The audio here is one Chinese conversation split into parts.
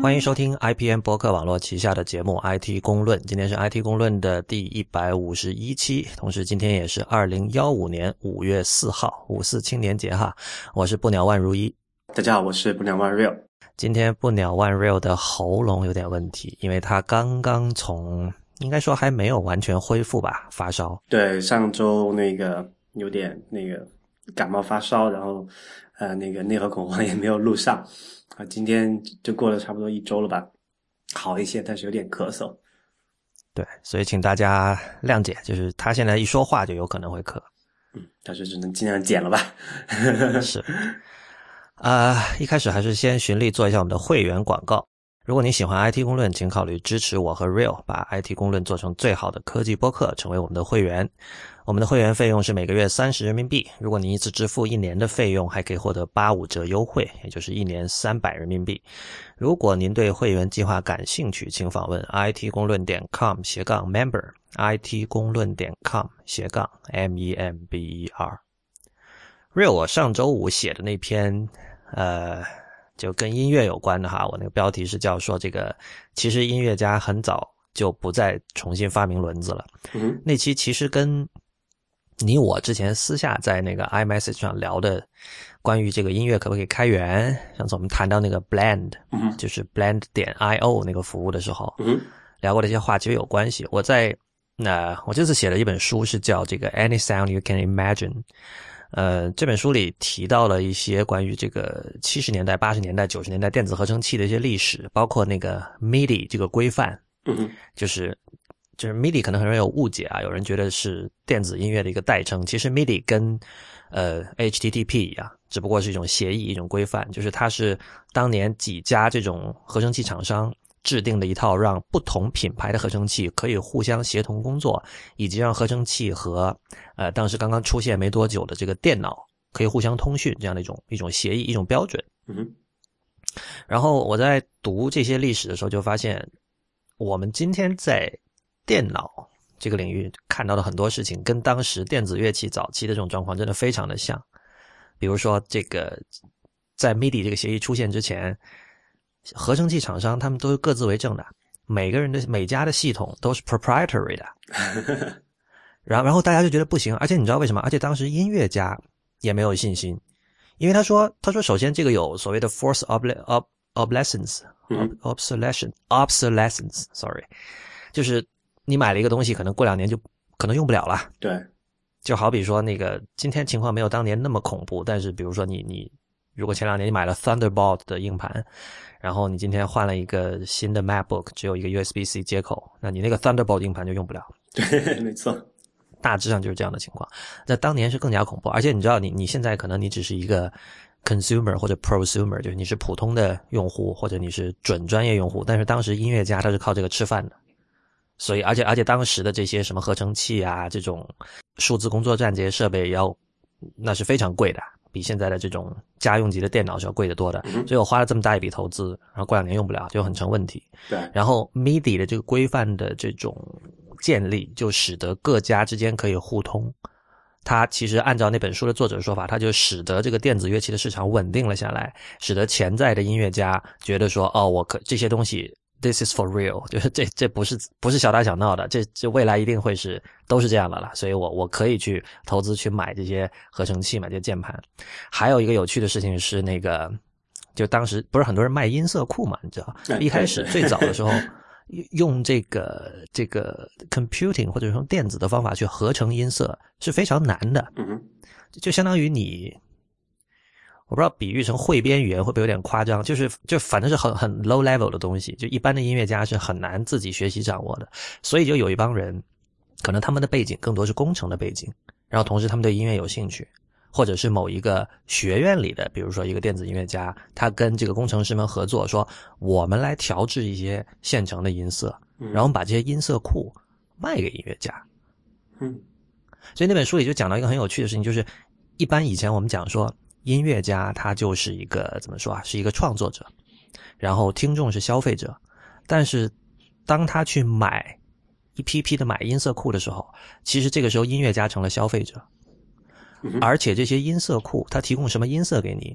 欢迎收听 IPM 播客网络旗下的节目 IT 公论，今天是 IT 公论的第151期，同时今天也是2015年5月4号，54青年节哈。我是不鸟万如一。 大家好，我是不鸟万 Real。 今天不鸟万 Real 的喉咙有点问题，因为他刚刚应该说还没有完全恢复吧，发烧。 对，上周有点感冒发烧，然后内核恐慌也没有录上啊，今天就过了差不多1周了吧，好一些，但是有点咳嗽。 对，所以请大家谅解，就是他现在一说话就有可能会咳。 但是只能尽量减了吧。 是。一开始还是先循例做一下我们的会员广告。如果你喜欢 IT 公论，请考虑支持我和 Real 把 IT 公论做成最好的科技播客，成为我们的会员。我们的会员费用是每个月30人民币，如果你一次支付1年的费用，还可以获得85折优惠，也就是1年300人民币。如果您对会员计划感兴趣，请访问 it 公论.com/member it 公论.com/member。 Real 我上周五写的那篇就跟音乐有关的哈，我那个标题是叫说这个其实音乐家很早就不再重新发明轮子了。那期其实跟你我之前私下在那个 iMessage 上聊的关于这个音乐可不可以开源，上次我们谈到那个 Blend 就是 blend.io 那个服务的时候聊过这些话其实有关系。我这次写了一本书是叫这个 Any Sound You Can Imagine，这本书里提到了一些关于这个70年代、80年代、90年代电子合成器的一些历史，包括那个 MIDI 这个规范。就是 MIDI 可能很多人有误解啊，有人觉得是电子音乐的一个代称，其实 MIDI 跟HTTP 一样，只不过是一种协议，一种规范，就是它是当年几家这种合成器厂商制定的一套让不同品牌的合成器可以互相协同工作，以及让合成器和当时刚刚出现没多久的这个电脑可以互相通讯这样的一种协议，一种标准。然后我在读这些历史的时候就发现，我们今天在电脑这个领域看到的很多事情跟当时电子乐器早期的这种状况真的非常的像。比如说这个在 MIDI 这个协议出现之前，合成器厂商他们都是各自为政的，每家的系统都是 proprietary 的。然后大家就觉得不行，而且你知道为什么？而且当时音乐家也没有信心，因为他说首先这个有所谓的 force obsolescence， sorry， 就是你买了一个东西可能过2年就可能用不了了。 对， 就好比说那个今天情况没有当年那么恐怖，但是比如说你如果前2年你买了 Thunderbolt 的硬盘，然后你今天换了一个新的 MacBook 只有一个 USB-C 接口，那你那个 Thunderbolt 硬盘就用不了。 对，没错， 大致上就是这样的情况。那当年是更加恐怖，而且你知道你现在可能你只是一个 consumer 或者 prosumer， 就是你是普通的用户或者你是准专业用户，但是当时音乐家他是靠这个吃饭的。所以而且当时的这些什么合成器啊，这种数字工作站这些设备那是非常贵的，比现在的这种家用级的电脑是要贵得多的。所以我花了这么大一笔投资，然后过2年用不了就很成问题。 对， 然后 MIDI 的这个规范的这种建立就使得各家之间可以互通。它其实按照那本书的作者说法，它就使得这个电子乐器的市场稳定了下来，使得潜在的音乐家觉得说这些东西This is for real， 就是这不是小打小闹的，这未来一定会都是这样的了，所以我可以去投资去买这些合成器，买这些键盘。还有一个有趣的事情是就当时不是很多人卖音色库嘛，你知道，一开始最早的时候用这个 computing 或者说电子的方法去合成音色是非常难的。就相当于我不知道比喻成汇编语言会不会有点夸张，就反正是很 low level 的东西，就一般的音乐家是很难自己学习掌握的。所以就有一帮人可能他们的背景更多是工程的背景，然后同时他们对音乐有兴趣，或者是某一个学院里的，比如说一个电子音乐家，他跟这个工程师们合作，说我们来调制一些现成的音色，然后把这些音色库卖给音乐家。所以那本书里就讲到一个很有趣的事情，就是一般以前我们讲说音乐家他就是一个怎么说啊，是一个创作者，然后听众是消费者，但是当他去买一批批的买音色库的时候，其实这个时候音乐家成了消费者，而且这些音色库它提供什么音色给你，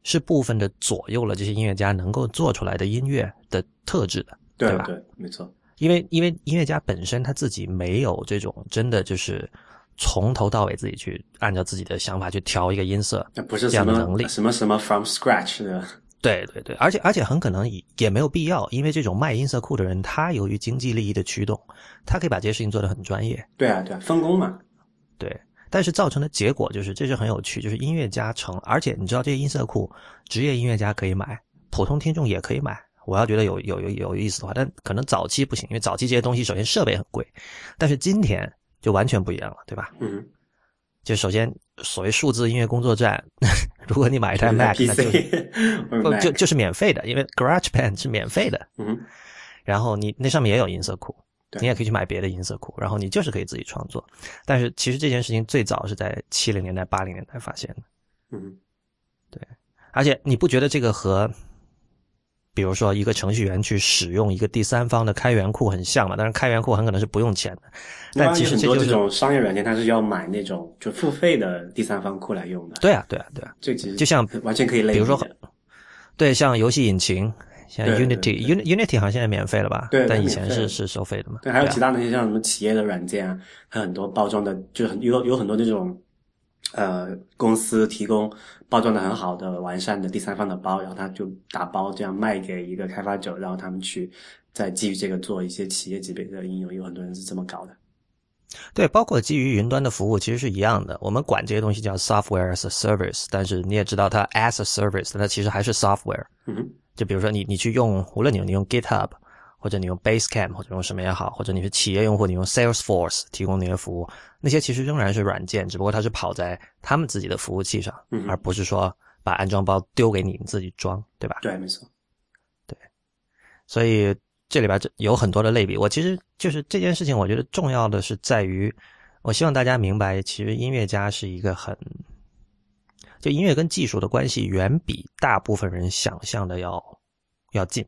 是部分的左右了这些音乐家能够做出来的音乐的特质的，对吧？ 对，没错。 因为音乐家本身他自己没有这种真的就是从头到尾自己去按照自己的想法去调一个音色， 那不是这样的能力， 什么 from scratch 的。 对，而且很可能也没有必要，因为这种卖音色库的人，他由于经济利益的驱动，他可以把这些事情做得很专业。 对啊，分工嘛。 对，但是造成的结果就是，这是很有趣，就是音乐家而且你知道这些音色库，职业音乐家可以买，普通听众也可以买。我要觉得有意思的话，但可能早期不行，因为早期这些东西首先设备很贵，但是今天就完全不一样了，对吧？ 嗯， 就首先所谓数字音乐工作站，如果你买一台 Mac， 那就是免费的，因为 GarageBand 是免费的。 嗯， 然后你那上面也有音色库，你也可以去买别的音色库，然后你就是可以自己创作。但是其实这件事情最早是在70年代、80年代发现的。 嗯， 对，而且你不觉得这个和比如说一个程序员去使用一个第三方的开源库很像嘛？当然开源库很可能是不用钱的，但其实很多这种商业软件它是要买那种就付费的第三方库来用的。 对啊， 这其实就像完全可以类比， 比如说对，像游戏引擎，像 Unity 好像现在免费了吧？ 对， 但以前是收费的嘛。 对，还有其他那些像什么企业的软件啊，它很多包装的就有很多这种公司提供包装的很好的完善的第三方的包，然后他就打包这样卖给一个开发者，然后他们去再基于这个做一些企业级别的应用，有很多人是这么搞的。 对，包括基于云端的服务其实是一样的，我们管这些东西叫 software as a service， 但是你也知道它 as a service， 但它其实还是 software。就比如说你去用，无论你用 GitHub， 或者你用 Basecamp， 或者用什么也好，或者你是企业用户，你用 Salesforce 提供那些服务，那些其实仍然是软件，只不过它是跑在他们自己的服务器上，而不是说把安装包丢给你自己装，对吧？ 对，没错。 对，所以这里边有很多的类比。我其实就是这件事情，我觉得重要的是在于，我希望大家明白，其实音乐家是一个就音乐跟技术的关系远比大部分人想象的要近。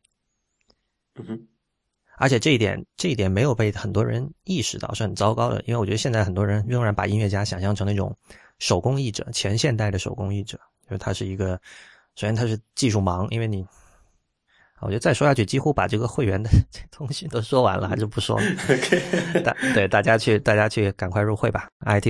而且这一点没有被很多人意识到，是很糟糕的。因为我觉得现在很多人仍然把音乐家想象成那种手工艺者，前现代的手工艺者，就是他是一个，首先他是技术盲，因为我觉得再说下去几乎把这个会员的这东西都说完了，还是不说了。对，大家去赶快入会吧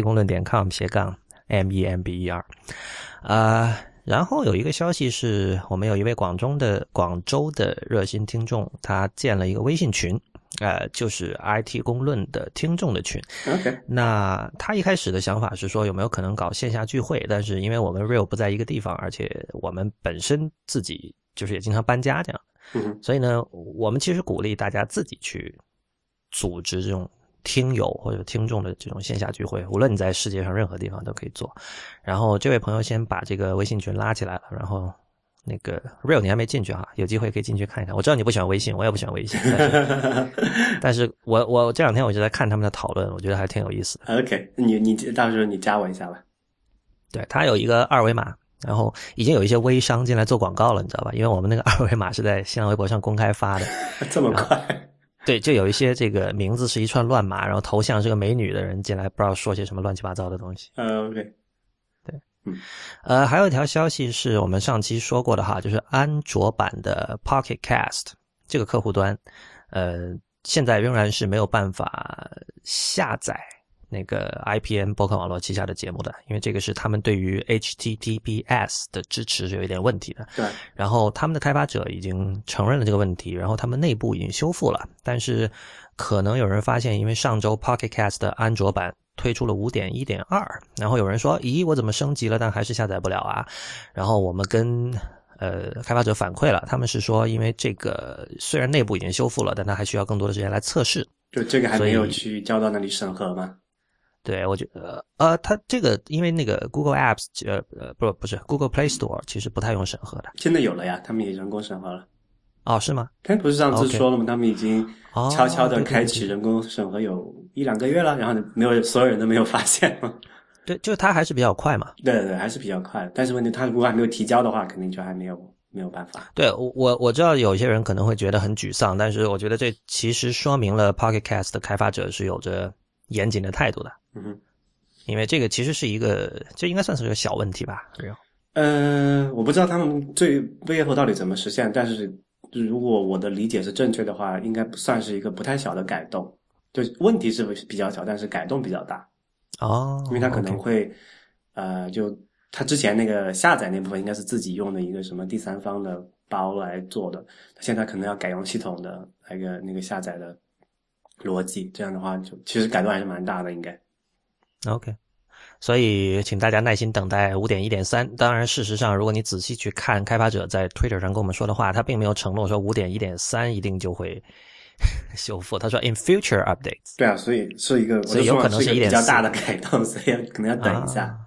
，it公论.com/member。然后有一个消息是，我们有一位广州的热心听众，他建了一个微信群，就是 IT 公论的听众的群。 Okay. 那他一开始的想法是说有没有可能搞线下聚会，但是因为我们 Real 不在一个地方，而且我们本身自己就是也经常搬家这样，所以呢，我们其实鼓励大家自己去组织这种听友或者听众的这种线下聚会，无论你在世界上任何地方都可以做。然后这位朋友先把这个微信群拉起来了，然后那个 Real 你还没进去哈，有机会可以进去看一看。我知道你不喜欢微信，我也不喜欢微信，但是我这两天我就在看他们的讨论，我觉得还挺有意思的。 OK， 你到时候你加我一下吧。 对，他有一个二维码，然后已经有一些微商进来做广告了，你知道吧？因为我们那个二维码是在新浪微博上公开发的。 这么快？ 对，就有一些这个名字是一串乱码，然后头像是个美女的人进来，不知道说些什么乱七八糟的东西。 OK。 对，还有一条消息是我们上期说过的哈，就是安卓版的 Pocket Cast 这个客户端，现在仍然是没有办法下载那个 IPN 播客网络旗下的节目的，因为这个是他们对于 HTTPS 的支持是有一点问题的。 对。然后他们的开发者已经承认了这个问题，然后他们内部已经修复了，但是可能有人发现，因为上周 Pocket Cast 的安卓版推出了 5.1.2， 然后有人说，咦，我怎么升级了但还是下载不了啊？然后我们跟开发者反馈了，他们是说因为这个虽然内部已经修复了，但它还需要更多的时间来测试。 就这个还没有去交到那里审核吗？ 对，我觉得它这个因为那个 Google Apps 不是 Google Play Store 其实不太用审核的。 现在有了呀，他们也人工审核了。 哦，是吗？ 他不是上次说了吗？他们已经悄悄的开启人工审核有1-2个月了，然后所有人都没有发现吗？ 对，就是它还是比较快嘛。 对，还是比较快的。但是问题他如果还没有提交的话，肯定就还没有办法。 对，我知道有些人可能会觉得很沮丧，但是我觉得这其实说明了 Pocket Cast 的开发者是有着严谨的态度的。因为这个其实是这应该算是个小问题吧。 我不知道他们背后到底怎么实现，但是如果我的理解是正确的话，应该不算是一个不太小的改动。就问题是比较小，但是改动比较大。 哦， 因为它可能 OK， 会，就它之前那个下载那部分应该是自己用的一个什么第三方的包来做的，现在可能要改用系统的那个下载的逻辑，这样的话就其实改动还是蛮大的，应该。 OK，所以请大家耐心等待 5.1.3。当然，事实上，如果你仔细去看开发者在 Twitter 上跟我们说的话，他并没有承诺说 5.1.3 一定就会修复。他说 in future updates。 对啊，所以是一个， 所以有可能是一个比较大的 1.4 改动，所以可能要等一下。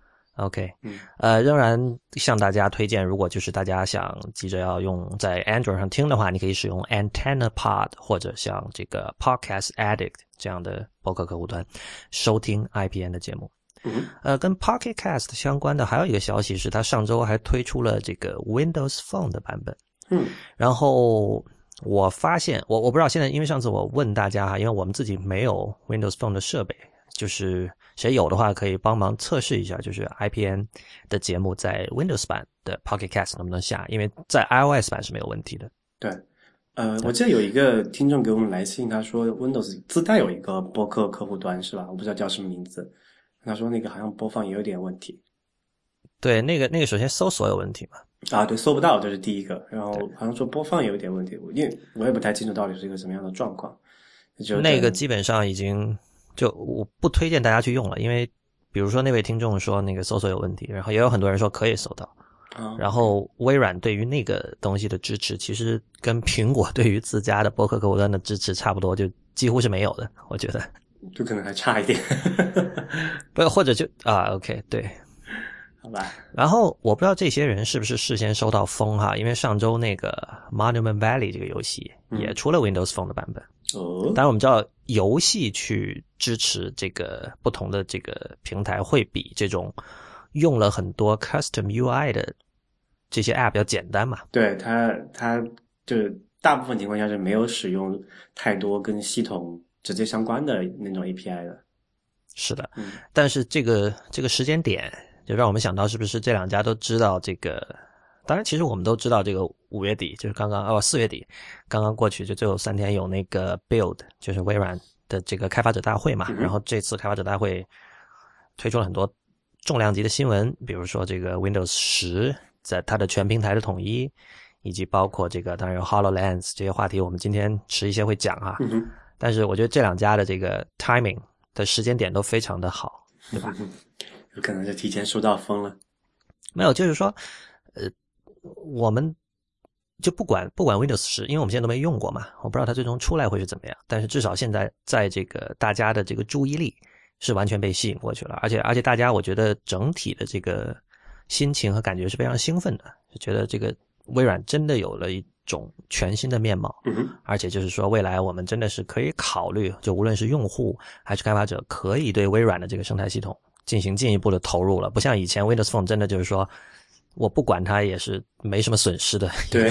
OK，仍然向大家推荐，如果就是大家想急着要用在 Android 上听的话，你可以使用 AntennaPod 或者像这个 Podcast Addict 这样的播客客户端收听 IPN 的节目。跟 Pocket Cast 相关的还有一个消息是，它上周还推出了这个 Windows Phone 的版本。然后我发现，我不知道现在，因为上次我问大家哈，因为我们自己没有 Windows Phone 的设备，就是谁有的话可以帮忙测试一下，就是 IPN 的节目在 Windows 版的 Pocket Cast 能不能下，因为在 iOS 版是没有问题的。 对，我记得有一个听众给我们来信，他说 Windows 自带有一个播客客户端是吧？我不知道叫什么名字。他说那个好像播放也有点问题。 对，那个首先搜索有问题嘛。 对，搜不到，这是第一个。然后好像说播放也有点问题，因为我也不太清楚到底是一个什么样的状况。 那个基本上已经就我不推荐大家去用了，因为比如说那位听众说那个搜索有问题，然后也有很多人说可以搜到。然后微软对于那个东西的支持，其实跟苹果对于自家的播客客户端的支持差不多，就几乎是没有的，我觉得。 就可能还差一点。 不，或者就OK， 对。 好吧。 然后我不知道这些人是不是事先收到风哈，因为上周那个 Monument Valley 这个游戏也出了 Windows Phone 的版本。当然我们知道游戏去支持这个不同的这个平台会比这种用了很多 custom UI 的这些 app 要简单嘛。 对，它就是大部分情况下是没有使用太多跟系统直接相关的那种 API 的。 是的，但是这个时间点就让我们想到是不是这两家都知道这个，当然其实我们都知道这个5月底就是4月底刚刚过去，就最后3天有那个 Build 就是微软的这个开发者大会嘛。然后这次开发者大会推出了很多重量级的新闻，比如说这个 Windows 10在它的全平台的统一，以及包括这个当然有 HoloLens 这些话题我们今天迟一些会讲啊。但是我觉得这两家的这个 timing 的时间点都非常的好，对吧？ 有可能是提前收到风了。 没有，就是说我们就不管 Windows 10，因为我们现在都没用过嘛，我不知道它最终出来会是怎么样，但是至少现在在这个大家的这个注意力是完全被吸引过去了，而且大家我觉得整体的这个心情和感觉是非常兴奋的，就觉得这个微软真的有了一种全新的面貌。而且就是说未来我们真的是可以考虑，就无论是用户还是开发者，可以对微软的这个生态系统进行进一步的投入了，不像以前 Windows Phone 真的就是说我不管它也是没什么损失的。 对。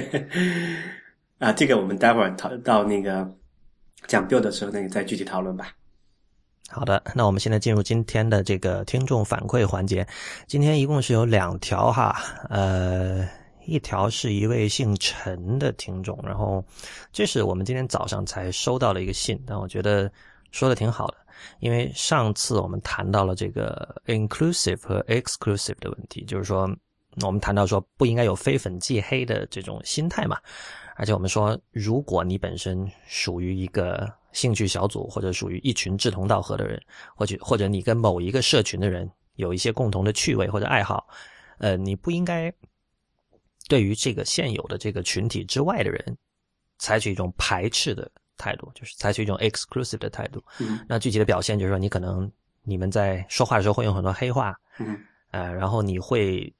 这个我们待会儿到那个讲 Build 的时候那个再具体讨论吧。 好的，那我们现在进入今天的这个听众反馈环节。今天一共是有2条哈，一条是一位姓陈的听众，然后这是我们今天早上才收到的一个信，但我觉得说的挺好的，因为上次我们谈到了这个 inclusive 和 exclusive 的问题，就是说我们谈到说不应该有非粉即黑的这种心态嘛，而且我们说如果你本身属于一个兴趣小组，或者属于一群志同道合的人，或者你跟某一个社群的人有一些共同的趣味或者爱好，你不应该对于这个现有的这个群体之外的人采取一种排斥的态度，就是采取一种 exclusive 的态度。那具体的表现就是说你们在说话的时候会用很多黑话，然后你会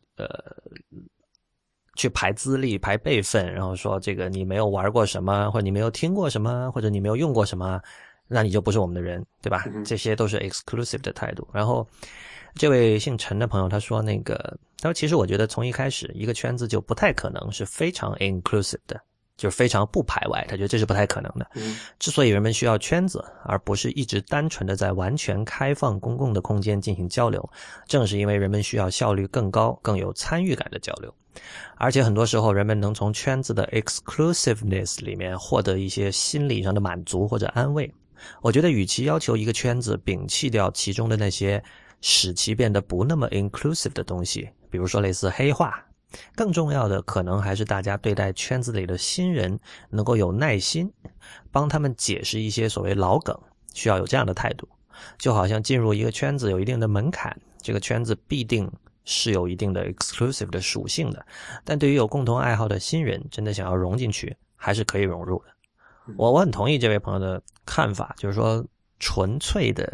去排资历排辈分，然后说这个你没有玩过什么，或者你没有听过什么，或者你没有用过什么，那你就不是我们的人，对吧？这些都是 exclusive 的态度。然后这位姓陈的朋友他说他说其实我觉得从一开始一个圈子就不太可能是非常 inclusive 的， 就是非常不排外，他觉得这是不太可能的。之所以人们需要圈子，而不是一直单纯的在完全开放公共的空间进行交流，正是因为人们需要效率更高、更有参与感的交流。而且很多时候人们能从圈子的 exclusiveness 里面获得一些心理上的满足或者安慰。我觉得与其要求一个圈子摒弃掉其中的那些使其变得不那么 inclusive 的东西，比如说类似黑化，更重要的可能还是大家对待圈子里的新人能够有耐心，帮他们解释一些所谓老梗，需要有这样的态度。就好像进入一个圈子有一定的门槛，这个圈子必定是有一定的 exclusive 的属性的，但对于有共同爱好的新人，真的想要融进去，还是可以融入的。我很同意这位朋友的看法，就是说纯粹的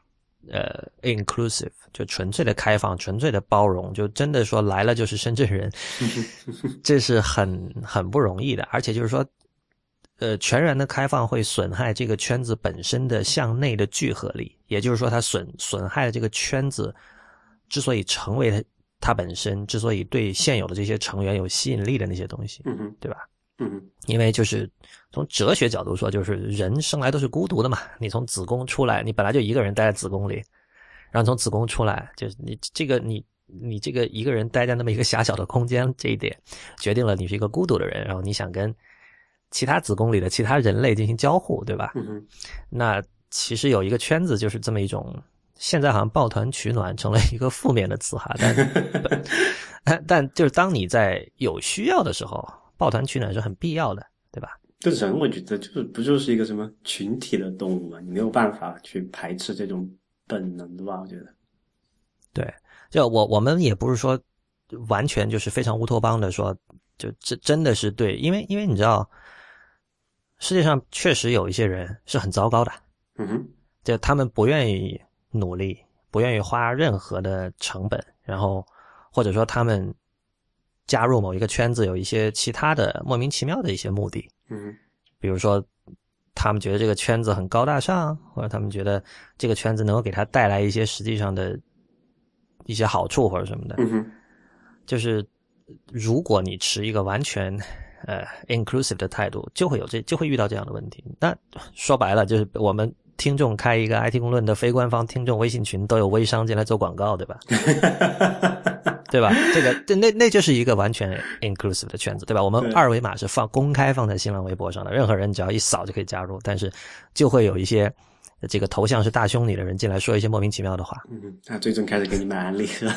inclusive 就纯粹的开放，纯粹的包容，就真的说来了就是深圳人，这是很不容易的。而且就是说全然的开放会损害这个圈子本身的向内的聚合力，也就是说它损害了这个圈子之所以成为它本身，之所以对现有的这些成员有吸引力的那些东西，对吧？因为就是从哲学角度说，就是人生来都是孤独的嘛，你从子宫出来，你本来就一个人待在子宫里，然后从子宫出来，就是你这个一个人待在那么一个狭小的空间，这一点决定了你是一个孤独的人，然后你想跟其他子宫里的其他人类进行交互，对吧？那其实有一个圈子就是这么一种，现在好像抱团取暖成了一个负面的词哈，但就是当你在有需要的时候，抱团取暖是很必要的，对吧？ 这人我觉得不就是一个什么群体的动物嘛，你没有办法去排斥这种本能的吧，我觉得。 对，就我们也不是说完全就是非常乌托邦的说，就这真的是对，因为你知道，世界上确实有一些人是很糟糕的，就他们不愿意努力，不愿意花任何的成本，然后或者说他们加入某一个圈子有一些其他的莫名其妙的一些目的，比如说他们觉得这个圈子很高大上，或者他们觉得这个圈子能够给他带来一些实际上的一些好处或者什么的，就是如果你持一个完全inclusive 的态度，就会遇到这样的问题。那说白了就是我们听众开一个 IT 公论的非官方听众微信群，都有微商进来做广告，对吧？对吧？那就是一个完全 inclusive 的圈子，对吧？我们二维码是公开放在新浪微博上的，任何人只要一扫就可以加入，但是就会有一些这个头像是大胸女的人进来说一些莫名其妙的话。 他最终开始给你买安利了。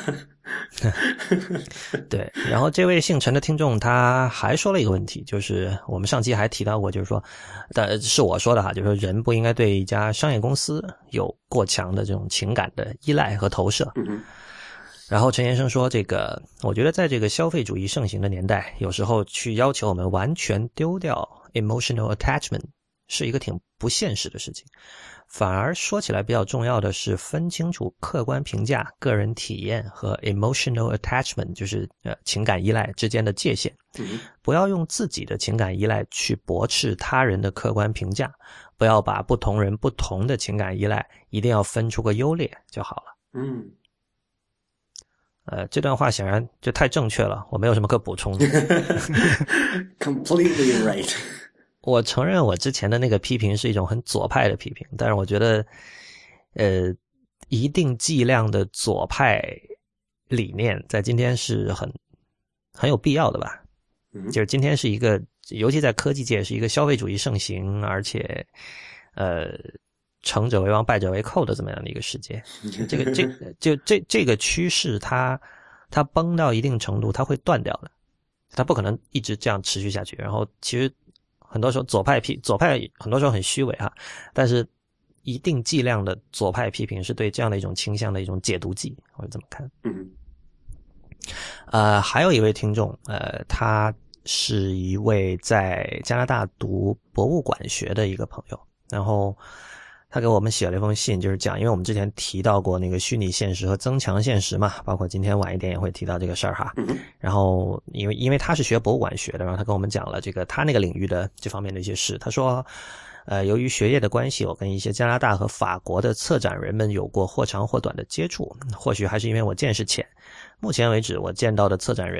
对，然后这位姓陈的听众他还说了一个问题，就是我们上期还提到过，就是说但是我说的哈，就是说人不应该对一家商业公司有过强的这种情感的依赖和投射。然后陈先生说，这个我觉得在这个消费主义盛行的年代，有时候去要求我们完全丢掉 emotional attachment 是一个挺不现实的事情，反而说起来比较重要的是分清楚客观评价、个人体验和 emotional attachment 就是情感依赖之间的界限，不要用自己的情感依赖去驳斥他人的客观评价，不要把不同人不同的情感依赖一定要分出个优劣就好了。这段话显然就太正确了，我没有什么可补充的。 Completely right。 我承认我之前的那个批评是一种很左派的批评，但是我觉得一定剂量的左派理念在今天是很有必要的吧。就是今天是一个，尤其在科技界是一个消费主义盛行，而且成者为王败者为寇的这么样的一个世界。这个趋势它崩到一定程度它会断掉的，它不可能一直这样持续下去。然后其实很多时候左派很多时候很虚伪哈，但是一定剂量的左派批评是对这样的一种倾向的一种解毒剂，我是这么看。还有一位听众，他是一位在加拿大读博物馆学的一个朋友，然后他给我们写了一封信，就是讲，因为我们之前提到过那个虚拟现实和增强现实嘛，包括今天晚一点也会提到这个事儿哈。然后因为他是学博物馆学的，然后他跟我们讲了这个他那个领域的这方面的一些事。他说由于学业的关系，我跟一些加拿大和法国的策展人们有过或长或短的接触，或许还是因为我见识浅，目前为止我见到的策展人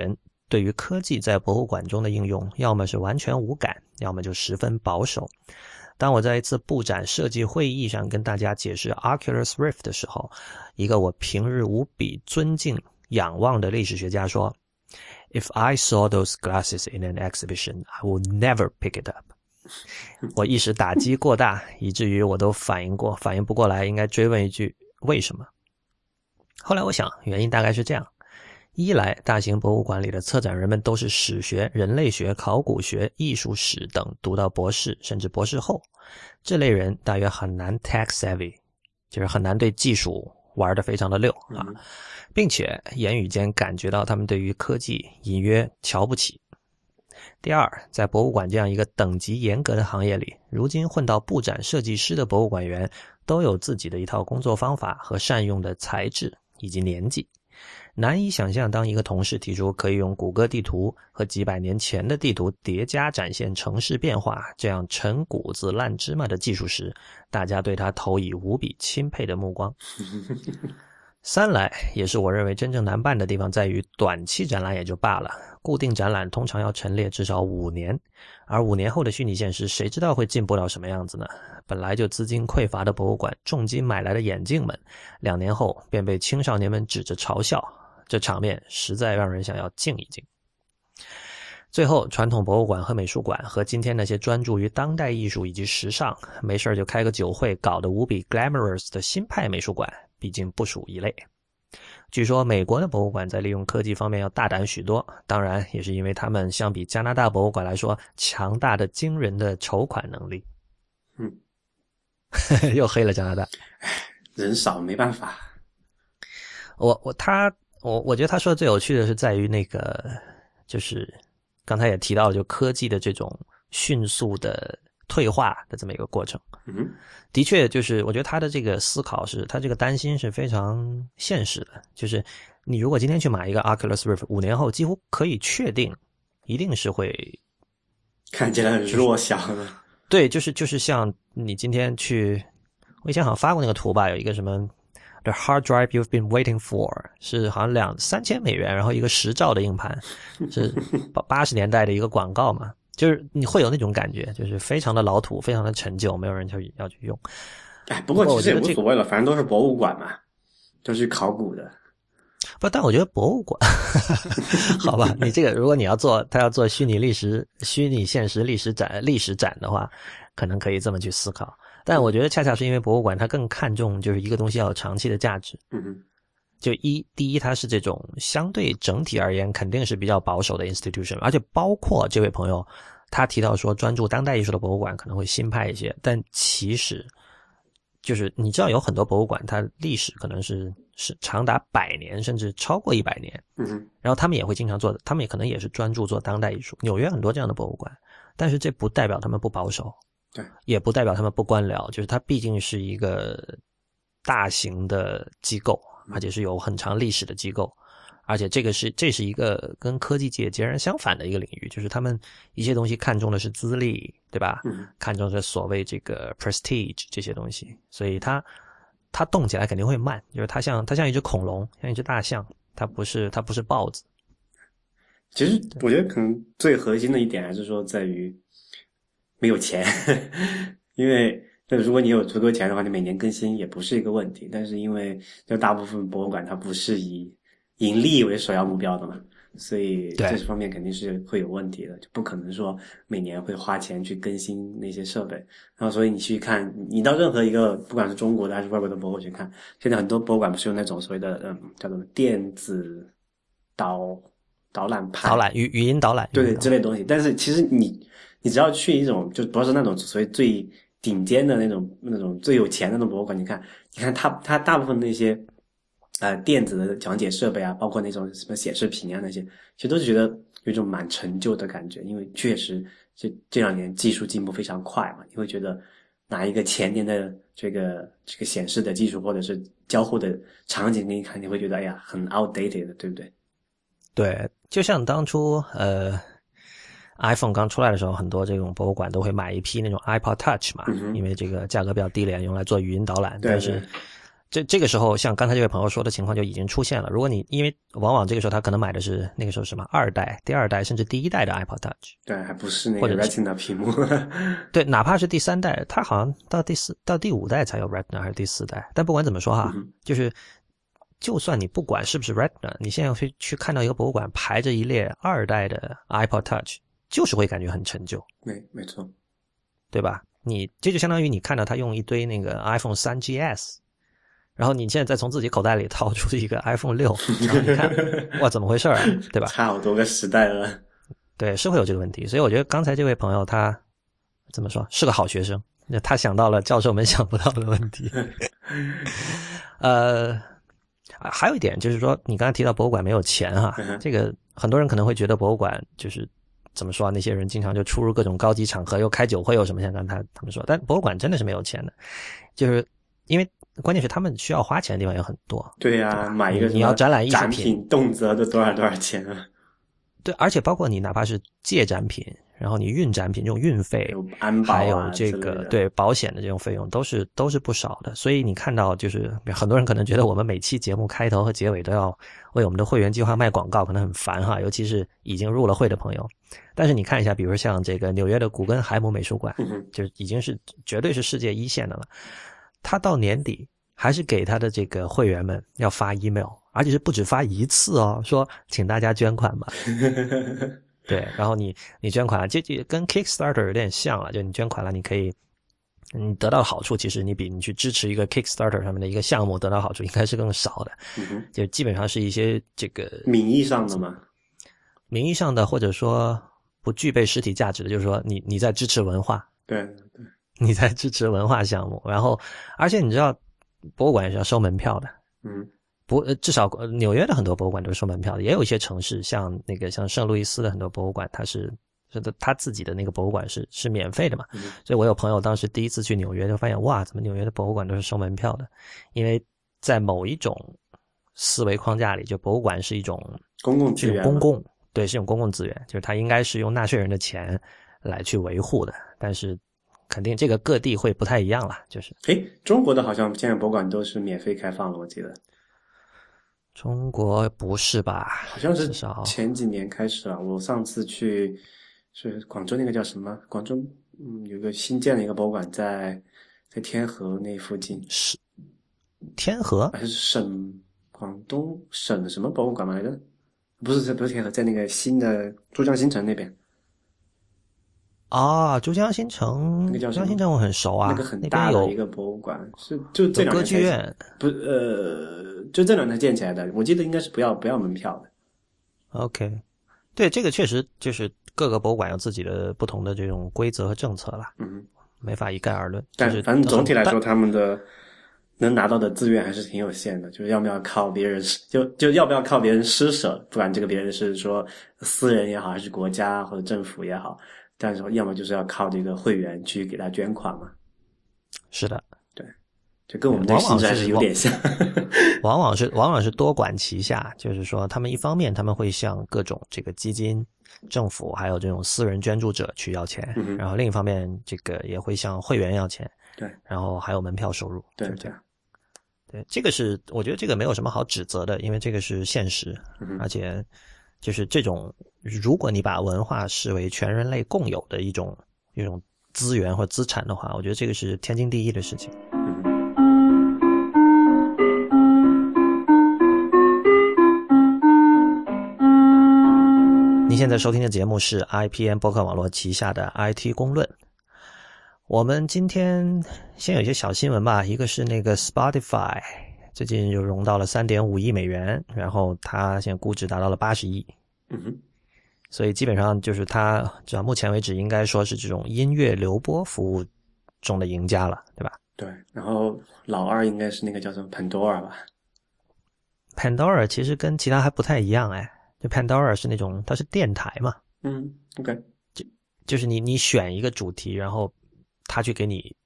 对于科技在博物馆中的应用，要么是完全无感，要么就十分保守。当我在一次布展设计会议上跟大家解释 Oculus Rift 的时候，一个我平日无比尊敬仰望的历史学家说 If I saw those glasses in an exhibition, I would never pick it up. 我一时打击过大，以至于我都反应不过来，应该追问一句为什么。后来我想原因大概是这样，一来大型博物馆里的策展人们都是史学、人类学、考古学、艺术史等读到博士甚至博士后，这类人大约很难 tech savvy， 就是很难对技术玩得非常的溜啊，并且言语间感觉到他们对于科技隐约瞧不起。第二，在博物馆这样一个等级严格的行业里，如今混到布展设计师的博物馆员都有自己的一套工作方法和善用的材质以及年纪。难以想象，当一个同事提出可以用谷歌地图和几百年前的地图叠加展现城市变化这样陈谷子烂芝麻的技术时，大家对他投以无比钦佩的目光。三来，也是我认为真正难办的地方在于短期展览也就罢了，固定展览通常要陈列至少5年，而5年后的虚拟现实谁知道会进步到什么样子呢？本来就资金匮乏的博物馆，重金买来的眼镜们，2年后便被青少年们指着嘲笑，这场面实在让人想要静一静。最后，传统博物馆和美术馆和今天那些专注于当代艺术以及时尚，没事就开个酒会搞得无比 glamorous 的新派美术馆，毕竟不属一类。据说美国的博物馆在利用科技方面要大胆许多，当然也是因为他们相比加拿大博物馆来说强大的惊人的筹款能力。又黑了加拿大， 人少没办法。 我觉得他说的最有趣的是在于那个，就是刚才也提到了，就科技的这种迅速的退化的这么一个过程。的确，就是我觉得他的这个思考是，他这个担心是非常现实的。就是你如果今天去买一个 Oculus Rift， 5年后几乎可以确定，一定是会看起来很弱小的。 对，就是像你今天去，我以前好像发过那个图吧，有一个什么 The hard drive you've been waiting for， 是好像3000美元，然后一个10兆的硬盘，是80年代的一个广告嘛，就是你会有那种感觉，就是非常的老土，非常的陈旧，没有人要去用。 不过其实也无所谓了，反正都是博物馆嘛，都是考古的。 不，但我觉得博物馆好吧，你这个如果他要做虚拟现实历史展的话，可能可以这么去思考。但我觉得恰恰是因为博物馆它更看重就是一个东西要有长期的价值。就第一它是这种相对整体而言肯定是比较保守的 institution， 而且包括这位朋友他提到说专注当代艺术的博物馆可能会新派一些，但其实就是你知道有很多博物馆它历史可能是长达100年甚至超过100年，然后他们也会经常做，他们也可能也是专注做当代艺术。纽约很多这样的博物馆，但是这不代表他们不保守， 对，也不代表他们不官僚，就是它毕竟是一个大型的机构，而且是有很长历史的机构，而且这是一个跟科技界截然相反的一个领域，就是他们一些东西看重的是资历，对吧？看重的是所谓这个 prestige 这些东西，所以它动起来肯定会慢，就是它像一只恐龙，像一只大象，它不是豹子。 其实我觉得可能最核心的一点还是说在于没有钱，因为如果你有足够钱的话，你每年更新也不是一个问题。但是因为就大部分博物馆它不是以盈利为首要目标的嘛，所以这方面肯定是会有问题的，就不可能说每年会花钱去更新那些设备。然后所以你去看，你到任何一个不管是中国的还是外国的博物馆去看，现在很多博物馆不是用那种所谓的叫做电子导览盘、 语音导览， 对之类的东西。但是其实你只要去一种就不是那种所谓最顶尖的那种最有钱的那种博物馆，你看它大部分那些电子的讲解设备啊，包括那种什么显示屏啊那些，其实都是觉得有一种蛮陈旧的感觉，因为确实这2年技术进步非常快嘛，你会觉得拿一个前年的这个显示的技术或者是交互的场景给你看，你会觉得哎呀很 outdated 的，对不对？ 对，就像当初iPhone 刚出来的时候，很多这种博物馆都会买一批那种 iPod Touch 嘛，因为这个价格比较低廉，用来做语音导览。但是这个时候，像刚才这位朋友说的情况就已经出现了。如果你因为往往这个时候他可能买的是那个时候什么2代、第2代甚至第1代的 iPod Touch， 对，还不是那个 Retina 屏幕。 对，哪怕是第3代，它好像到第5代才有 Retina 还是第4代。但不管怎么说哈，就是就算你不管是不是 Retina， 你现在去看到一个博物馆排着一列2代的 iPod Touch， 就是会感觉很陈旧。 没错， 对吧？你这就相当于你看到他用一堆那个 iPhone 3GS。然后你现在再从自己口袋里掏出一个 iPhone 6，然后你看，哇，怎么回事啊？对吧？ 差好多个时代了。 对，是会有这个问题。所以我觉得刚才这位朋友他怎么说，是个好学生，他想到了教授们想不到的问题。还有一点就是说，你刚才提到博物馆没有钱哈，这个很多人可能会觉得博物馆就是怎么说啊？那些人经常就出入各种高级场合，又开酒会，又什么，像刚才他们说，但博物馆真的是没有钱的，就是因为。关键是他们需要花钱的地方也很多。 对啊，买一个你要展览艺术展品，动辄都多少钱啊？ 对，而且包括你哪怕是借展品，然后你运展品这种运费， 有安保还有这个对保险的这种费用都是不少的。所以你看到就是很多人可能觉得我们每期节目开头和结尾都要为我们的会员计划卖广告，可能很烦哈，尤其是已经入了会的朋友。但是你看一下，比如说像这个纽约的古根海姆美术馆，就已经是绝对是世界一线的了。他到年底还是给他的这个会员们要发 email， 而且是不止发一次哦，说请大家捐款吧。对，然后你捐款了，这跟 Kickstarter 有点像了，就你捐款了，你可以你得到的好处，其实你比你去支持一个 Kickstarter 上面的一个项目得到好处应该是更少的。就基本上是一些这个名义上的嘛， 名义上的或者说不具备实体价值的，就是说你在支持文化。 对， 你在支持文化项目，然后而且你知道博物馆也是要收门票的。至少纽约的很多博物馆都是收门票的，也有一些城市像圣路易斯的很多博物馆，他自己的那个博物馆是免费的嘛。所以我有朋友当时第一次去纽约就发现，哇，怎么纽约的博物馆都是收门票的？因为在某一种思维框架里，就博物馆是一种公共资源， 对，是一种公共资源，就是它应该是用纳税人的钱来去维护的，但是肯定这个各地会不太一样啦，就是中国的好像现在博物馆都是免费开放了，我记得。 中国不是吧？ 好像是前几年开始了。我上次去是广州那个叫什么？广州有个新建的一个博物馆在天河那附近。 是天河？ 还是广东省什么博物馆来着？不是天河，在那个新的珠江新城那边。 啊，珠江新城， 那个叫什么？ 珠江新城我很熟啊， 那个很大的一个博物馆，就这两年歌剧院， 不就这两年建起来的，我记得应该是不要门票的。 OK， 对，这个确实就是各个博物馆有自己的不同的这种规则和政策了，没法一概而论。 但反正总体来说，他们的能拿到的资源还是挺有限的，就是要不要靠别人，就要不要靠别人施舍，不管这个别人是说私人也好，还是国家或者政府也好。但是要么就是要靠这个会员去给他捐款嘛。 是的， 对，就跟我们这个性质还是有点像。 往往是多管齐下，就是说他们一方面他们会向各种这个基金、政府还有这种私人捐助者去要钱，然后另一方面这个也会向会员要钱， 对， 然后还有门票收入， 对这样。对，这个是我觉得这个没有什么好指责的，因为这个是现实，而且就是这种，如果你把文化视为全人类共有的一种资源或资产的话，我觉得这个是天经地义的事情。您现在收听的节目是 IPN 播客网络旗下的 IT 公论。我们今天先有一些小新闻吧，一个是那个 Spotify 最近又融到了 3.5 亿美元，然后它现在估值达到了80亿。所以基本上就是它至少目前为止应该说是这种音乐流播服务中的赢家了，对吧？ 对，然后老二应该是那个叫做 Pandora 吧。 Pandora 其实跟其他还不太一样就 Pandora 是那种它是电台嘛。 OK。 就是你选一个主题，然后他去给你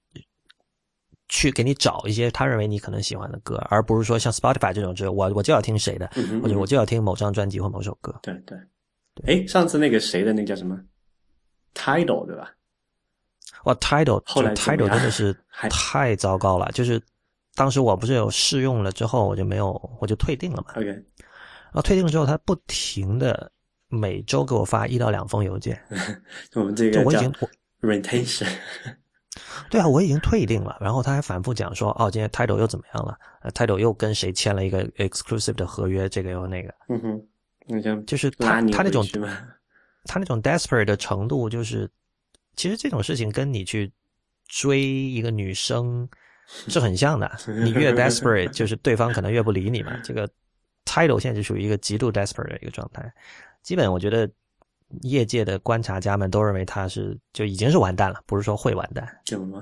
找一些他认为你可能喜欢的歌，而不是说像 Spotify 这种我就要听谁的，或者我就要听某张专辑或某首歌。 对。上次那个谁的那个叫什么 Tidal 对吧？ 哇 Tidal 真的是太糟糕了，就是当时我不是有试用了之后，我就退订了嘛。 OK， 然后退订了之后，他不停的每周给我发1到2封邮件。 我们这个叫 retention。 对啊，我已经退订了，然后他还反复讲说，今天 Tidal 又怎么样了？Tidal 又跟谁签了一个 exclusive 的合约，这个又那个。 嗯哼，那像就是他那种 desperate 的程度，就是其实这种事情跟你去追一个女生是很像的。你越 desperate， 就是对方可能越不理你嘛。这个 Tidal 现在就属于一个极度 desperate 的一个状态，基本我觉得业界的观察家们都认为他就已经是完蛋了，不是说会完蛋。 怎么吗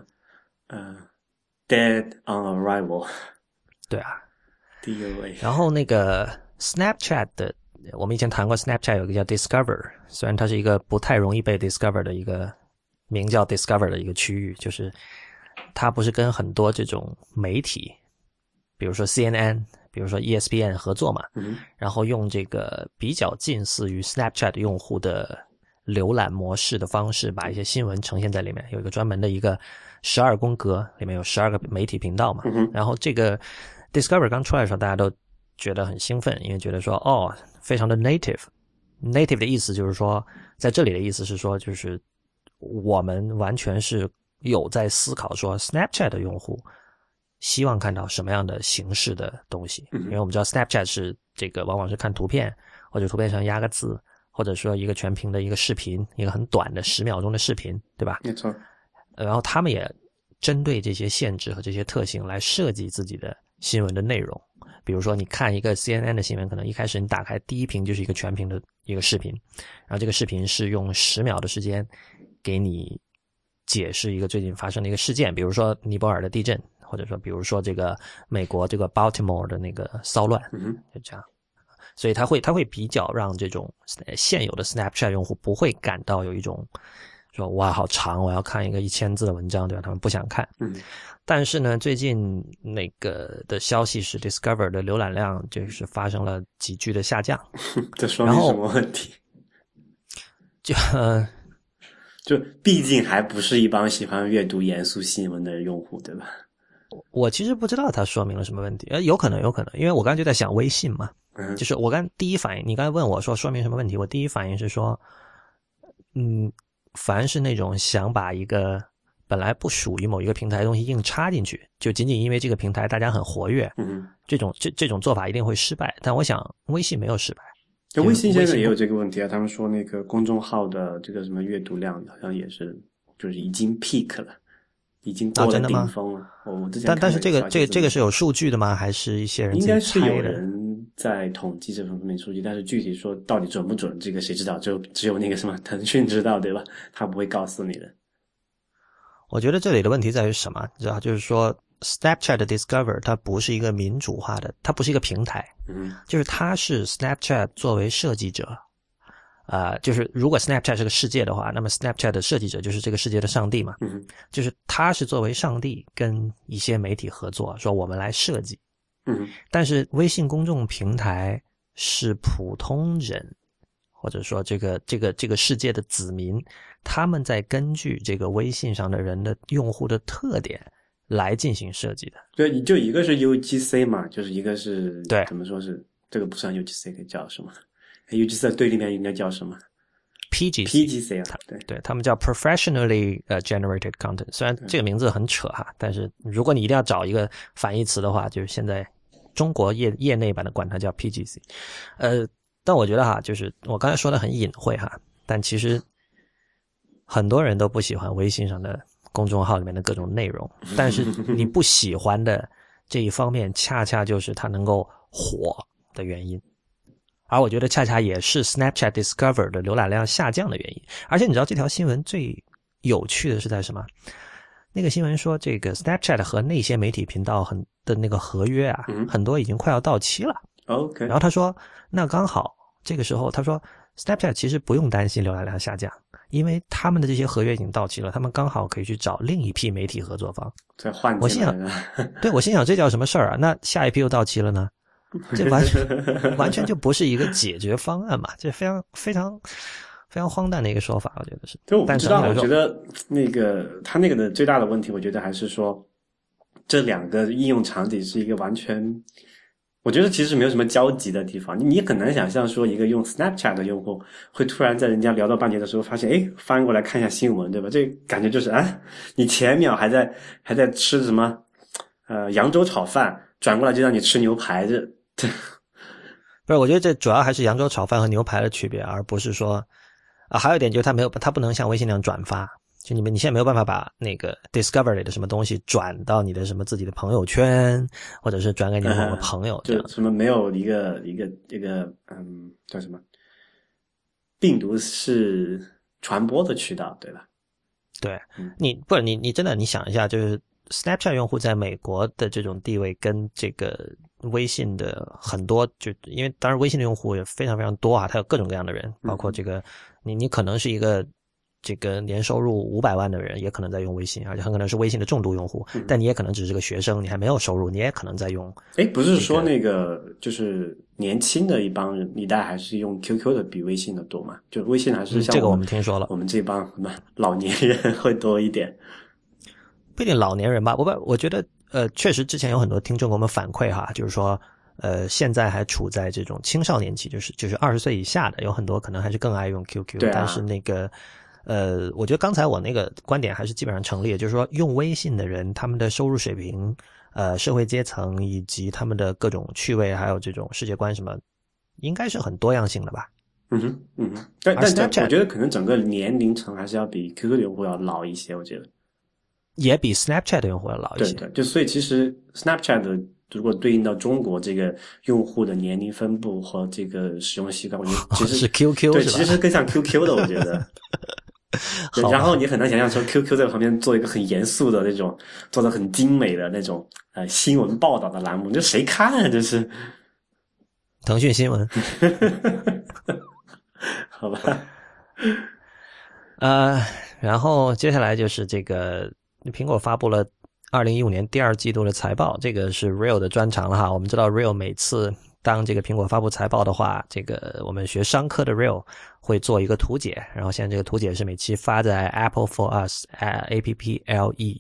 ？Dead on arrival。 对啊。 DOA。 然后那个 Snapchat 的，我们以前谈过 Snapchat 有一个叫 Discover， 虽然它是一个不太容易被 Discover 的一个名叫 Discover 的一个区域，就是它不是跟很多这种媒体，比如说 CNN， 比如说 ESPN 合作嘛，然后用这个比较近似于 Snapchat 用户的浏览模式的方式，把一些新闻呈现在里面，有一个专门的一个12宫格，里面有12个媒体频道嘛。然后这个 Discover 刚出来的时候，大家都觉得很兴奋，因为觉得说非常的 native 的意思就是说，在这里的意思是说，就是我们完全是有在思考说 Snapchat 的用户希望看到什么样的形式的东西，因为我们知道 Snapchat 是这个往往是看图片，或者图片上压个字，或者说一个全屏的一个视频，一个很短的10秒钟的视频，对吧？ 没错。 然后他们也针对这些限制和这些特性来设计自己的新闻的内容。比如说你看一个 CNN 的新闻，可能一开始你打开第一屏就是一个全屏的一个视频，然后这个视频是用10秒的时间给你解释一个最近发生的一个事件，比如说尼泊尔的地震，或者说比如说这个美国这个 Baltimore 的那个骚乱，就这样。所以它会比较让这种现有的 Snapchat 用户不会感到有一种说哇好长，我要看一个1000字的文章，对吧？他们不想看。但是呢，最近那个的消息是 Discover 的浏览量就是发生了急剧的下降。 这说明什么问题？就毕竟还不是一帮喜欢阅读严肃新闻的用户，对吧？ 我其实不知道它说明了什么问题，有可能，因为我刚才就在想微信嘛，就是我刚第一反应，你刚才问我说明什么问题，我第一反应是说，凡是那种想把一个本来不属于某一个平台的东西硬插进去，就仅仅因为这个平台大家很活跃，这种做法一定会失败。但我想微信没有失败。 微信现在也有这个问题啊，他们说那个公众号的这个什么阅读量好像也是就是已经 peak 了，已经过了顶峰了。我之前但是这个是有数据的吗？还是一些人自己猜的？ 应该是有人在统计这方面数据，但是具体说到底准不准，这个谁知道？就只有那个什么腾讯知道，对吧？他不会告诉你的。 我觉得这里的问题在于什么？你知道，就是说 Snapchat 的 Discover 它不是一个民主化的，它不是一个平台，就是它是 Snapchat 作为设计者，就是如果 Snapchat 是个世界的话，那么 Snapchat 的设计者就是这个世界的上帝嘛，就是他是作为上帝跟一些媒体合作，说我们来设计，但是微信公众平台是普通人，或者说这个世界的子民，他们在根据这个微信上的人的用户的特点来进行设计的。 对，就一个是 UGC 嘛，就是一个是对， 怎么说是这个不算 UGC， 叫什么 ？UGC 的对立面应该叫什么 ？PGC 啊， 对，他们叫 Professionally Generated Content。虽然这个名字很扯哈，但是如果你一定要找一个反义词的话，就是现在中国业内版的管它叫 PGC。但我觉得哈，就是我刚才说的很隐晦哈，但其实很多人都不喜欢微信上的公众号里面的各种内容，但是你不喜欢的这一方面，恰恰就是它能够火的原因。而我觉得恰恰也是 Snapchat Discover 的浏览量下降的原因。而且你知道这条新闻最有趣的是在什么？那个新闻说这个 Snapchat 和那些媒体频道的那个合约啊，很多已经快要到期了。 OK。 然后他说，那刚好这个时候他说 Snapchat 其实不用担心浏览量下降，因为他们的这些合约已经到期了，他们刚好可以去找另一批媒体合作方。 再换我心想，对，我心想这叫什么事儿啊？那下一批又到期了呢？这完全就不是一个解决方案嘛，这非常荒诞的一个说法，我觉得是。 就我不知道，我觉得那个他那个的最大的问题，我觉得还是说， 这两个应用场景是一个完全，我觉得其实没有什么交集的地方。你很难想象说一个用 Snapchat 的用户会突然在人家聊到半截的时候发现，哎，翻过来看一下新闻，对吧？这感觉就是啊，你前秒还在吃什么扬州炒饭，转过来就让你吃牛排，这不是，我觉得这主要还是扬州炒饭和牛排的区别，而不是说还有一点就是它不能像微信那样转发。就你现在没有办法把那个 Discovery 的什么东西转到你的什么自己的朋友圈，或者是转给你的某个朋友这样。 就什么没有一个叫什么病毒式传播的渠道，对吧？ 对，你真的你想一下，就是 Snapchat 用户在美国的这种地位跟这个微信的很多，就因为当然微信的用户也非常非常多啊，它有各种各样的人，包括这个你可能是一个这个年收入500万的人，也可能在用微信，而且很可能是微信的重度用户，但你也可能只是个学生，你还没有收入，你也可能在用。 哎，不是说那个就是年轻的一代还是用 QQ 的比微信的多嘛？就微信还是像这个我们听说了， 我们这帮什么老年人会多一点。 不一定老年人吧，我觉得确实之前有很多听众给我们反馈哈，就是说现在还处在这种青少年期，就是20岁以下的，有很多可能还是更爱用 QQ， 对啊， 但是那个我觉得刚才我那个观点还是基本上成立的，就是说用微信的人，他们的收入水平、社会阶层以及他们的各种趣味，还有这种世界观什么，应该是很多样性的吧。 但我觉得可能整个年龄层还是要比 QQ 的用户要老一些，我觉得。 也比 Snapchat 的用户要老一些。 对，就所以其实 Snapchat 的如果对应到中国这个用户的年龄分布和这个使用习惯，我觉得其实是 QQ 对， 是吧？ 其实更像 QQ 的，我觉得。然后你很难想象说 QQ 在旁边做一个很严肃的那种，做的很精美的那种新闻报道的栏目，这谁看啊？这是腾讯新闻。 好吧。 然后接下来就是这个苹果发布了2015年第二季度的财报，这个是 Real 的专长了哈。我们知道 Real 每次当这个苹果发布财报的话，这个我们学商科的 Real 会做一个图解，然后现在这个图解是每期发在 Apple for Us APPLE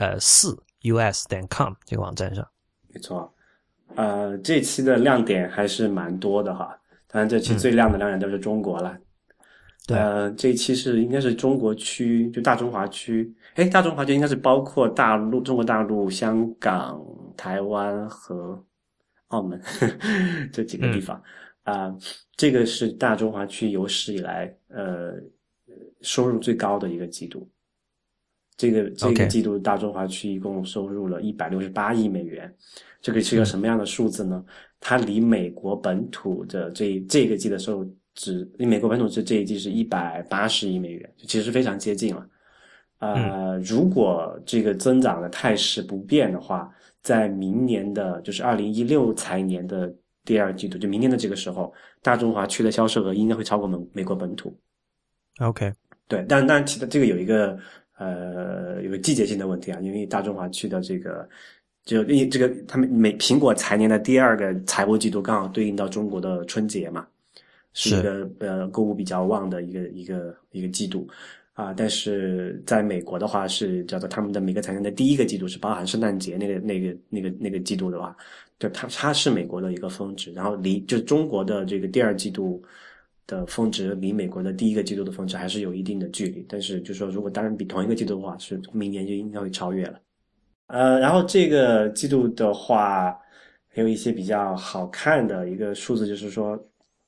4US.com 这个网站上。 没错，这期的亮点还是蛮多的哈。当然，这期最亮的亮点就是中国了。 对， 这一期应该是中国区，就大中华区。大中华区应该是包括中国大陆、香港、台湾和澳门这几个地方。这个是大中华区有史以来收入最高的一个季度。这个季度大中华区一共收入了168亿美元。这个是一个什么样的数字呢？它离美国本土的这个季的收入离美国本土这一季是180亿美元，其实非常接近了。如果这个增长的态势不变的话，在明年的就是2016财年的第二季度，就明年的这个时候，大中华区的销售额应该会超过美国本土。 OK， 对，但其实这个有一个季节性的问题啊，因为大中华区的这个他们苹果财年的第二个财务季度刚好对应到中国的春节嘛，是一个购物比较旺的一个季度但是在美国的话是叫做他们的每个财年的第一个季度是包含圣诞节那个季度的话，就它是美国的一个峰值，然后就中国的这个第二季度的峰值离美国的第一个季度的峰值还是有一定的距离，但是就说如果当然比同一个季度的话，是明年就应该会超越了。然后这个季度的话，还有一些比较好看的一个数字，就是说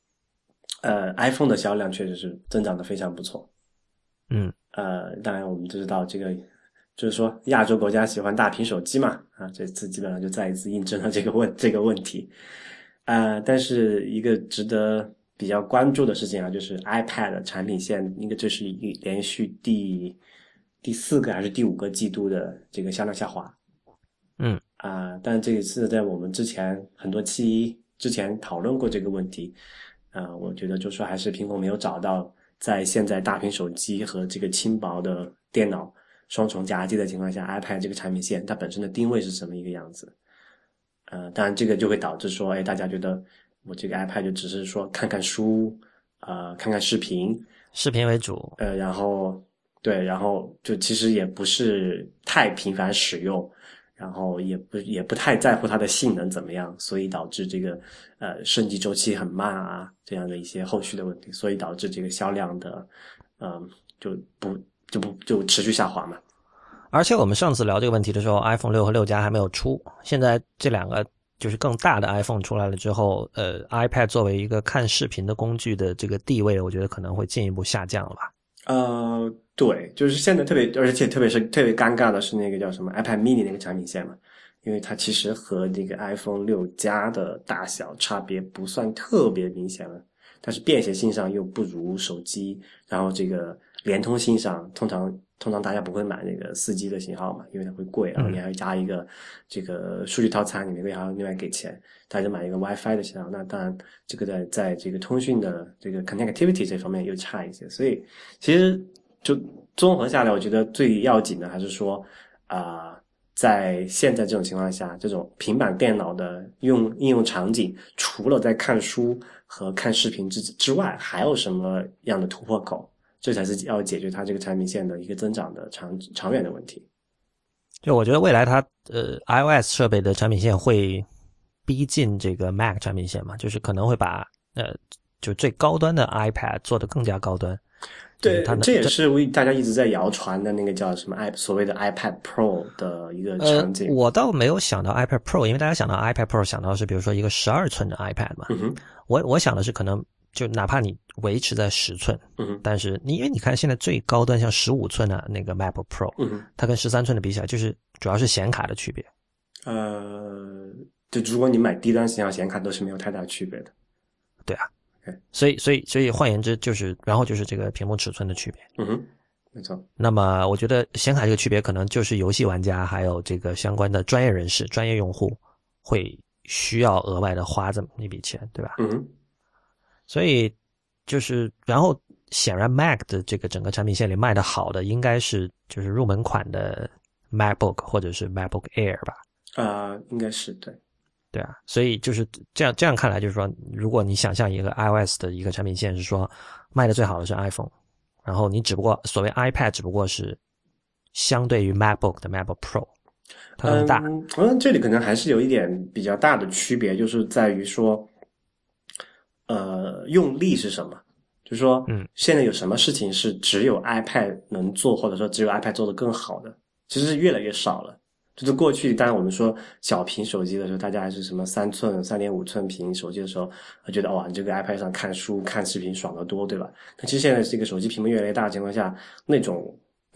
，iPhone 的销量确实是增长的非常不错。当然我们都知道这个，就是说亚洲国家喜欢大屏手机嘛，这次基本上就再一次印证了这个问题。但是一个值得比较关注的事情就是 iPad 产品线，应该这是连续第4个还是第5个季度的这个销量下滑。但这一次在我们很多期之前讨论过这个问题。我觉得就说还是苹果没有找到在现在大屏手机和这个轻薄的电脑双重夹击的情况下 ，iPad 这个产品线它本身的定位是什么一个样子。当然这个就会导致说，大家觉得我这个 iPad 就只是说看看书，看看视频为主， 然后就其实也不是太频繁使用， 然后也不太在乎它的性能怎么样，所以导致这个升级周期很慢啊，这样的一些后续的问题，所以导致这个销量的就持续下滑嘛。 而且我们上次聊这个问题的时候 ，iPhone 6和6加还没有出，现在这两个就是更大的 iPhone 出来了之后，iPad 作为一个看视频的工具的这个地位，我觉得可能会进一步下降了吧。 对，就是现在而且特别尴尬的是那个叫什么 iPad mini 那个产品线嘛，因为它其实和这个 iPhone 6加的大小差别不算特别明显了，但是便携性上又不如手机，然后这个连通性上通常大家不会买那个4G 的型号嘛，因为它会贵，然后你还要加一个这个数据套餐，你还要另外给钱，大家买一个 WiFi 的型号，那当然这个在这个通讯的这个 connectivity 这方面又差一些，所以其实就综合下来，我觉得最要紧的还是说在现在这种情况下，这种平板电脑的应用场景，除了在看书和看视频之外，还有什么样的突破口？这才是要解决它这个产品线的一个增长的长远的问题。 就我觉得未来它iOS 设备的产品线会逼近这个 Mac 产品线嘛，就是可能会把就最高端的 iPad 做得更加高端。 对，这也是大家一直在谣传的那个叫什么所谓的 iPad Pro 的一个场景。 我倒没有想到 iPad Pro， 因为大家想到 iPad Pro 想到是比如说一个12寸的 iPad 嘛。我想的是可能就哪怕你维持在10寸，但是因为你看现在最高端像15寸的那个 MacBook Pro，它跟13寸的比起来，就是主要是显卡的区别。 就如果你买低端型号，显卡都是没有太大区别的。 对啊。所以换言之就是然后就是这个屏幕尺寸的区别。 没错。 那么我觉得显卡这个区别可能就是游戏玩家还有这个相关的专业人士专业用户会需要额外的花这么一笔钱，对吧？所以就是然后显然 Mac 的这个整个产品线里卖的好的应该是就是入门款的 MacBook 或者是 MacBook Air 吧。 应该是对啊，所以就是这样看来，就是说，如果你想象一个 iOS 的一个产品线是说卖的最好的是 iPhone， 然后你只不过所谓 iPad 只不过是相对于 MacBook 的 MacBook Pro， 它更大。 这里可能还是有一点比较大的区别，就是在于说，用力是什么？就是说，现在有什么事情是只有 iPad 能做，或者说只有 iPad 做得更好的，其实是越来越少了。就是过去当然我们说小屏手机的时候，大家还是什么3寸 3.5 寸屏手机的时候，觉得哇，你这个 iPad 上看书看视频爽得多，对吧？但其实现在这个手机屏幕越来越大的情况下，那种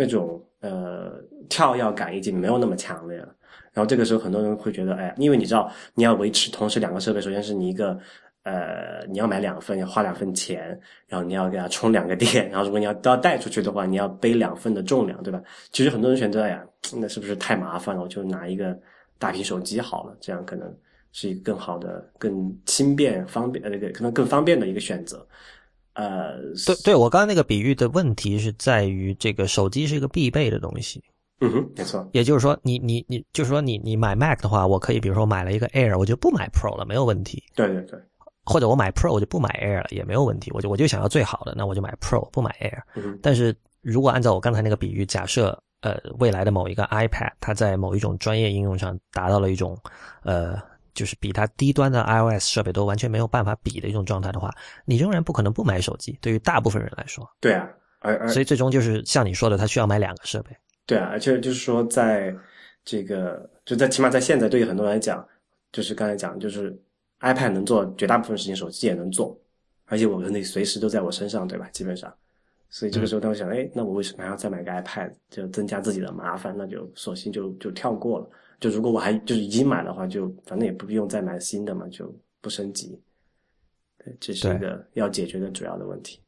跳跃感已经没有那么强烈了。然后这个时候很多人会觉得，因为你知道你要维持同时2个设备，首先是你一个你要买2份，要花2份钱，然后你要给它充2个电，然后如果你要带出去的话，你要背2份的重量，对吧？其实很多人选择，那是不是太麻烦了？我就拿一个大屏手机好了，这样可能是一个更好的、更轻便、方便可能更方便的一个选择。 对，我刚才那个比喻的问题是在于这个手机是一个必备的东西。 没错。 也就是说，你就是说你买 Mac 的话，我可以比如说买了一个 Air， 我就不买 Pro 了，没有问题。 对。 或者我买 Pro 我就不买 Air 了，也没有问题。我就想要最好的，那我就买 Pro 不买 Air。但是如果按照我刚才那个比喻，假设未来的某一个 iPad 它在某一种专业应用上达到了一种就是比它低端的 iOS 设备都完全没有办法比的一种状态的话，你仍然不可能不买手机，对于大部分人来说。 对啊。 所以最终就是像你说的，它需要买2个设备。 对啊，而且就是说在这个起码在现在对于很多人来讲，就是刚才讲就是 iPad 能做绝大部分事情，手机也能做，而且我可以随时都在我身上，对吧？基本上。所以这个时候他会想，那我为什么还要再买个 iPad， 就增加自己的麻烦，那就索性就跳过了。就如果我还就是已经买的话，就反正也不用再买新的嘛，就不升级。对，这是一个要解决的主要的问题。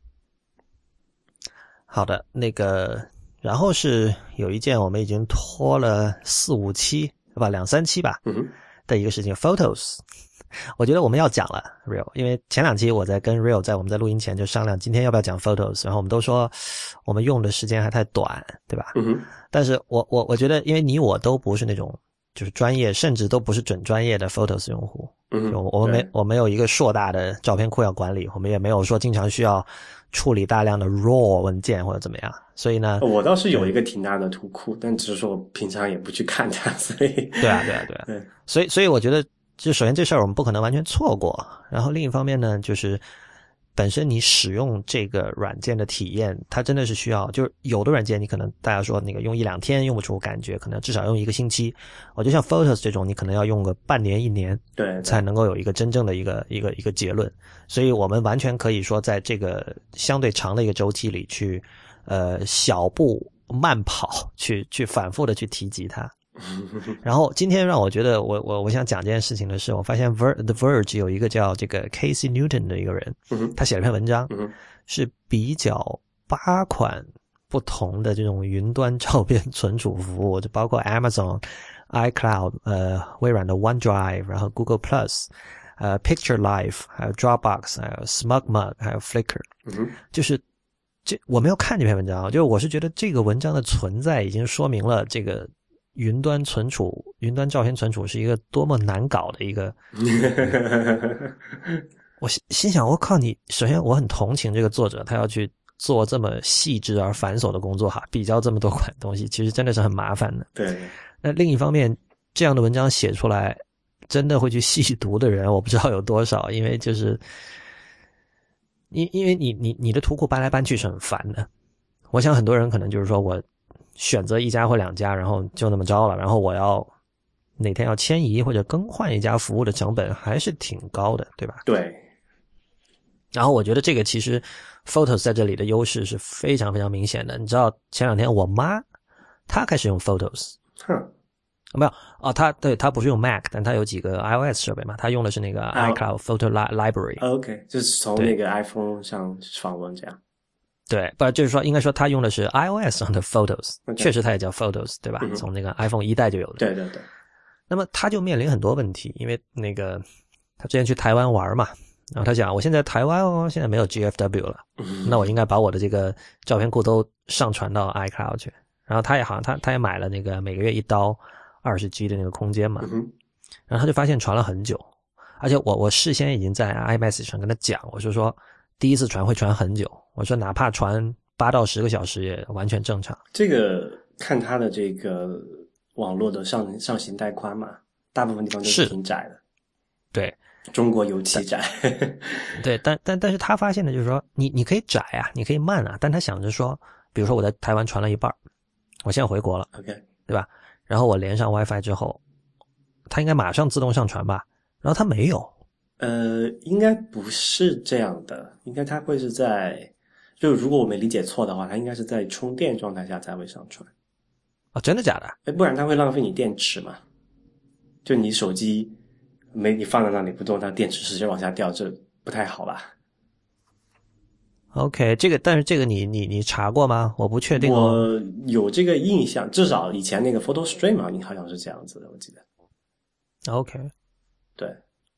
好的，然后是有一件我们已经拖了4、5期吧，2、3期吧的一个事情 ，Photos。我觉得我们要讲了 Real， 因为前2期我在跟 Real 在我们在录音前就商量今天要不要讲 Photos， 然后我们都说我们用的时间还太短，对吧？但是我觉得因为你我都不是那种就是专业甚至都不是准专业的 Photos 用户， 就嗯， 我没有一个硕大的照片库要管理，我们也没有说经常需要处理大量的 RAW 文件或者怎么样，所以呢， 我倒是有就一个挺大的图库，但只是说我平常也不去看它，所以对啊，对啊，对啊， 对， 所以我觉得，就首先这事儿我们不可能完全错过，然后另一方面呢，就是本身你使用这个软件的体验，它真的是需要，就是有的软件你可能大家说那个用1-2天用不出感觉，可能至少用1个星期。我就像 Photos 这种，你可能要用个半年1年， 对， 才能够有一个真正的一个结论。所以我们完全可以说，在这个相对长的一个周期里去，小步慢跑，去反复的去提及它。然后今天让我觉得我想讲这件事情的是，我发现 The Verge 有一个叫这个 Casey Newton 的一个人，他写了篇文章，是比较8款不同的这种云端照片存储服务，就包括 Amazon、iCloud、微软的 OneDrive， 然后 Google Plus、Picture Life， 还有 Dropbox， 还有 SmugMug， 还有 Flickr， 就是我没有看这篇文章，就是我是觉得这个文章的存在已经说明了这个云端照片存储是一个多么难搞的一个。我心想，我靠你！首先，我很同情这个作者，他要去做这么细致而繁琐的工作哈，比较这么多款东西，其实真的是很麻烦的。 对。 那另一方面，这样的文章写出来，真的会去细读的人，我不知道有多少，因为就是因为你的图库搬来搬去是很烦的。我想很多人可能就是说我选择1家或2家，然后就那么着了，然后我要哪天要迁移或者更换一家服务的成本还是挺高的，对吧？ 对。 然后我觉得这个其实 Photos 在这里的优势是非常非常明显的。你知道前2天我妈她开始用 Photos， 没有哦，她不是用 Mac， 但她有几个 iOS 设备嘛，她用的是那个 iCloud Photo Library。OK， 就是从那个 iPhone 上访问这样。 对，不就是说，应该说他用的是 iOS 上的 Photos， 确实它也叫 Photos， 对吧？从那个 iPhone 1代就有的。 对对对。 那么他就面临很多问题，因为那个他之前去台湾玩嘛，然后他想，我现在台湾现在没有 GFW 了，那我应该把我的这个照片库都上传到 iCloud 去。然后他也好像他也买了那个每个月1刀20G 的那个空间嘛，然后他就发现传了很久，而且我事先已经在 iMessage 上跟他讲，我说第一次传会传很久，我说哪怕传8到10个小时也完全正常。 这个看他的这个网络的上行带宽嘛，大部分地方都是挺窄的。 对， 中国尤其窄。 对，但是他发现的就是说，你可以窄啊，你可以慢啊，但他想着说，比如说我在台湾传了一半，我现在回国了 ，OK， 对吧？然后我连上 WiFi 之后，它应该马上自动上传吧？然后它没有。 应该不是这样的，应该它会是在，就如果我没理解错的话，它应该是在充电状态下才会上传。 哦，真的假的？ 不然它会浪费你电池嘛？就你手机你放在那里不动，它电池直接往下掉，这不太好吧？ OK， 但是这个你查过吗？我不确定哦。我有这个印象，至少以前那个 PhotoStream 好像是这样子的，我记得。 OK， 对。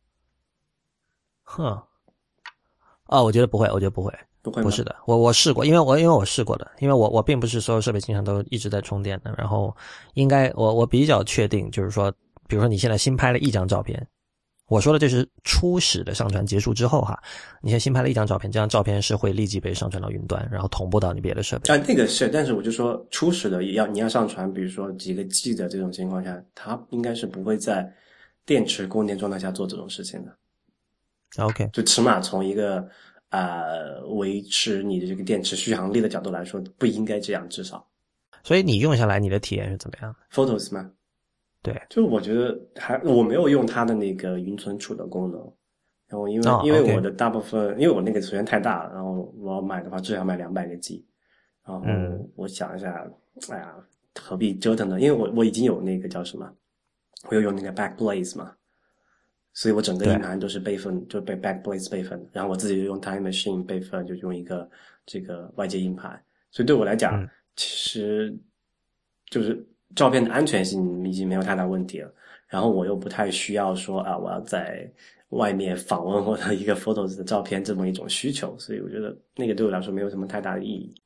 我觉得不会，不是的，我试过，因为我试过的，因为我并不是所有设备经常都一直在充电的，然后应该我比较确定，就是说，比如说你现在新拍了1张照片，我说的这是初始的上传结束之后哈，你现在新拍了1张照片，这张照片是会立即被上传到云端，然后同步到你别的设备。 那个是，但是我就说初始的你要上传，比如说几个 G 的这种情况下，它应该是不会在电池供电状态下做这种事情的。 OK， 就起码从一个维持你的这个电池续航力的角度来说，不应该这样，至少。 所以你用下来你的体验是怎么样的 ？Photos 吗？ 对， 就我觉得我没有用它的那个云存储的功能，然后因为我的大部分，因为我那个首先太大了，然后我要买的话至少买200个 G， 然后我想一下，哎呀，何必折腾呢？因为我已经有那个叫什么，我有用那个 Backblaze 嘛。所以我整个硬盘都是备份，就被 Backblaze 备份，然后我自己就用 Time Machine 备份，就用一个这个外接硬盘。所以对我来讲，其实就是照片的安全性已经没有太大问题了。然后我又不太需要说我要在外面访问我的一个 Photos 的照片这么一种需求，所以我觉得那个对我来说没有什么太大的意义。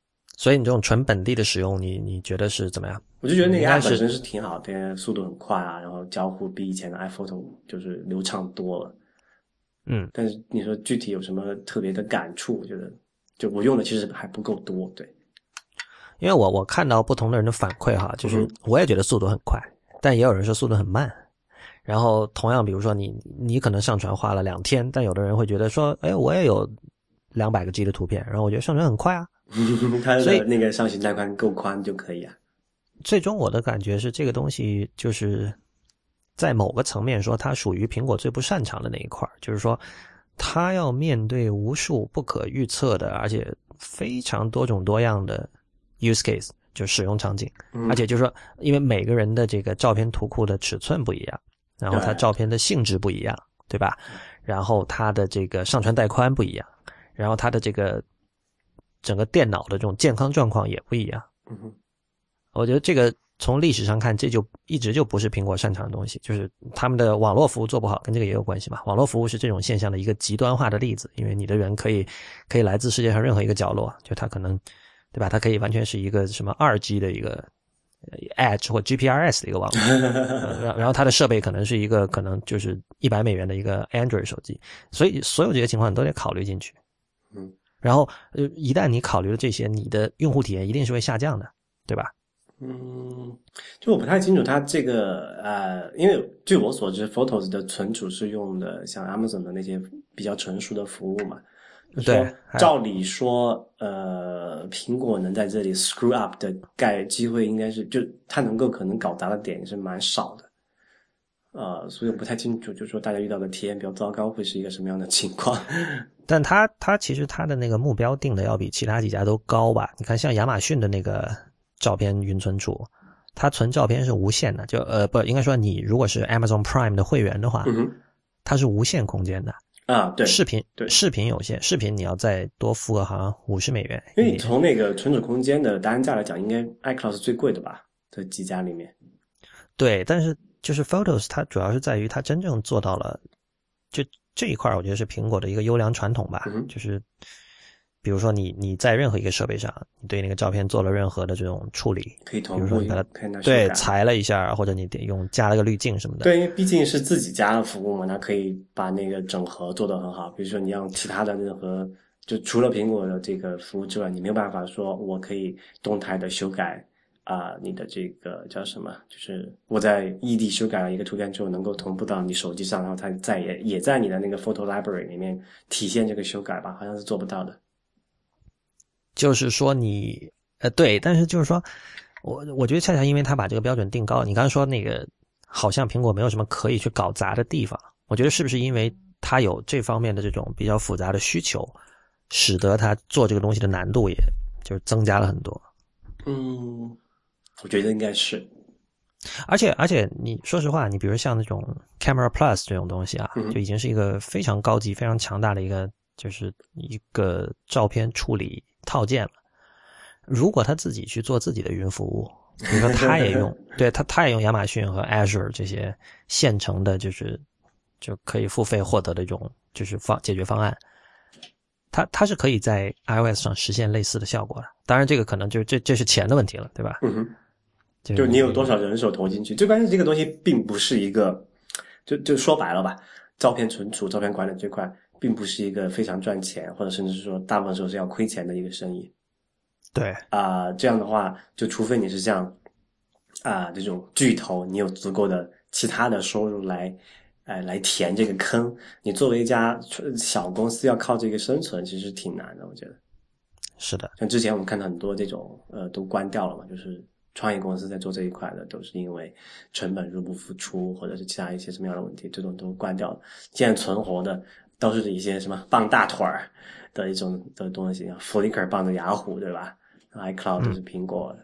所以你这种纯本地的使用，你觉得是怎么样？ 我就觉得那个 app 本身是挺好的，速度很快啊，然后交互比以前的 iPhoto 就是流畅多了。但是你说具体有什么特别的感触，我觉得就我用的其实还不够多，对。 因为我看到不同的人的反馈哈，就是我也觉得速度很快，但也有人说速度很慢。然后同样比如说你可能上传花了2天，但有的人会觉得说，哎，我也有200个 G 的图片，然后我觉得上传很快啊。 它的那个上行带宽够宽就可以啊。 最终我的感觉是这个东西就是在某个层面说它属于苹果最不擅长的那一块，就是说它要面对无数不可预测的而且非常多种多样的 use case， 就使用场景。而且就是说因为每个人的这个照片图库的尺寸不一样，然后它照片的性质不一样，对吧？然后它的这个上传带宽不一样，然后它的这个整个电脑的这种健康状况也不一样。我觉得这个从历史上看，这就一直就不是苹果擅长的东西，就是他们的网络服务做不好，跟这个也有关系嘛。网络服务是这种现象的一个极端化的例子，因为你的人可以来自世界上任何一个角落，就他可能，对吧？他可以完全是一个什么2G 的一个 Edge 或 GPRS 的一个网络，然后他的设备可能是一个可能就是$100的一个 Android 手机，所以所有这些情况你都得考虑进去。然后一旦你考虑了这些，你的用户体验一定是会下降的，对吧？ 就我不太清楚它这个因为据我所知 Photos 的存储是用的像 Amazon 的那些比较成熟的服务嘛。 对， 照理说苹果能在这里 screw up 的机会应该是就它能够可能搞砸的点是蛮少的。所以我不太清楚就是说大家遇到的体验比较糟糕会是一个什么样的情况。 但它其实它的那个目标定的要比其他几家都高吧。你看像亚马逊的那个照片云存储，它存照片是无限的，就不应该说你如果是 Amazon Prime 的会员的话，它是无限空间的对， 视频有限，视频你要再多付个好像$50， 因为你从那个存储空间的单价来讲，应该 iCloud 是最贵的吧？这几家里面。 对，但是就是 Photos 它主要是在于它真正做到了，就这一块我觉得是苹果的一个优良传统吧，就是比如说你在任何一个设备上，你对那个照片做了任何的这种处理， 可以同步， 比如说对裁了一下，或者你加了个滤镜什么的。 对，因为毕竟是自己家的服务嘛，它可以把那个整合做得很好。比如说你让其他的任何，就除了苹果的这个服务之外，你没有办法说我可以动态的修改你的这个叫什么？就是我在异地修改了一个图片之后，能够同步到你手机上，然后它也在你的那个 photo library 里面体现这个修改吧？好像是做不到的。 就是说对，但是就是说我觉得恰恰因为他把这个标准定高，你刚才说那个好像苹果没有什么可以去搞砸的地方，我觉得是不是因为他有这方面的这种比较复杂的需求，使得他做这个东西的难度也就是增加了很多。 我觉得应该是。 而且你说实话，你比如像那种 Camera Plus 这种东西就已经是一个非常高级非常强大的一个就是一个照片处理套件了。如果他自己去做自己的云服务，比如说他也用对他也用亚马逊和 Azure 这些现成的就可以付费获得的这种就是解决方案，它是可以在 iOS 上实现类似的效果的。当然这个可能就这是钱的问题了，对吧？ 就你有多少人手投进去，最关键这个东西并不是一个就说白了吧，照片存储照片管理这块并不是一个非常赚钱，或者甚至是说大部分时候是要亏钱的一个生意。 对这样的话就除非你是像这种巨头，你有足够的其他的收入来填这个坑，你作为一家小公司要靠这个生存其实挺难的，我觉得。 是的， 像之前我们看到很多这种都关掉了嘛，就是创业公司在做这一块的都是因为成本入不敷出，或者是其他一些什么样的问题，这种都关掉了。现在存活的都是一些什么傍大腿儿的一种的东西，Flickr 傍着雅虎，对吧？iCloud 都是苹果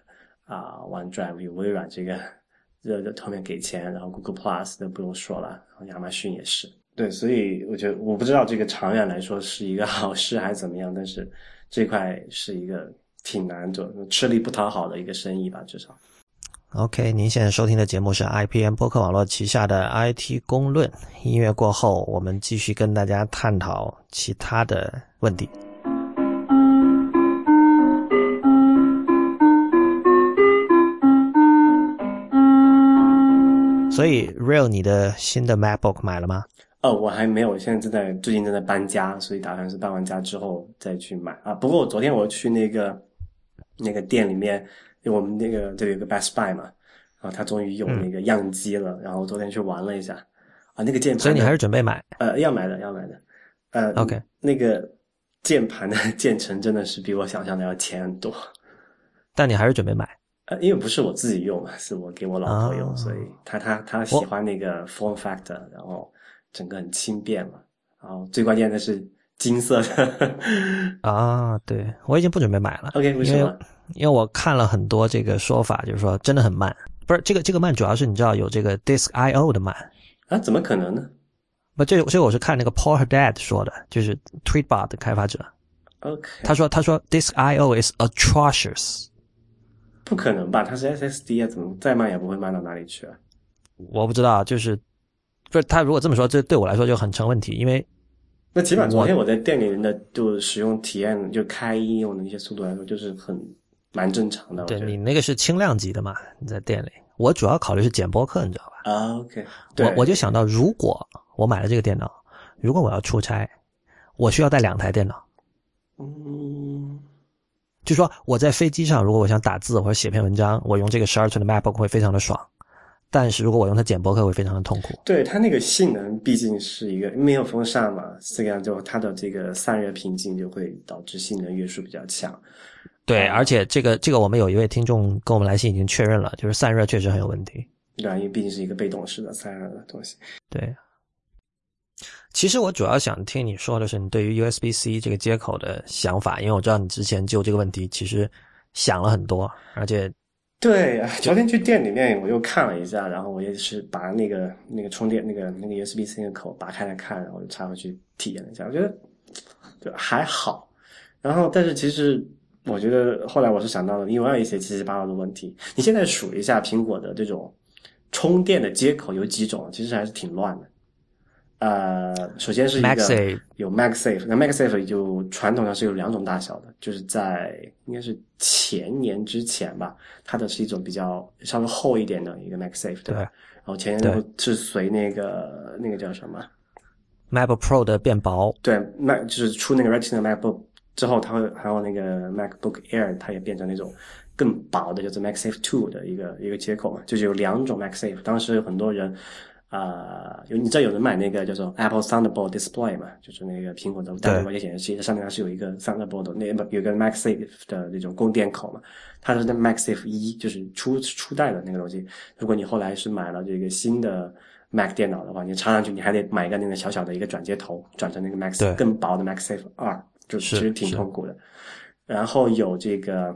OneDrive 有微软这个后面给钱，然后 Google Plus 都不用说了，然后亚马逊也是。对，所以我觉得我不知道这个长远来说是一个好事还是怎么样，但是这块是一个挺难的吃力不讨好的一个生意吧，至少。 OK， 您现在收听的节目是 IPM 播客网络旗下的 IT 公论。音乐过后，我们继续跟大家探讨其他的问题。 所以 Real 你的新的 MacBook 买了吗？ 我还没有，我现在最近正在搬家，所以打算是搬完家之后再去买啊。不过昨天我去那个店里面，因为我们那个这里有个 Best Buy 嘛，然后它终于有那个样机了，然后昨天去玩了一下啊，那个键盘的， 所以你还是准备买要买的，要买的。 ？OK， 那个键盘的键程真的是比我想象的要浅很多。 但你还是准备买因为不是我自己用嘛，是我给我老婆用，所以她喜我欢那个 form factor，然后整个很轻便嘛，然后最关键的是金色的。 对，我已经不准备买了。 OK，为什么？ 因为我看了很多这个说法，就是说真的很慢。不是这个慢，主要是你知道有这个 Disk I/O 的慢啊？怎么可能呢不，这我是看那个 Paul Haddad 说的，就是 Tweetbot 的开发者。 ？OK， 他说 Disk I/O is atrocious。 不可能吧？它是 SSD 啊，怎么再慢也不会慢到哪里去啊？ 我不知道，就是不是他如果这么说，这对我来说就很成问题，因为那起码昨天我在店里面的就使用体验，就开应用的一些速度来说，就是蛮正常的。 对你那个是轻量级的嘛，你在店里。我主要考虑是剪播客，你知道吧？ OK， 对， 我就想到，如果我买了这个电脑，如果我要出差，我需要带2台电脑。就说我在飞机上，如果我想打字或者写篇文章，我用这个12寸的 MacBook 会非常的爽。但是如果我用它剪播客会非常的痛苦。 对，它那个性能毕竟是一个没有风扇嘛，这样就它的这个散热瓶颈就会导致性能约束比较强。 对，而且这个我们有一位听众跟我们来信已经确认了，就是散热确实很有问题。 对，因为毕竟是一个被动式的散热的东西。 对，其实我主要想听你说的是你对于 USB-C 这个接口的想法，因为我知道你之前就这个问题其实想了很多，而且对，昨天去店里面我又看了一下，然后我也是把那个充电那个 USB-C 的口拔开来看，然后就插回去体验了一下，我觉得就还好。然后，但是其实我觉得后来我是想到了另外一些七七八八的问题。你现在数一下苹果的这种充电的接口有几种，其实还是挺乱的。首先是一个 MagSafe 有 MagSafe， 那 MagSafe 就传统上是有2种大小的，就是在应该是前年之前吧，它的是一种比较稍微厚一点的一个 MagSafe， 对吧？然后前年是随那个叫什么 MacBook Pro 的变薄， 对，就是出那个 Retina MacBook 之后，它会还有那个 MacBook Air， 它也变成那种更薄的，就是 MagSafe 2的一个接口嘛，就是有2种 MagSafe。当时很多人你知道有人买那个叫做 Apple Thunderbolt Display 嘛，就是那个苹果的单反显示器，上面它是有一个 Thunderbolt 有个 MagSafe 的那种供电口嘛，它是那 MagSafe 1，就是初代的那个东西。如果你后来是买了这个新的 Mac 电脑的话，你插上去你还得买一个那个小小的一个转接头，转成那个 MagSafe 更薄的 MagSafe 2，就其实挺痛苦的。然后有这个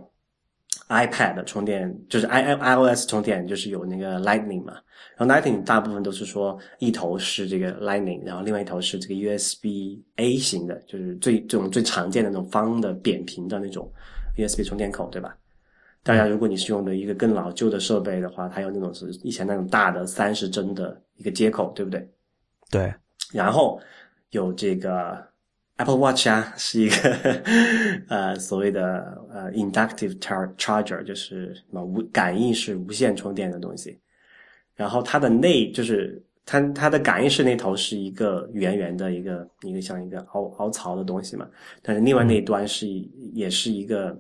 iPad 的充电，就是 iOS 充电，就是有那个 Lightning 嘛。然后 Lightning 大部分都是说一头是这个 Lightning， 然后另外一头是这个 USB-A 型的，就是这种最常见的那种方的扁平的那种 USB 充电口，对吧？当然，如果你是用的一个更老旧的设备的话，它有那种是以前那种大的30帧的一个接口，对不对？ 对。 然后有这个 Apple Watch 啊，是一个所谓的inductive charger， 就是什么感应式无线充电的东西。然后它的就是它的感应式那头是一个圆圆的一个像一个凹槽的东西嘛，但是另外那一端也是一个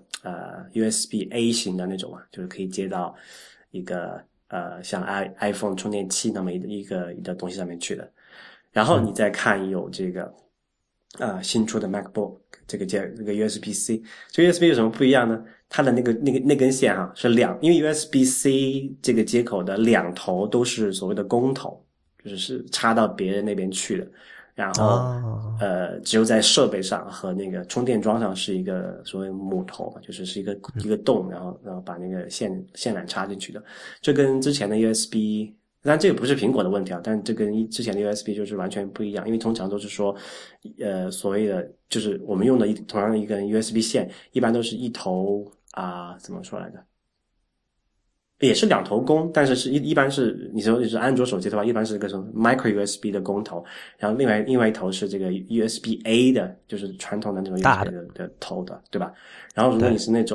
USB-A 型的那种嘛，就是可以接到一个像 iPhone 充电器那么一个东西上面去的。然后你再看有这个新出的 MacBook 这个 USB-C， 这个 USB 有什么不一样呢？它的那根线是因为 USB-C 这个接口的2头都是所谓的公头，就是插到别人那边去的。然后只有在设备上和那个充电桩上是一个所谓母头，就是一个洞，然后把那个线缆插进去的。这跟之前的 USB， 当然这个不是苹果的问题啊，但这跟之前的 USB 就是完全不一样，因为通常都是说所谓的就是我们用的同样的一根 USB 线一般都是一头怎么说来着，也是2头公，但是一般是你说是安卓手机的话，一般是个什么 micro USB 的公头，然后另外一头是这个 USB-A 的，就是传统的那种 USB 的头的，对吧？然后如果你是那种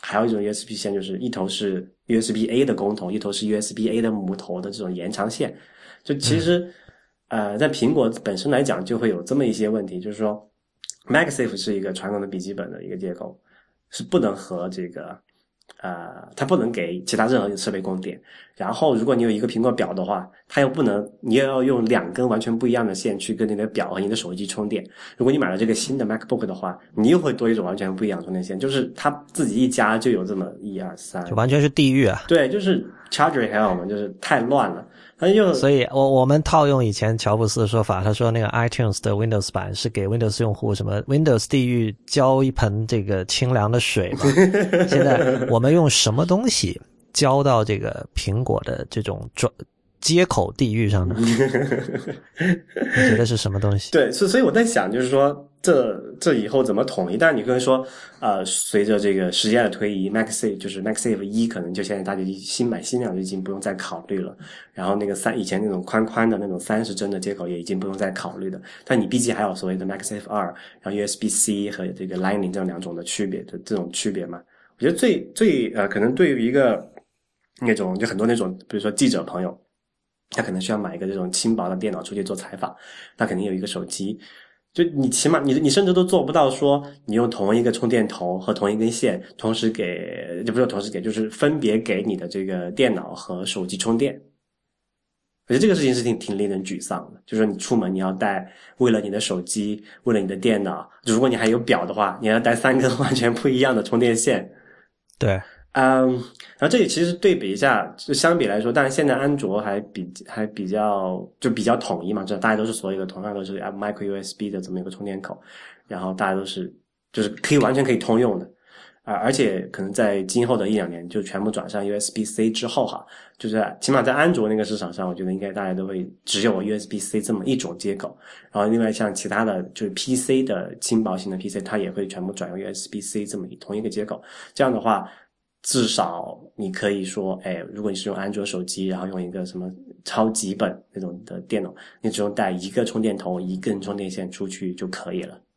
还有一种 USB 线就是一头是 USB-A 的公头，一头是 USB-A 的母头的这种延长线。就其实在苹果本身来讲就会有这么一些问题，就是说 MagSafe 是一个传统的笔记本的一个接口，是不能和这个它不能给其他任何一个设备供电。然后如果你有一个苹果表的话，它又不能，你也要用2根完全不一样的线去跟你的表和你的手机充电。如果你买了这个新的 MacBook 的话，你又会多一种完全不一样的充电线，就是它自己一家就有这么1、2、3， 就完全是地狱啊。 对，就是 Charger Hell 嘛，就是太乱了。 所以我们套用以前乔布斯的说法，他说那个 iTunes 的 Windows 版是给 Windows 用户什么 Windows 地狱浇一盆这个清凉的水嘛。现在我们用什么东西浇到这个苹果的这种接口地狱上呢？你觉得是什么东西？ 对，所以我在想，就是说这以后怎么统一？但是你可能说，随着这个时间的推移，MagSafe 就是 MagSafe 1可能就现在大家买新量就已经不用再考虑了。然后那个以前那种宽的那种30帧的接口也已经不用再考虑了。但你毕竟还有所谓的 MagSafe 2，然后 USB-C 和这个 Lightning 这两种的区别的这种区别嘛。我觉得最可能对于一个那种就很多那种比如说记者朋友，他可能需要买一个这种轻薄的电脑出去做采访，他肯定有一个手机。就你起码你甚至都做不到说你用同一个充电头和同一根线同时给，就不是同时给，就是分别给你的这个电脑和手机充电。我觉得这个事情是挺令人沮丧的，就是说你出门你要带，为了你的手机，为了你的电脑，如果你还有表的话，你要带3根完全不一样的充电线。 对。 然后这里其实对比一下，就相比来说，当然现在安卓还比较统一嘛，这大家都是所有的同样都是 micro USB 的这么一个充电口，然后大家都是就是完全可以通用的。而且可能在今后的1-2年就全部转向 USB-C 之后哈，就是起码在安卓那个市场上，我觉得应该大家都会只有 USB-C 这么一种接口。然后另外像其他的就是 PC 的轻薄型的 PC， 它也会全部转用 USB-C 这么同一个接口。这样的话，至少你可以说，如果你是用安卓手机，然后用一个什么超级本那种的电脑，你只用带一个充电头、一根充电线出去就可以了。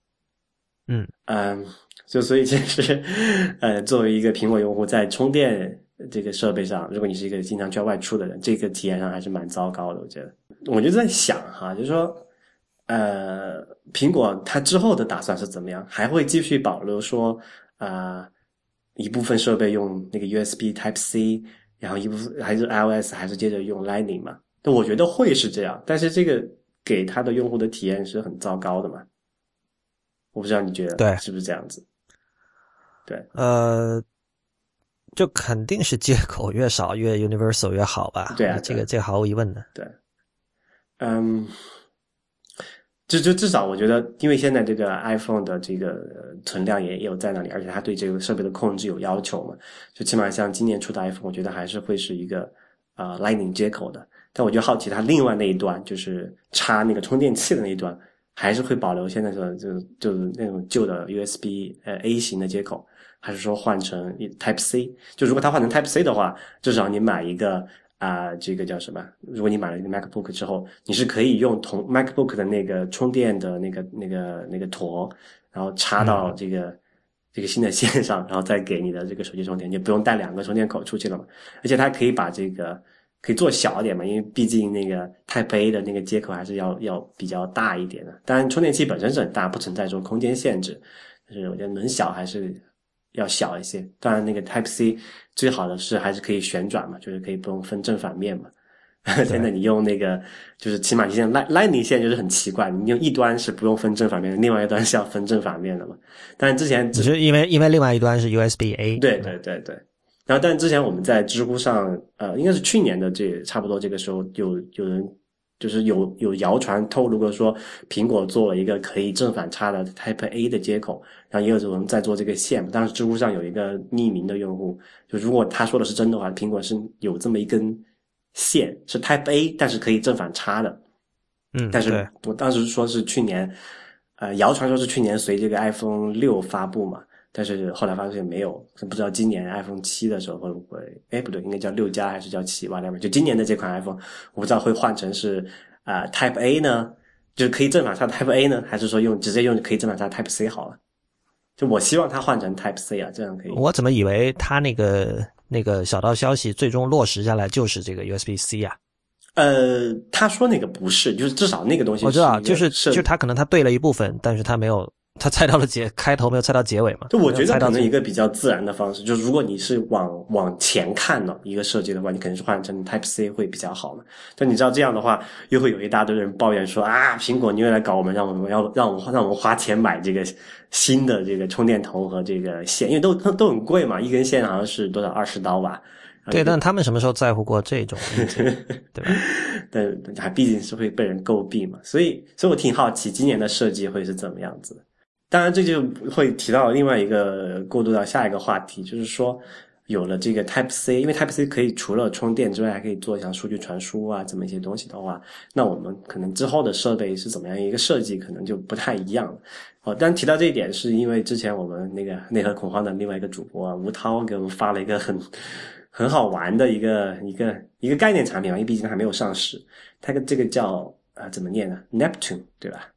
所以其实作为一个苹果用户，在充电这个设备上，如果你是一个经常需要外出的人，这个体验上还是蛮糟糕的。我就在想哈，就是说苹果它之后的打算是怎么样？还会继续保留说一部分设备用那个 USB Type-C， 然后一部分还是 iOS 还是接着用 Lightning 嘛？我觉得会是这样，但是这个给它的用户的体验是很糟糕的嘛。我不知道你觉得是不是这样子？对， 就肯定是接口越少越 universal 越好吧？ 对啊， 这个毫无疑问的。 对，就至少我觉得，因为现在这个 iPhone 的这个存量也有在那里，而且它对这个设备的控制有要求嘛，就起码像今年出的 iPhone， 我觉得还是会是一个Lightning 接口的。但我就好奇它另外那一端，就是插那个充电器的那一端，还是会保留现在的就是那种旧的 USB A 型的接口，还是说换成 Type C？ 就如果它换成 Type C 的话，至少你买一个这个叫什么？如果你买了一个 MacBook 之后，你是可以用同 MacBook 的那个充电的那个坨，然后插到这个新的线上，然后再给你的这个手机充电，就不用带2个充电口出去了嘛。而且它可以把这个可以做小一点嘛，因为毕竟那个 Type A 的那个接口还是要比较大一点的。当然充电器本身是很大，不存在这种空间限制，但是我觉得能小还是要小一些。当然那个 Type C 最好的是还是可以旋转嘛，就是可以不用分正反面嘛。现在你用那个就是起码你现在 Lightning 线就是很奇怪，你用一端是不用分正反面的，另外一端是要分正反面的嘛。但是之前只是因为另外一端是 USB-A。 对。然后但之前我们在知乎上应该是去年的差不多这个时候有人就是有谣传透露过说苹果做了一个可以正反插的 Type A 的接口，然后也有人在做这个线。当时知乎上有一个匿名的用户，就如果他说的是真的话，苹果是有这么一根线是 Type A 但是可以正反插的。但是我当时说是去年谣传说是去年随这个 iPhone 6发布嘛，但是后来发现没有，不知道今年 iPhone 7的时候会不会不对，应该叫6加还是叫7 whatever， 就今年的这款 iPhone 我不知道会换成是Type A 呢，就是可以正反插 Type A 呢，还是说直接用可以正反插 Type C 好了。 就我希望它换成 Type C 啊，这样可以。 我怎么以为它那个小道消息最终落实下来就是这个 USB-C 啊？ 他说那个不是，就是至少那个东西我知道， 是就是他可能他对了一部分，但是他没有，他猜到了开头没有猜到结尾嘛。 就我觉得可能一个比较自然的方式，就是如果你是往前看的一个设计的话，你肯定是换成 Type C 会比较好嘛。但你知道这样的话，又会有一大堆人抱怨说啊，苹果你又来搞我们，让我们花钱买这个新的这个充电头和这个线，因为都很贵嘛，一根线好像是多少$20吧。 对，但他们什么时候在乎过这种意见，对吧？ 但还毕竟是会被人诟病嘛，所以我挺好奇今年的设计会是怎么样子的。当然，这就会提到另外一个过渡到下一个话题，就是说有了这个 Type C， 因为 Type C 可以除了充电之外，还可以做像数据传输啊这么一些东西的话，那我们可能之后的设备是怎么样一个设计，可能就不太一样了。但提到这一点，是因为之前我们那个内核恐慌的另外一个主播吴涛给我们发了一个很好玩的一个概念产品嘛，因为毕竟它还没有上市。它这个叫怎么念呢 ？Neptune 对吧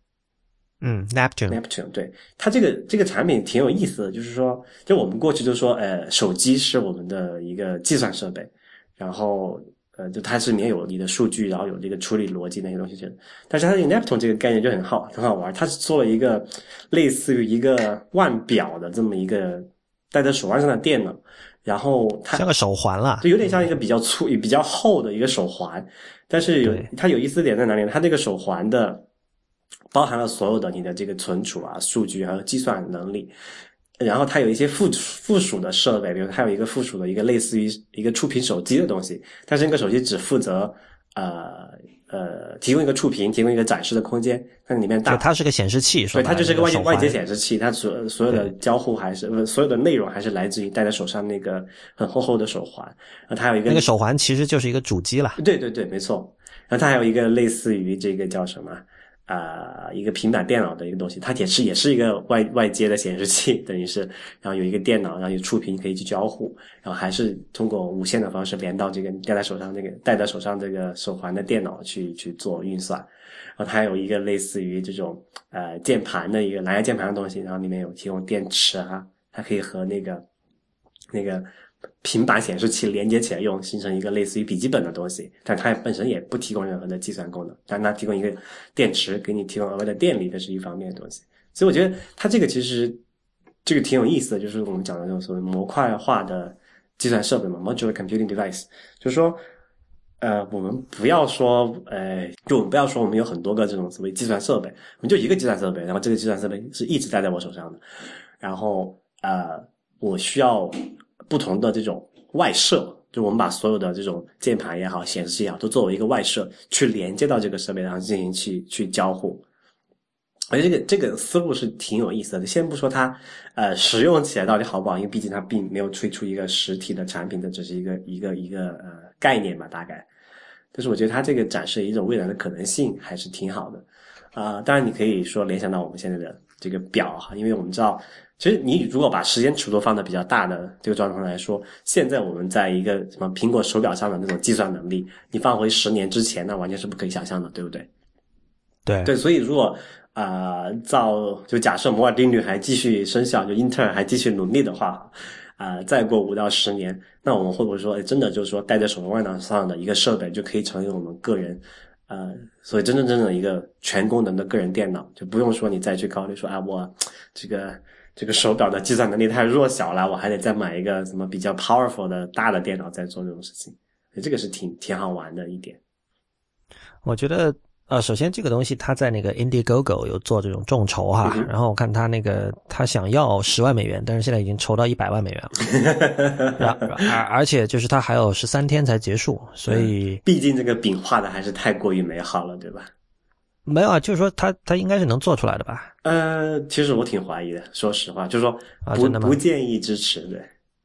？Neptune 对。它这个产品挺有意思的，就是说，就我们过去就说手机是我们的一个计算设备，然后就它是里面有你的数据，然后有这个处理逻辑那些东西。但是它这个 Neptune 这个概念就很好玩，它是做了一个类似于一个腕表的这么一个戴在手腕上的电脑。然后它像个手环啦， 就有点像一个比较粗也比较厚的一个手环，但是它有意思点在哪里呢？它这个手环的包含了所有的你的这个存储啊、数据还有计算能力，然后它有一些附属的设备，比如它有一个附属的一个类似于一个触屏手机的东西，但是那个手机只负责提供一个触屏，提供一个展示的空间，它里面它是个显示器， 对，它就是个外接显示器，它所有的交互还是所有的内容还是来自于戴在手上那个很厚的手环，然后它还有一个那个手环其实就是一个主机啦。 对，没错。然后它还有一个类似于这个叫什么一个平板电脑的一个东西，它也是一个外接的显示器，等于是，然后有一个电脑，然后有触屏可以去交互，然后还是通过无线的方式连到这个戴在手上这个手环的电脑去做运算。然后它还有一个类似于这种键盘的一个蓝牙键盘的东西，然后里面有提供电池啊，它可以和那个平板显示器连接起来用，形成一个类似于笔记本的东西，但它本身也不提供任何的计算功能，但它提供一个电池给你提供额外的电力，这是一方面的东西。所以我觉得它这个其实这个挺有意思的，就是我们讲的这种所谓模块化的计算设备嘛 ，modular computing device， 就是说我们不要说我们有很多个这种所谓计算设备，我们就一个计算设备，然后这个计算设备是一直戴在我手上的，然后我需要不同的这种外设，就我们把所有的这种键盘也好、显示器也好，都作为一个外设去连接到这个设备，然后进行去交互。而且这个思路是挺有意思的。先不说它使用起来到底好不好，因为毕竟它并没有推出一个实体的产品，这只是一个概念吧，大概。但是我觉得它这个展示一种未来的可能性还是挺好的。当然你可以说联想到我们现在的这个表哈，因为我们知道，其实你如果把时间尺度放在比较大的这个状况来说，现在我们在一个什么苹果手表上的那种计算能力，你放回10年之前，那完全是不可以想象的，对不对？对，所以如果就假设摩尔定律还继续生效，就英特尔还继续努力的话，再过5到10年，那我们会不会说，真的就是说戴在手腕上的一个设备就可以成为我们个人所以真正的一个全功能的个人电脑，就不用说你再去考虑说我这个手表的计算能力太弱小了，我还得再买一个什么比较 powerful 的大的电脑再做这种事情。这个是挺好玩的一点。 我觉得首先这个东西它在那个 Indiegogo 有做这种众筹哈，然后我看他想要$10万，但是现在已经筹到$100万了。而且就是他还有13天才结束，所以毕竟这个饼画的还是太过于美好了，对吧？ 没有啊，就是说他应该是能做出来的吧？ 其实我挺怀疑的，说实话，就是说不建议支持的。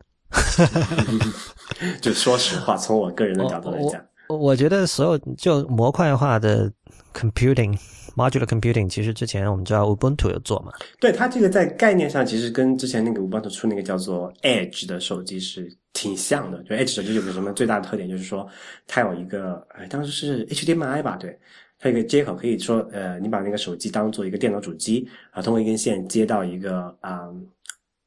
就说实话，从我个人的角度来讲， 我觉得所有就模块化的 modular computing， 其实之前我们知道 Ubuntu 有做嘛。 对，它这个在概念上其实跟之前那个 Ubuntu 出那个叫做 Edge 的手机是挺像的。就 Edge 手机有个什么最大的特点，就是说它有一个当时是 HDMI 吧，对，它有一个接口，可以说你把那个手机当做一个电脑主机通过一根线接到一个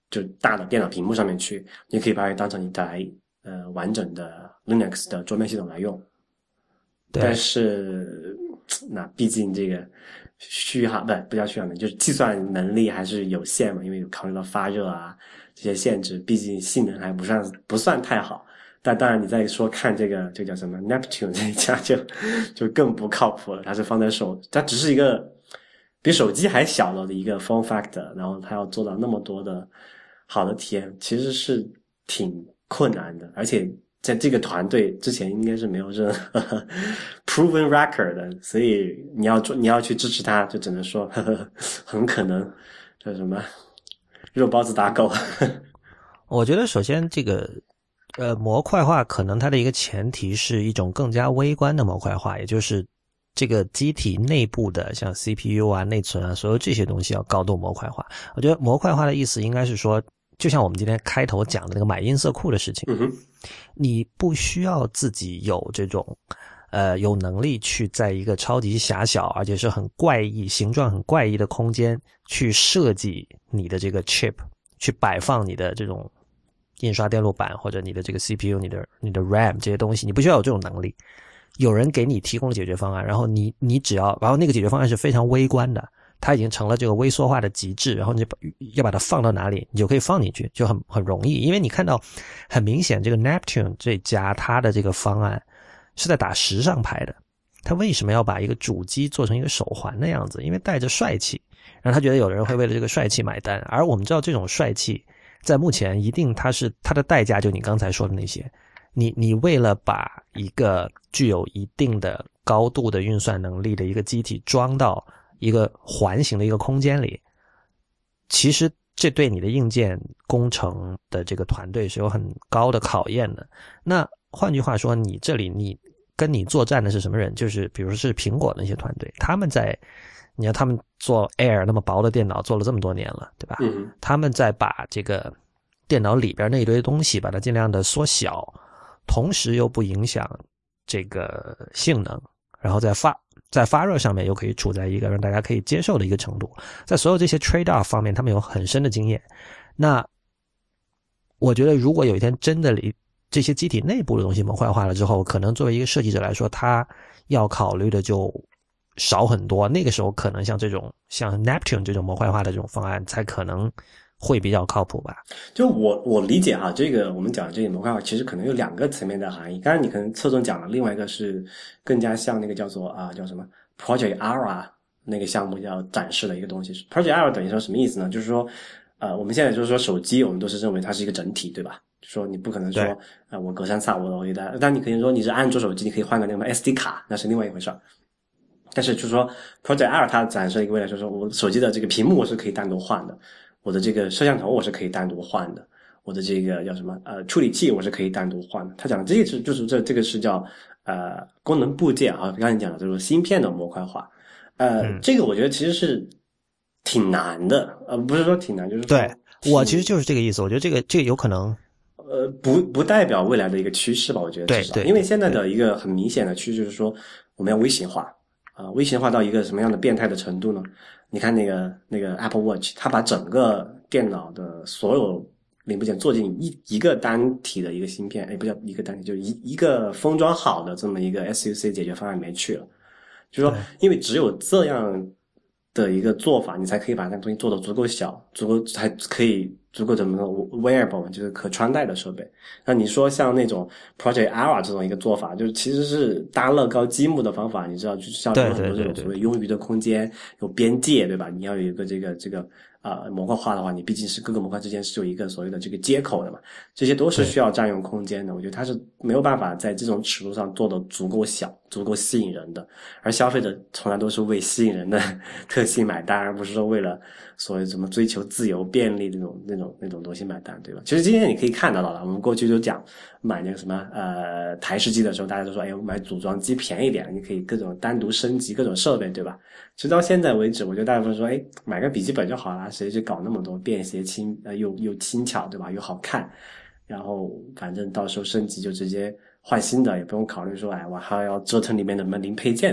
就大的电脑屏幕上面去，你可以把它当成一台完整的 Linux 的桌面系统来用。但是那毕竟这个续航不叫续航能力，就是计算能力还是有限嘛，因为有考虑到发热啊这些限制，毕竟性能还不算太好。但当然你再说看这个叫什么 Neptune 这一家就更不靠谱了，它是放在它只是一个比手机还小的一个 form factor， 然后它要做到那么多的好的体验，其实是挺困难的，而且在这个团队之前应该是没有任何proven record 的，所以你要去支持他，就只能说很可能叫什么肉包子打狗。 我觉得首先这个模块化可能它的一个前提是一种更加微观的模块化，也就是这个机体内部的像 CPU 啊、内存啊，所有这些东西要高度模块化。我觉得模块化的意思应该是说，就像我们今天开头讲的那个买音色库的事情，你不需要自己有这种有能力去在一个超级狭小而且是很怪异、形状很怪异的空间去设计你的这个 chip， 去摆放你的这种印刷电路板或者你的这个 CPU、你的 RAM 这些东西，你不需要有这种能力。有人给你提供了解决方案，然后你只要，然后那个解决方案是非常微观的，它已经成了这个微缩化的极致，然后你要把它放到哪里，你就可以放进去，就很容易。因为你看到很明显这个 Neptune 这家它的这个方案是在打时尚牌的，他为什么要把一个主机做成一个手环的样子？因为带着帅气，然后他觉得有的人会为了这个帅气买单，而我们知道这种帅气在目前一定它的代价就你刚才说的那些，你为了把一个具有一定的高度的运算能力的一个机体装到一个环形的一个空间里，其实这对你的硬件工程的这个团队是有很高的考验的。那换句话说，你这里你跟你作战的是什么人？就是比如说是苹果的那些团队，你看他们做 Air 那么薄的电脑做了这么多年了，对吧？他们在把这个电脑里边那一堆东西把它尽量的缩小，同时又不影响这个性能，然后在发热上面又可以处在一个让大家可以接受的一个程度，在所有这些 trade off 方面他们有很深的经验。那我觉得如果有一天真的这些机体内部的东西模块化了之后，可能作为一个设计者来说，他要考虑的就少很多，那个时候可能像Neptune 这种模块化的这种方案才可能会比较靠谱吧。 就我理解哈，这个我们讲这个模块化其实可能有两个层面的含义。当然你可能侧重讲了，另外一个是更加像那个叫做叫什么 Project Ara 那个项目要展示的一个东西。Project Ara 等于说什么意思呢？就是说我们现在就是说手机我们都是认为它是一个整体，对吧？就说你不可能说我隔三差五的我给大家，但你可以说你是安卓手机，你可以换个那个 SD 卡，那是另外一回事儿。但是就是说 Project R 它展示一个未来，就是说我手机的这个屏幕我是可以单独换的，我的这个摄像头我是可以单独换的，我的这个叫什么处理器我是可以单独换的。他讲的这个是就是这个是叫功能部件啊，刚才讲的就是芯片的模块化。这个我觉得其实是挺难的，不是说挺难，就是说对我其实就是这个意思。我觉得这个有可能不代表未来的一个趋势吧，我觉得至少， 对， 因为现在的一个很明显的趋势就是说我们要微型化。微型化到一个什么样的变态的程度呢？你看那个 Apple Watch， 它把整个电脑的所有零部件做进一个单体的一个芯片，不叫一个单体，就是一个封装好的这么一个 SUC 解决方案里面去了。就是说，因为只有这样的一个做法，你才可以把那个东西做得足够小，才可以足够怎么说 wearable， 就是可穿戴的设备。那你说像那种 Project Ara 这种一个做法，就是其实是搭乐高积木的方法，你知道，就像有很多这种所谓冗余的空间，有边界，对吧？你要有一个这个模块化的话，你毕竟是各个模块之间是有一个所谓的这个接口的嘛，这些都是需要占用空间的。我觉得它是没有办法在这种尺度上做得足够小、足够吸引人的。而消费者从来都是为吸引人的特性买单，而不是说为了所谓什么追求自由、便利那种东西买单，对吧？其实今天你可以看得到了，我们过去就讲买那个什么台式机的时候，大家都说我买组装机便宜点，你可以各种单独升级各种设备，对吧？直到现在为止，我觉得大部分说买个笔记本就好了，谁去搞那么多便携又轻巧，对吧？又好看，然后反正到时候升级就直接换新的，也不用考虑说我还要折腾里面的什么零配件怎么样。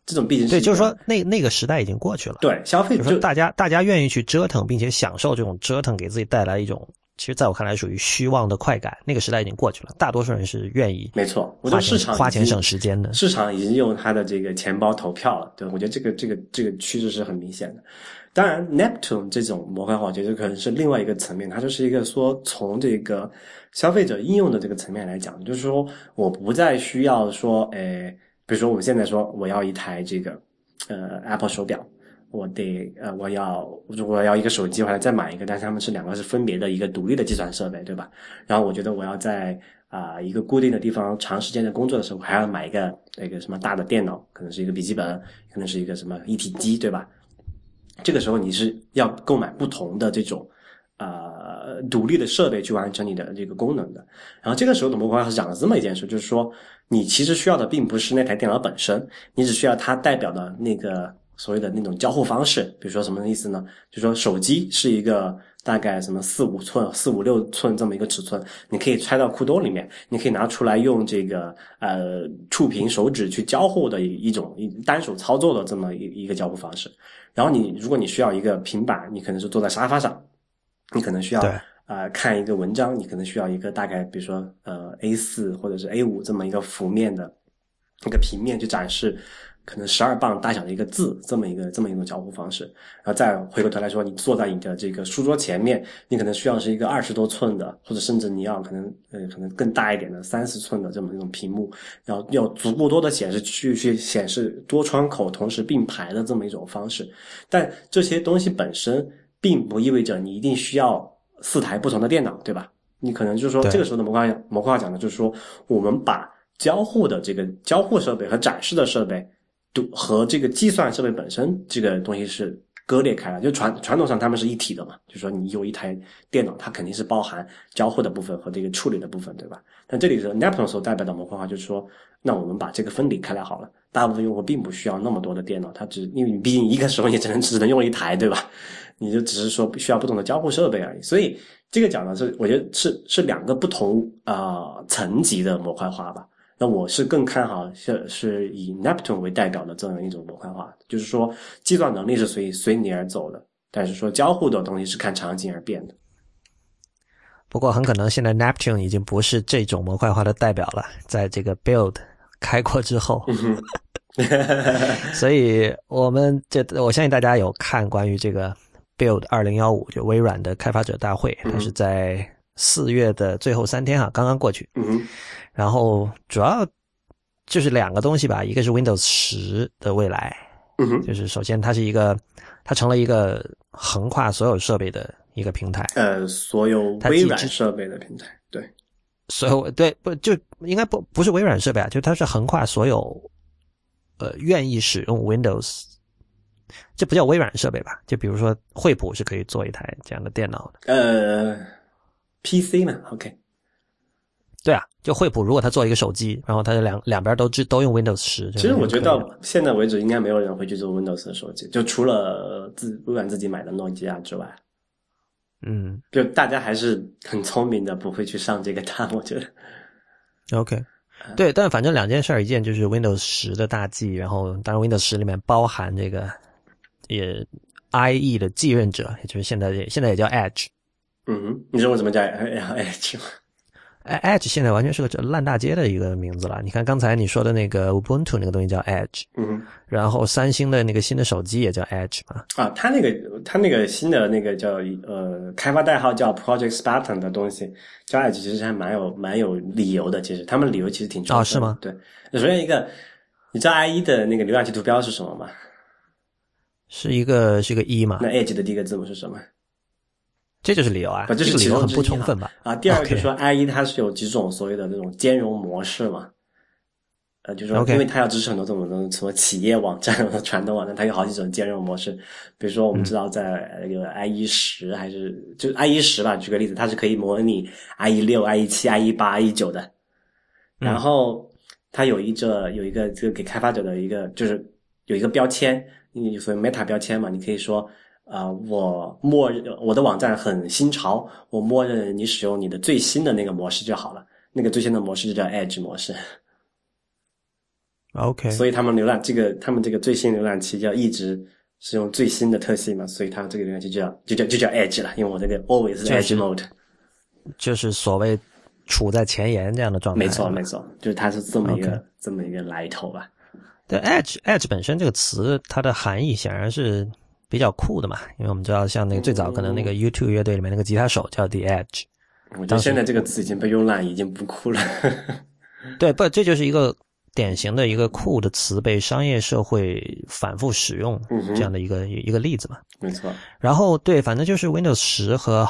这种毕竟是对，就是说那个时代已经过去了。 对，消费就是说大家愿意去折腾，并且享受这种折腾给自己带来一种，其实在我看来属于虚妄的快感。那个时代已经过去了，大多数人是愿意没错，我觉得市场花钱省时间的。 市场已经用他的这个钱包投票了，对，我觉得这个趋势是很明显的。当然 Neptune 这种模块化我觉得可能是另外一个层面，它就是一个说从这个消费者应用的这个层面来讲，就是说我不再需要说比如说我们现在说我要一台这个Apple 手表，我如果要一个手机，我还再买一个，但是它们是两个是分别的一个独立的计算设备，对吧？然后我觉得我要在一个固定的地方长时间的工作的时候，我还要买一个那个什么大的电脑，可能是一个笔记本，可能是一个什么一体机，对吧？这个时候你是要购买不同的这种独立的设备去完成你的这个功能的。然后这个时候的模块化是讲了这么一件事，就是说你其实需要的并不是那台电脑本身，你只需要它代表的那个所谓的那种交互方式。比如说什么意思呢？就是说手机是一个大概什么4、5寸、4、5、6寸这么一个尺寸，你可以揣到裤兜里面，你可以拿出来用这个触屏手指去交互的一种单手操作的这么一个交互方式。然后如果你需要一个平板，你可能是坐在沙发上，你可能需要看一个文章，你可能需要一个大概比如说A4 或者是 A5 这么一个幅面的一个平面去展示可能12磅大小的一个字，这么一种交互方式。然后再回过头来说，你坐在你的这个书桌前面，你可能需要是一个20多寸的，或者甚至你要可能更大一点的30寸的这么一种屏幕，要足够多的显示去显示多窗口同时并排的这么一种方式。但这些东西本身并不意味着你一定需要4台不同的电脑，对吧？你可能就是说这个时候的模块化讲的就是说，我们把交互的这个交互设备和展示的设备和这个计算设备本身这个东西是割裂开了，就传统上他们是一体的嘛，就是说你有一台电脑，它肯定是包含交互的部分和这个处理的部分，对吧？但这里是 Neptune 所代表的模块化，就是说，那我们把这个分离开来好了。大部分用户并不需要那么多的电脑，因为你毕竟一个时候也只能用一台，对吧？你就只是说需要不同的交互设备而已。所以这个讲的是，我觉得是两个不同层级的模块化吧。那我是更看好是以 Neptune 为代表的这样一种模块化，就是说计算能力是随你而走的，但是说交互的东西是看场景而变的。 不过很可能现在 Neptune 已经不是这种模块化的代表了，在这个 Build 开过之后，所以我相信大家有看关于这个 Build 2015就微软的开发者大会，它是在4月的最后3天刚刚过去。然后主要就是2个东西吧，一个是 Windows 10的未来，就是首先它成了一个横跨所有设备的一个平台， 所有微软设备的平台，对， 所有对不就应该不是微软设备就它是横跨所有愿意使用 Windows， 这不叫微软设备吧？就比如说惠普是可以做一台这样的电脑的，PC 嘛 ，OK。 对啊，就惠普如果他做一个手机，然后他两边都用 Windows 10。 其实我觉得到现在为止，应该没有人会去做 Windows 的手机，就除了微软自己买的诺基亚之外，就大家还是很聪明的，不会去上这个当，我觉得。 OK，对，但反正2件事，一件就是 Windows 10的大 G， 然后当然 Windows 10里面包含这个IE 的继任者，也就是现在也叫 Edge。 你知道我怎么叫 Edge 吗 ？Edge 现在完全是个烂大街的一个名字了。你看刚才你说的那个 Ubuntu 那个东西叫 Edge，然后三星的那个新的手机也叫 Edge 嘛。 他那个新的那个叫开发代号叫 Project Spartan 的东西叫 Edge， 其实还蛮有理由的。其实他们理由其实挺充分的。 是吗？ 对，首先你知道 IE 的那个浏览器图标是什么吗？ 是一个 E 嘛？ 那 Edge 的第一个字母是什么？ 这就是理由啊， 这是理由很不充分吧？ 第二个就是说 IE 它是有几种所谓的那种兼容模式嘛，就是说因为它要支持很多这种什么企业网站和传统网站，它有好几种兼容模式。比如说我们知道在那个 IE 10还是就 IE 10吧，举个例子，它是可以模拟 IE 6、IE 7、IE 8、IE 9的。然后它有一个这个给开发者的一个就是有一个标签，所谓 meta 标签嘛，你可以说我的网站很新潮，我默认你使用你的最新的那个模式就好了，那个最新的模式就叫 Edge 模式。 OK， 所以他们这个最新浏览器要一直是用最新的特性嘛，所以它这个浏览器就叫 Edge 了，因为我这个 always Edge mode， 就是所谓处在前沿这样的状态。 没错，就是它是这么一个来头吧。 对 Edge 本身这个词，它的含义显然是比较酷的嘛，因为我们知道像那个最早可能那个 U2 乐队里面那个吉他手叫 The Edge。 我觉得现在这个词已经被用烂，已经不酷了。 对，这就是一个典型的一个酷的词被商业社会反复使用这样的一个例子嘛。 没错。 然后对，反正就是 Windows 10和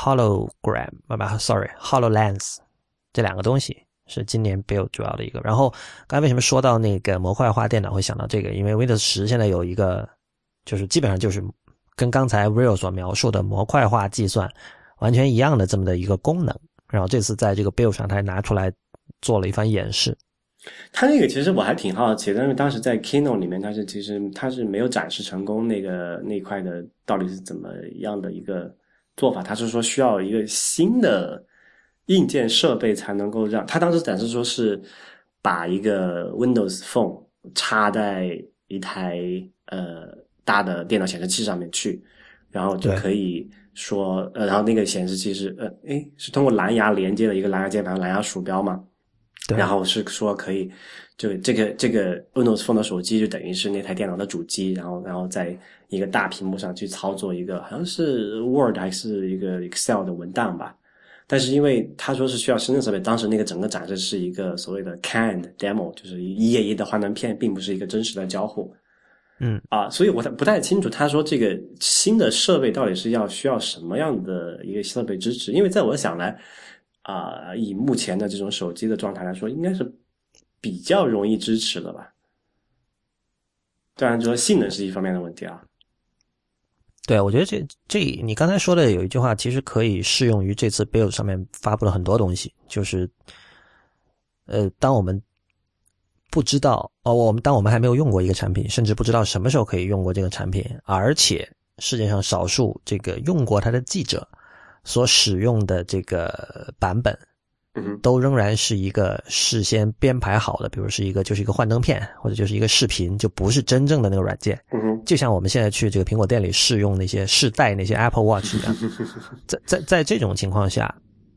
HoloLens 这两个东西是今年 Build 主要的一个。然后刚才为什么说到那个模块化电脑会想到这个，因为 Windows 10现在有一个就是基本上就是跟刚才 Real 所描述的模块化计算完全一样的这么的一个功能，然后这次在这个 Build 上他还拿出来做了一番演示。 他那个其实我还挺好奇的，因为当时在 Keynote 里面，其实他是没有展示成功那一块的到底是怎么样的一个做法。他是说需要一个新的硬件设备才能够让他当时展示说是把一个 Windows Phone 插在一台大的电脑显示器上面去，然后就可以说然后那个显示器是是通过蓝牙连接了一个蓝牙键盘、蓝牙鼠标嘛。然后是说可以，就这个 Windows Phone 的手机就等于是那台电脑的主机，然后在一个大屏幕上去操作一个好像是 Word 还是一个 Excel 的文档吧。但是因为他说是需要深圳设备，当时那个整个展示是一个所谓的 canned demo， 就是一页一页的幻灯片，并不是一个真实的交互。所以我不太清楚他说这个新的设备到底是需要什么样的一个设备支持，因为在我想来以目前的这种手机的状态来说，应该是比较容易支持的吧。当然说性能是一方面的问题啊。 对，我觉得这你刚才说的有一句话其实可以适用于这次 Build 上面发布了很多东西，就是当我们不知道当我们还没有用过一个产品，甚至不知道什么时候可以用过这个产品，而且世界上少数这个用过它的记者所使用的这个版本都仍然是一个事先编排好的，比如是一个幻灯片，或者就是一个视频，就不是真正的那个软件。就像我们现在去这个苹果店里试用那些试戴那些 Apple Watch 一样。在这种情况下，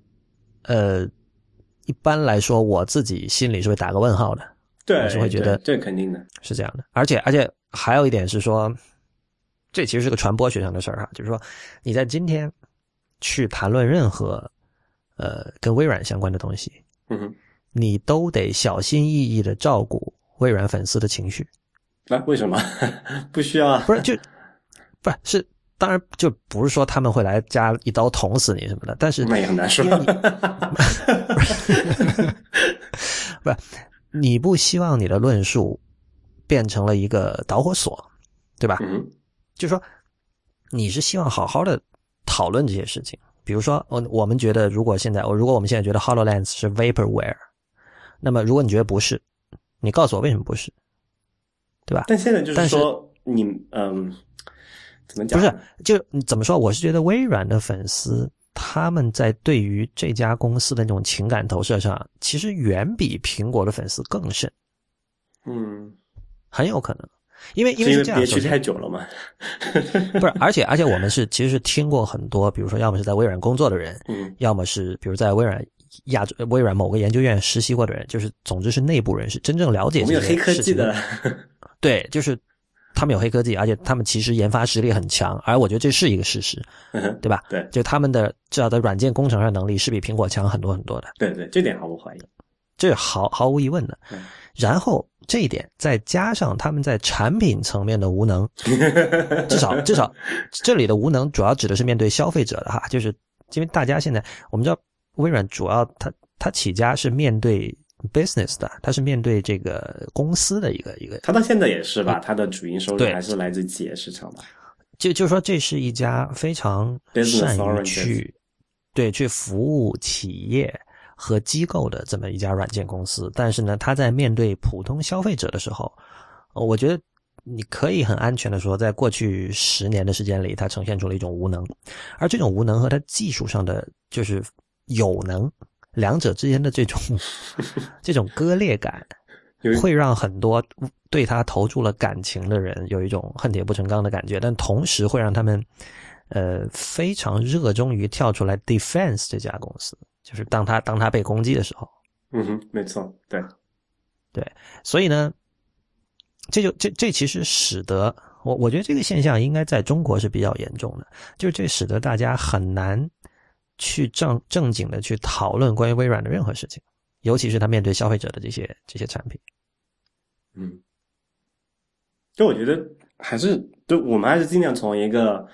一般来说我自己心里是会打个问号的。 对， 我是会觉得这肯定的是这样的。而且还有一点是说，这其实是个传播学上的事儿哈，就是说你在今天去谈论任何跟微软相关的东西，你都得小心翼翼的照顾微软粉丝的情绪。 为什么？不需要啊？ 不是当然就不是说他们会来加一刀捅死你什么的，但是那也很难说。 不是，你不希望你的论述变成了一个导火索，对吧？就是说你是希望好好的讨论这些事情。比如说我们觉得如果我们现在觉得 HoloLens 是 Vaporware， 那么如果你觉得不是，你告诉我为什么不是，对吧？ 但现在就是说你怎么讲？ 不是，就你怎么说？我是觉得微软的粉丝他们在对于这家公司的那种情感投射上，其实远比苹果的粉丝更甚。很有可能。因为是这样， 憋屈太久了嘛。 不是，而且我们其实是听过很多，比如说要么是在微软工作的人，要么是比如在微软某个研究院实习过的人，就是总之是内部人士，真正了解这些事情。 我们有黑科技的。 对，就是他们有黑科技，而且他们其实研发实力很强，而我觉得这是一个事实，对吧？ 对， 就他们的至少在软件工程上能力是比苹果强很多很多的。 对，这点毫无怀疑， 这是毫无疑问的。然后这一点再加上他们在产品层面的无能，至少这里的无能主要指的是面对消费者的哈，就是因为大家现在我们知道微软主要它起家是面对 business 的，它是面对这个公司的一个， 它到现在也是吧，它的主营收入还是来自企业市场吧。 就是说这是一家非常善于去服务企业和机构的这么一家软件公司，但是呢，他在面对普通消费者的时候，我觉得你可以很安全的说，在过去10年的时间里，它呈现出了一种无能，而这种无能和它技术上的就是有能，两者之间的这种割裂感， 会让很多对他投注了感情的人有一种恨铁不成钢的感觉，但同时会让他们非常热衷于跳出来 defense 这家公司，就是当他被攻击的时候。 没错，对， 所以呢，这其实使得我觉得这个现象应该在中国是比较严重的，就是这使得大家很难去正经的去讨论关于微软的任何事情，尤其是他面对消费者的这些产品。 就我觉得我们还是尽量从一个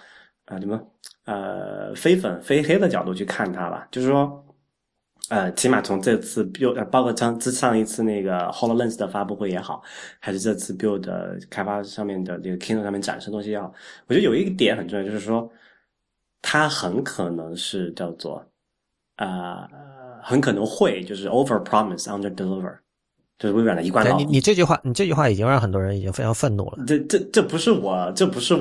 非粉非黑的角度去看它吧，就是说起码从这次 Build 包括上一次那个 HoloLens 的发布会也好，还是这次 Build 的开发上面的这个 Keynote 上面展示的东西也好，我觉得有一个点很重要，就是说它很可能是叫做很可能会就是 over promise under deliver， 就是微软的一贯老你这句话已经让很多人已经非常愤怒了。 这不是我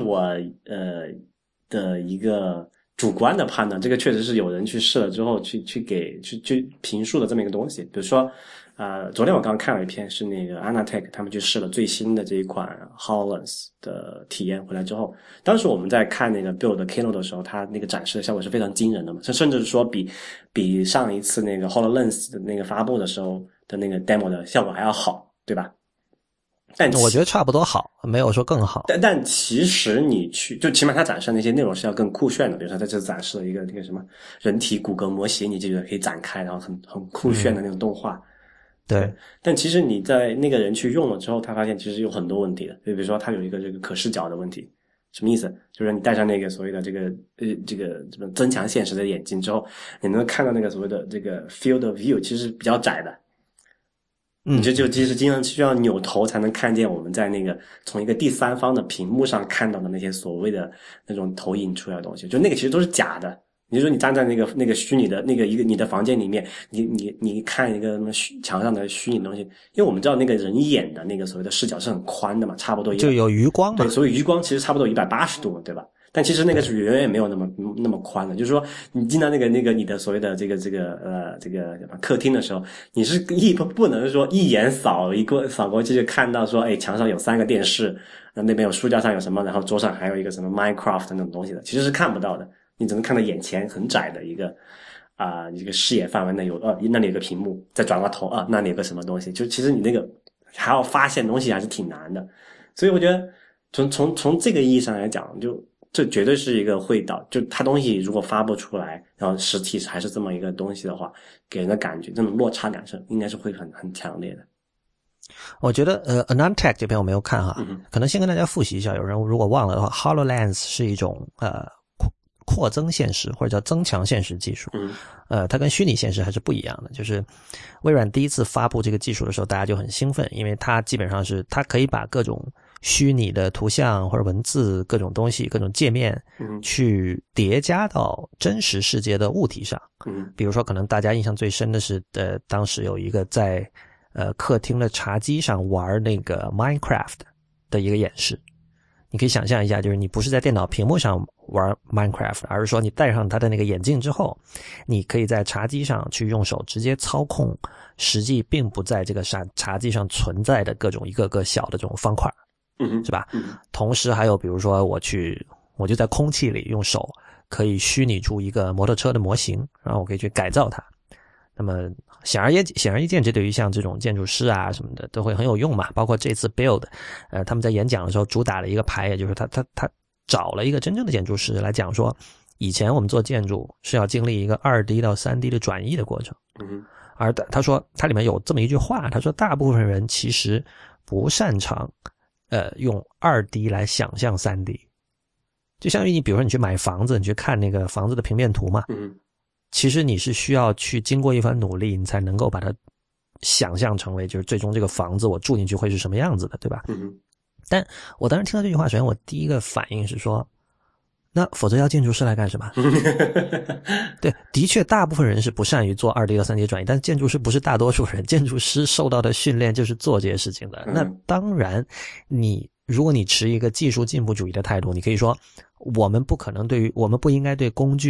的一个主观的判断，这个确实是有人去试了之后去评述的这么一个东西。比如说昨天我刚看了一篇，是那个 Anatech 他们去试了最新的这一款 HoloLens 的体验回来之后，当时我们在看那个 Build 的 Keynote 的时候，它那个展示的效果是非常惊人的嘛，甚至是说比上一次那个 HoloLens 的那个发布的时候的那个 demo 的效果还要好，对吧？但我觉得差不多好，没有说更好。 但其实你就起码它展示的那些内容是要更酷炫的，比如说它这次展示了一个那个什么人体骨骼模型，你记得可以展开，然后很酷炫的那种动画。 对， 但其实你在那个人去用了之后，他发现其实有很多问题的，就比如说它有一个这个可视角的问题。什么意思？就是你戴上那个所谓的这个什么增强现实的眼镜之后，你能看到那个所谓的这个 field of view 其实是比较窄的。你就其实经常需要扭头才能看见我们在那个从一个第三方的屏幕上看到的那些所谓的那种投影出来的东西，就那个其实都是假的。你说你站在那个虚拟的你的房间里面，你看一个什么墙上的虚拟的东西，因为我们知道那个人眼的那个所谓的视角是很宽的嘛，差不多就有余光嘛。 对，所以余光其实差不多180度嘛，对吧？但其实那个是远远没有那么宽的，就是说你进到那个你的所谓的这个客厅的时候，你是不能说一眼扫过去就看到说，哎，墙上有3个电视，那边有书架上有什么，然后桌上还有一个什么 Minecraft 那种东西的，其实是看不到的，你只能看到眼前很窄的一个视野范围内那里有个屏幕，再转过头那里有个什么东西，就其实你那个还要发现东西还是挺难的，所以我觉得从这个意义上来讲，就这绝对是一个就它东西如果发布出来，然后实体还是这么一个东西的话，给人的感觉，这种落差感应该是会很强烈的。 我觉得Anantech 这篇我没有看哈，可能先跟大家复习一下，有人如果忘了的话 ，HoloLens 是一种扩增现实或者叫增强现实技术，它跟虚拟现实还是不一样的。就是微软第一次发布这个技术的时候，大家就很兴奋，因为它基本上是它可以把各种虚拟的图像或者文字各种东西各种界面去叠加到真实世界的物体上。比如说可能大家印象最深的是当时有一个在客厅的茶几上玩那个 Minecraft 的一个演示。你可以想象一下，就是你不是在电脑屏幕上玩 Minecraft， 而是说你戴上它的那个眼镜之后，你可以在茶几上去用手直接操控实际并不在这个茶几上存在的各种一个个小的这种方块，是吧？同时还有比如说我就在空气里用手可以虚拟出一个摩托车的模型，然后我可以去改造它。那么显而易见，这对于像这种建筑师啊什么的都会很有用嘛。包括这次 Build， 他们在演讲的时候主打了一个牌，也就是他找了一个真正的建筑师来讲说，以前我们做建筑是要经历一个2D 到 3D 的转移的过程。而他说他里面有这么一句话，他说大部分人其实不擅长用2D 来想象 3D。就相当于你比如说你去买房子，你去看那个房子的平面图嘛。其实你是需要去经过一番努力，你才能够把它想象成为就是最终这个房子我住进去会是什么样子的，对吧？但我当时听到这句话，首先我第一个反应是说，那否则要建筑师来干什么？对，的确大部分人是不善于做2D 到 3D 转移，但建筑师不是大多数人，建筑师受到的训练就是做这些事情的。那当然如果你持一个技术进步主义的态度，你可以说我们不应该对工具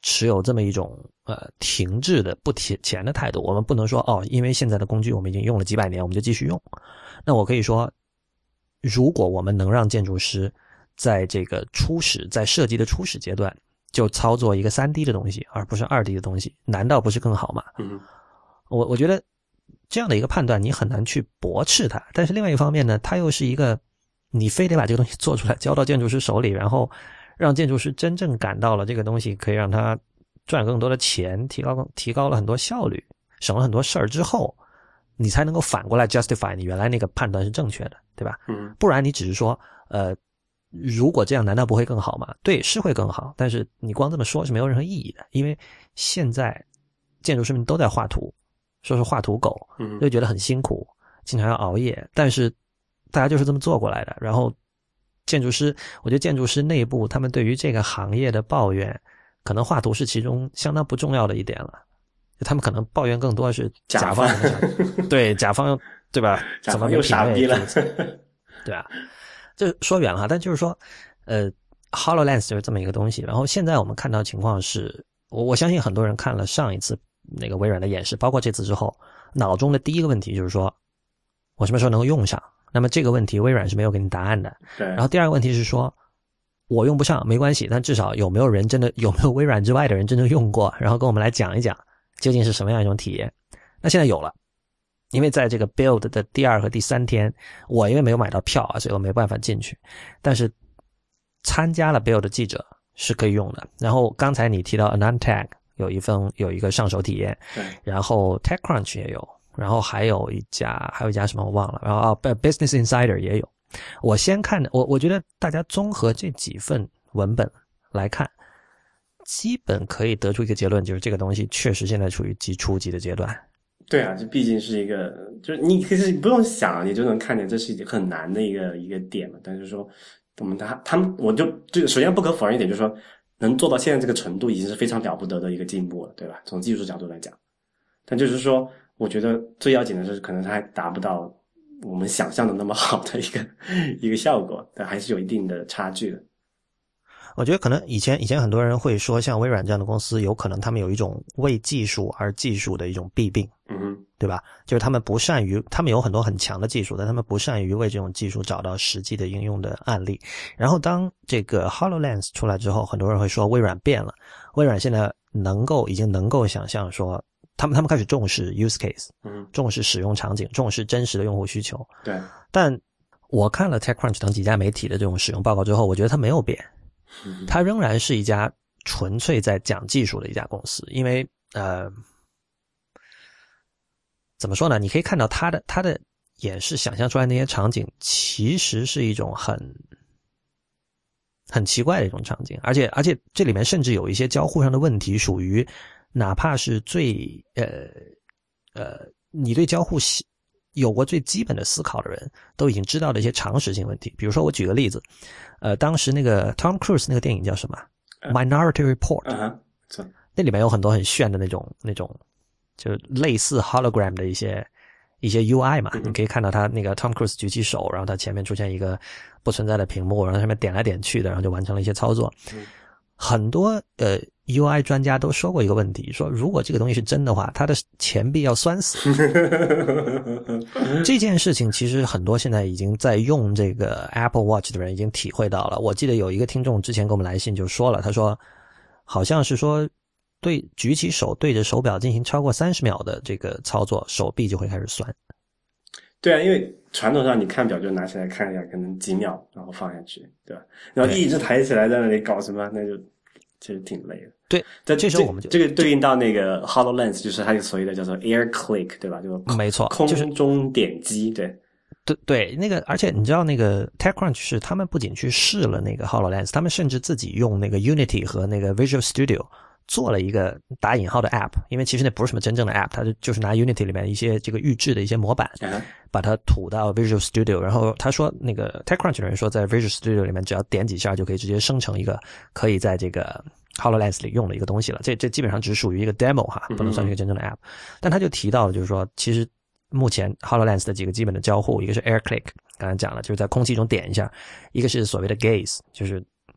持有这么一种停滞的不提前的态度。我们不能说因为现在的工具我们已经用了几百年，我们就继续用。那我可以说，如果我们能让建筑师在这个在设计的初始阶段就操作一个 3D 的东西，而不是2D 的东西，难道不是更好吗？我觉得这样的一个判断你很难去驳斥它，但是另外一方面呢，它又是一个你非得把这个东西做出来交到建筑师手里，然后让建筑师真正感到了这个东西可以让他赚更多的钱，提高了很多效率，省了很多事儿之后，你才能够反过来 justify 你原来那个判断是正确的，对吧？不然你只是说如果这样难道不会更好吗？对，是会更好，但是你光这么说是没有任何意义的，因为现在建筑师们都在画图，说是画图狗，就觉得很辛苦，经常要熬夜，但是大家就是这么做过来的。然后我觉得建筑师内部他们对于这个行业的抱怨，可能画图是其中相当不重要的一点了，他们可能抱怨更多是甲方对甲方，对吧？ 甲方又傻逼了， 对啊，这说远了哈，但就是说HoloLens 就是这么一个东西。然后现在我们看到情况是，我相信很多人看了上一次那个微软的演示，包括这次之后，脑中的第一个问题就是说，我什么时候能够用上？那么这个问题微软是没有给你答案的。 对。 然后第二个问题是说，我用不上没关系，但至少有没有微软之外的人真正用过，然后跟我们来讲一讲究竟是什么样一种体验。那现在有了，因为在这个 build 的第2和第3天，我因为没有买到票所以我没办法进去，但是参加了 build 的记者是可以用的。然后刚才你提到 AnandTech 有一个上手体验， 对， 然后 TechCrunch 也有，然后还有一家什么我忘了，然后Business Insider 也有。我先看的，我觉得大家综合这几份文本来看，基本可以得出一个结论，就是这个东西确实现在处于初级的阶段。 对啊，这毕竟是一个，就是你其实不用想，你就能看见这是一个很难的一个点嘛。但是说他们，我就首先不可否认一点，就是说能做到现在这个程度，已经是非常了不得的一个进步了，对吧？从技术角度来讲，但就是说，我觉得最要紧的是，可能它还达不到我们想象的那么好的一个效果，但还是有一定的差距的。 我觉得可能以前很多人会说，像微软这样的公司，有可能他们有一种为技术而技术的一种弊病，对吧？就是他们有很多很强的技术，但他们不善于为这种技术找到实际的应用的案例。然后当这个 HoloLens 出来之后，很多人会说微软变了，微软现在已经能够想象说，他们开始重视 use case，重视使用场景，重视真实的用户需求。 对， 但我看了 TechCrunch 等几家媒体的这种使用报告之后，我觉得它没有变。它仍然是一家纯粹在讲技术的一家公司，因为怎么说呢？你可以看到它的演示想象出来那些场景，其实是一种很奇怪的一种场景，而且这里面甚至有一些交互上的问题，属于哪怕是你对交互有过最基本的思考的人都已经知道的一些常识性问题。比如说我举个例子，当时那个 Tom Cruise 那个电影叫什么？Minority Report，那里面有很多很炫的那种就类似 hologram 的一些 UI 嘛，你可以看到他那个 Tom Cruise 举起手，然后他前面出现一个不存在的屏幕，然后上面点来点去的，然后就完成了一些操作。很多UI 专家都说过一个问题，说如果这个东西是真的话，它的前臂要酸死。这件事情其实很多现在已经在用这个 Apple Watch 的人已经体会到了。我记得有一个听众之前给我们来信就说了，他说好像是说举起手对着手表进行超过30秒的这个操作，手臂就会开始酸。 对啊，因为传统上你看表就拿起来看一下，可能几秒，然后放下去，对吧？然后一直抬起来在那里搞什么，那就其实挺累的。 对，这时候我们这个对应到那个 HoloLens， 就是它所谓的叫做 Air Click， 对吧？就没错， 空中点击，对。 对，那个而且你知道那个 TechCrunch 是他们不仅去试了那个 HoloLens， 他们甚至自己用那个 Unity 和那个 Visual Studio 做了一个打引号的 app， 因为其实那不是什么真正的 app， 它就是拿 Unity 里面一些这个预制的一些模板，把它吐到 Visual Studio， 然后他说那个 TechCrunch 的人说，在 Visual Studio 里面只要点几下就可以直接生成一个可以在这个 HoloLens 里用的一个东西了。这基本上只属于一个 demo 哈，不能算是一个真正的 app。但他就提到了，就是说其实目前 HoloLens 的几个基本的交互，一个是 Air Click， 刚才讲了，就是在空气中点一下；一个是所谓的 Gaze， 就是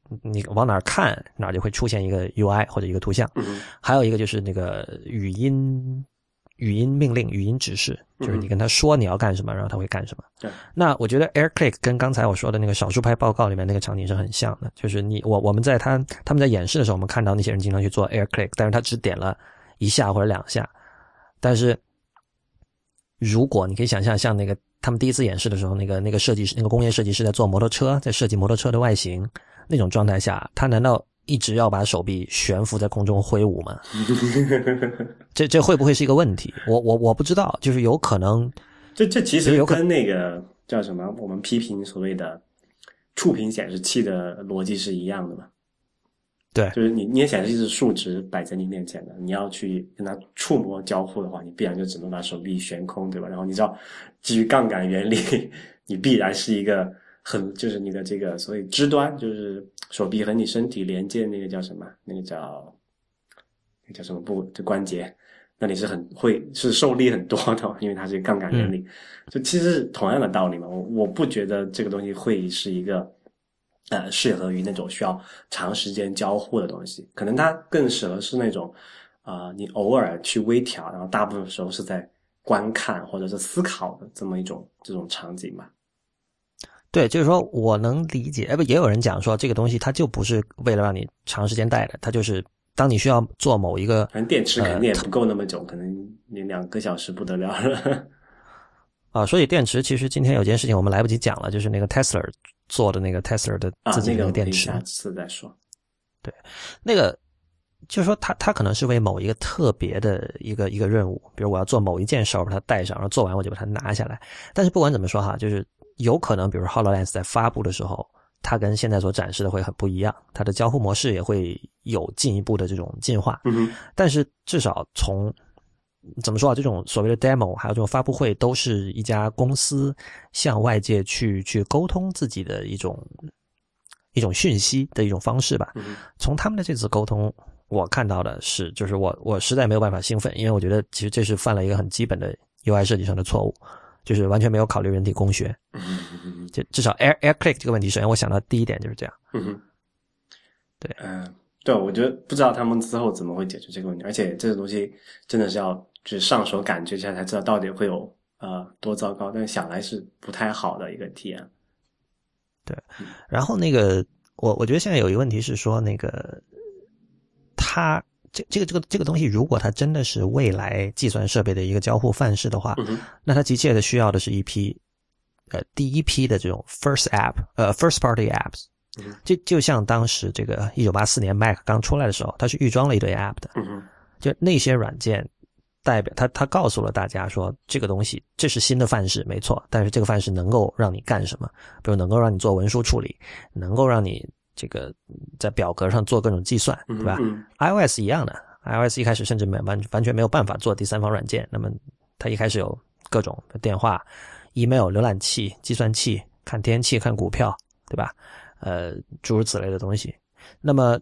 你往哪儿看哪儿就会出现一个 UI 或者一个图像。还有一个就是那个语音命令、语音指示，就是你跟他说你要干什么，然后他会干什么。 对。 那我觉得 AirClick 跟刚才我说的那个少数派报告里面那个场景是很像的，就是我们在他们在演示的时候，我们看到那些人经常去做 AirClick， 但是他只点了1下或者2下。但是如果你可以想象，像那个他们第一次演示的时候，那个设计师，那个工业设计师在做摩托车，在设计摩托车的外形那种状态下，他难道一直要把手臂悬浮在空中挥舞吗？这会不会是一个问题？我不知道，就是有可能。 这其实跟那个叫什么，我们批评所谓的触屏显示器的逻辑是一样的嘛？ 对， 就是你的显示器是数值摆在你面前的，你要去跟它触摸交互的话，你必然就只能把手臂悬空，对吧？然后你知道，基于杠杆原理，你必然是一个就是你的这个所谓肢端，就是手臂和你身体连接那个叫什么？那个叫什么部？这关节，那你是受力很多的，因为它是杠杆原理。就其实是同样的道理嘛。我不觉得这个东西会是一个适合于那种需要长时间交互的东西，可能它更适合是那种你偶尔去微调，然后大部分时候是在观看或者是思考的这种场景吧。 对，就是说我能理解，也有人讲说这个东西它就不是为了让你长时间带的，它就是当你需要做某一个， 反正电池肯定也不够那么久，可能连2个小时不得了了。 说起电池，其实今天有件事情我们来不及讲了，就是那个 Tesla 做的那个 Tesla 的自己的那个电池。 那个下次再说。 对，那个就是说它可能是为某一个特别的一个任务，比如我要做某一件事儿把它带上，然后做完我就把它拿下来。但是不管怎么说哈，就是有可能比如 HoloLens 在发布的时候，它跟现在所展示的会很不一样，它的交互模式也会有进一步的这种进化。但是至少从怎么说啊？这种所谓的 demo， 还有这种发布会，都是一家公司向外界去沟通自己的一种讯息的一种方式吧。从他们的这次沟通，我看到的是，就是我实在没有办法兴奋，因为我觉得其实这是犯了一个很基本的 UI 设计上的错误，就是完全没有考虑人体工学。就至少 AirClick 这个问题，首先我想到第一点就是这样。对。 对，我觉得不知道他们之后怎么会解决这个问题，而且这个东西真的是要就是上手感觉一下才知道到底会有多糟糕，但是想来是不太好的一个体验。 对，然后那个我觉得现在有一个问题是说，那个它这个东西，如果它真的是未来计算设备的一个交互范式的话，那它急切的需要的是一批第一批的这种 first party apps。就像当时这个1984年 Mac 刚出来的时候，它是预装了一堆 app 的。就那些软件代表它告诉了大家说，这个东西这是新的范式没错，但是这个范式能够让你干什么，比如能够让你做文书处理，能够让你这个在表格上做各种计算，对吧？iOS 一样的， iOS 一开始甚至完全没有办法做第三方软件，那么它一开始有各种电话、email、浏览器、计算器、看天气、看股票，对吧？诸如此类的东西。那么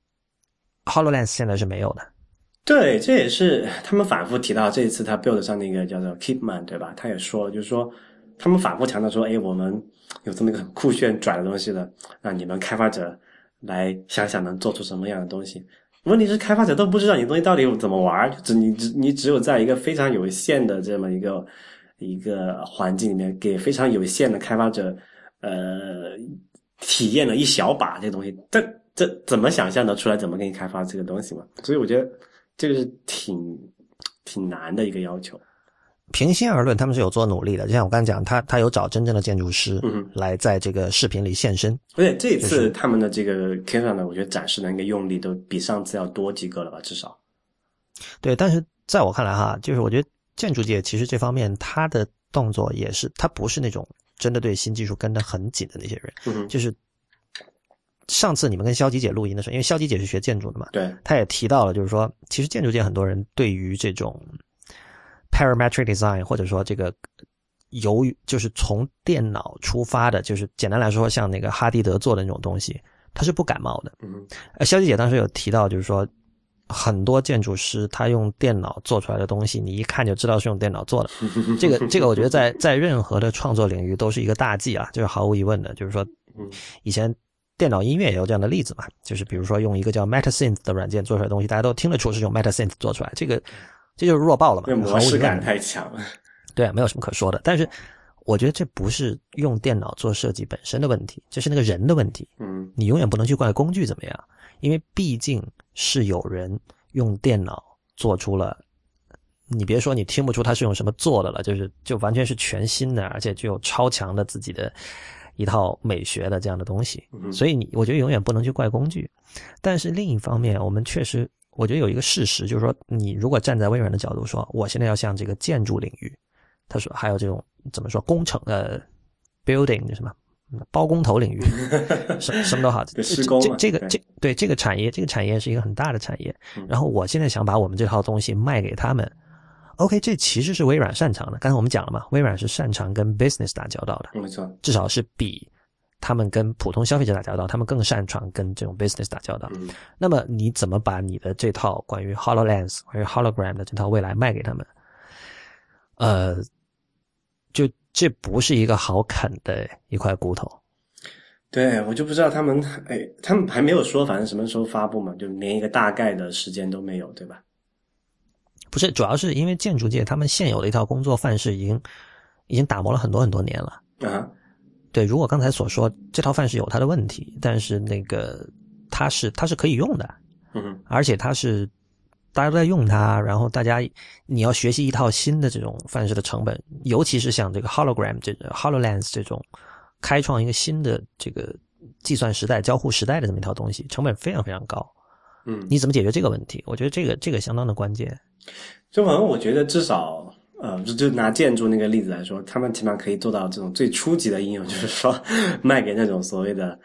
HoloLens 现在是没有的。 对，这也是他们反复提到，这一次他 build 上那个叫做 Kipman， 对吧？他也说了，就是说他们反复强调说，我们有这么一个很酷炫拽的东西了，让你们开发者来想想能做出什么样的东西。问题是开发者都不知道你的东西到底怎么玩，你只有在一个非常有限的这么一个环境里面，给非常有限的开发者体验了一小把这个东西，这怎么想象得出来怎么给你开发这个东西嘛？所以我觉得这个是挺难的一个要求。 平心而论，他们是有做努力的，就像我刚才讲，他有找真正的建筑师来在这个视频里现身。 而且这一次他们的这个 Kipman 呢，我觉得展示的那个用力都比上次要多几个了吧，至少。 对，但是在我看来哈，就是我觉得建筑界其实这方面他的动作也是，他不是那种真的对新技术跟得很紧的那些人。就是上次你们跟肖吉姐录音的时候，因为肖吉姐是学建筑的嘛， 对， 她也提到了，就是说其实建筑界很多人对于这种 parametric design 或者说这个就是从电脑出发的，就是简单来说像那个哈迪德做的那种东西，他是不感冒的。肖吉姐当时有提到，就是说很多建筑师他用电脑做出来的东西，你一看就知道是用电脑做的。这个我觉得在任何的创作领域都是一个大忌啊，就是毫无疑问的。就是说以前电脑音乐也有这样的例子嘛，就是比如说用一个叫 MetaSynth 的软件做出来的东西，大家都听得出是用 MetaSynth 做出来，这就是弱爆了嘛， 这模式感太强了。 对，没有什么可说的。但是我觉得这不是用电脑做设计本身的问题，这是那个人的问题。你永远不能去怪工具怎么样，因为毕竟是有人用电脑做出了，你别说你听不出他是用什么做的了，就完全是全新的，而且具有超强的自己的一套美学的这样的东西。所以我觉得永远不能去怪工具。但是另一方面，我们确实我觉得有一个事实，就是说你如果站在微软的角度说，我现在要向这个建筑领域，他说还有这种怎么说工程building 什么包工头领域什么都好， 施工这个产业是一个很大的产业，然后我现在想把我们这套东西卖给他们，OK， 这其实是微软擅长的。刚才我们讲了嘛，微软是擅长跟 business 打交道的， 没错， 至少是比他们跟普通消费者打交道，他们更擅长跟这种 business 打交道。那么你怎么把你的这套关于 HoloLens 关于 Hologram 的这套未来卖给他们？就这不是一个好啃的一块骨头。 对，我就不知道他们还没有说反正什么时候发布嘛，就连一个大概的时间都没有，对吧？ 不是，主要是因为建筑界他们现有的一套工作范式已经打磨了很多很多年了。对，如果刚才所说这套范式有它的问题，但是那个它是可以用的。而且它是大家都在用它，然后你要学习一套新的这种范式的成本，尤其是像这个 Hologram 这个 HoloLens 这种开创一个新的这个计算时代交互时代的这么一套东西，成本非常非常高。你怎么解决这个问题？我觉得这个相当的关键。 就反正我觉得至少就拿建筑那个例子来说，他们起码可以做到这种最初级的应用，就是说卖给那种所谓的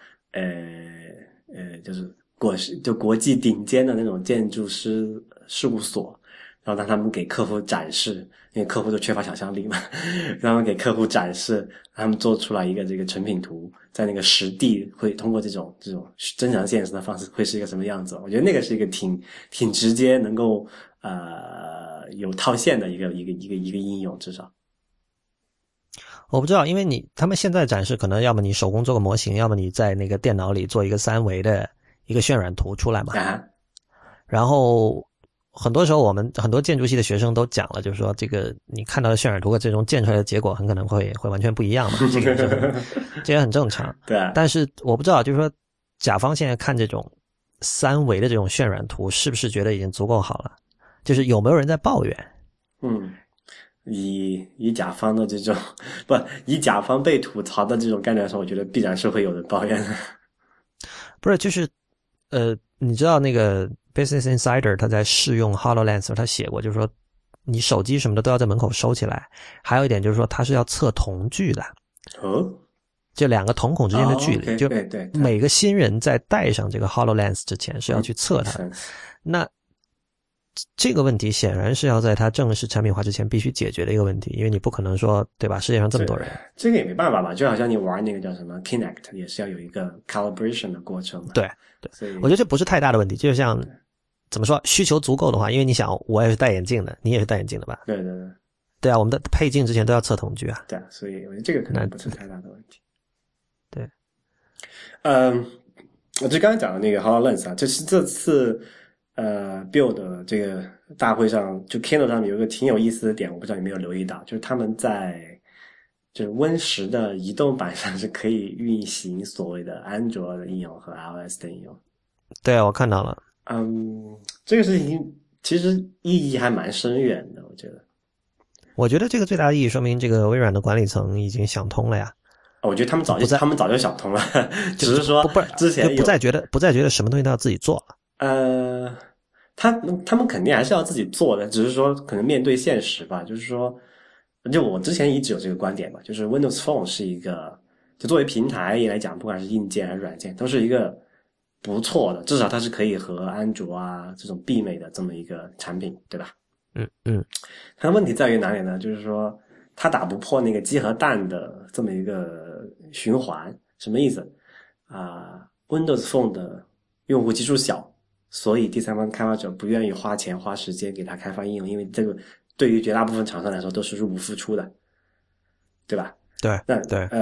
就是国际顶尖的那种建筑师事务所，然后让他们给客户展示，因为客户都缺乏想象力嘛，让他们给客户展示，让他们做出来一个这个成品图，在那个实地会通过这种增强现实的方式会是一个什么样子。我觉得那个是一个挺直接能够有套现的一个应用，至少。 我不知道，因为他们现在展示可能要么你手工做个模型，要么你在那个电脑里做一个3维的一个渲染图出来嘛。然后很多时候我们很多建筑系的学生都讲了，就是说这个你看到的渲染图和最终建出来的结果很可能会完全不一样嘛，这也很正常。 对。 但是我不知道，就是说甲方现在看这种3维的这种渲染图，是不是觉得已经足够好了？就是有没有人在抱怨？ 以甲方的这种以甲方被吐槽的这种概念来说，我觉得必然是会有人抱怨的。 不是，就是你知道那个 Business Insider 他在试用 HoloLens 他写过，就是说你手机什么的都要在门口收起来，还有一点就是说它是要测瞳距的。就两个瞳孔之间的距离，就每个新人在戴上这个 HoloLens 之前是要去测它的。那这个问题显然是要在它正式产品化之前必须解决的一个问题，因为你不可能说，对吧？世界上这么多人， 这个也没办法吧？就好像你玩那个叫什么 Kinect， 也是要有一个 calibration 的过程嘛。 对，我觉得这不是太大的问题。就像怎么说，需求足够的话，因为你想，我也是戴眼镜的，你也是戴眼镜的吧？对啊，我们的配镜之前都要测瞳距啊。 对，所以我觉得这个可能不是太大的问题。 对， 我就刚才讲的那个 HoloLens 啊，这次Build 的这个大会上，就 Keynote 上面有一个挺有意思的点，我不知道你有没有留意到，就是他们在就是 Win10 的移动版上是可以运行所谓的安卓的应用和 iOS 的应用。 对，我看到了。 这个事情其实意义还蛮深远的，我觉得。 我觉得这个最大的意义说明这个微软的管理层已经想通了呀。 我觉得他们早就想通了，只是说之前不再觉得什么东西都要自己做了。 他们肯定还是要自己做的，只是说可能面对现实吧，就是说，就我之前一直有这个观点吧，就是 Windows Phone 是一个，就作为平台来讲，不管是硬件还是软件，都是一个不错的，至少它是可以和安卓啊这种媲美的这么一个产品，对吧？它的问题在于哪里呢？就是说它打不破那个鸡和蛋的这么一个循环。什么意思？Windows Phone 的用户基数小，所以第三方开发者不愿意花钱花时间给它开发应用，因为这个对于绝大部分厂商来说都是入不敷出的，对吧？ 对，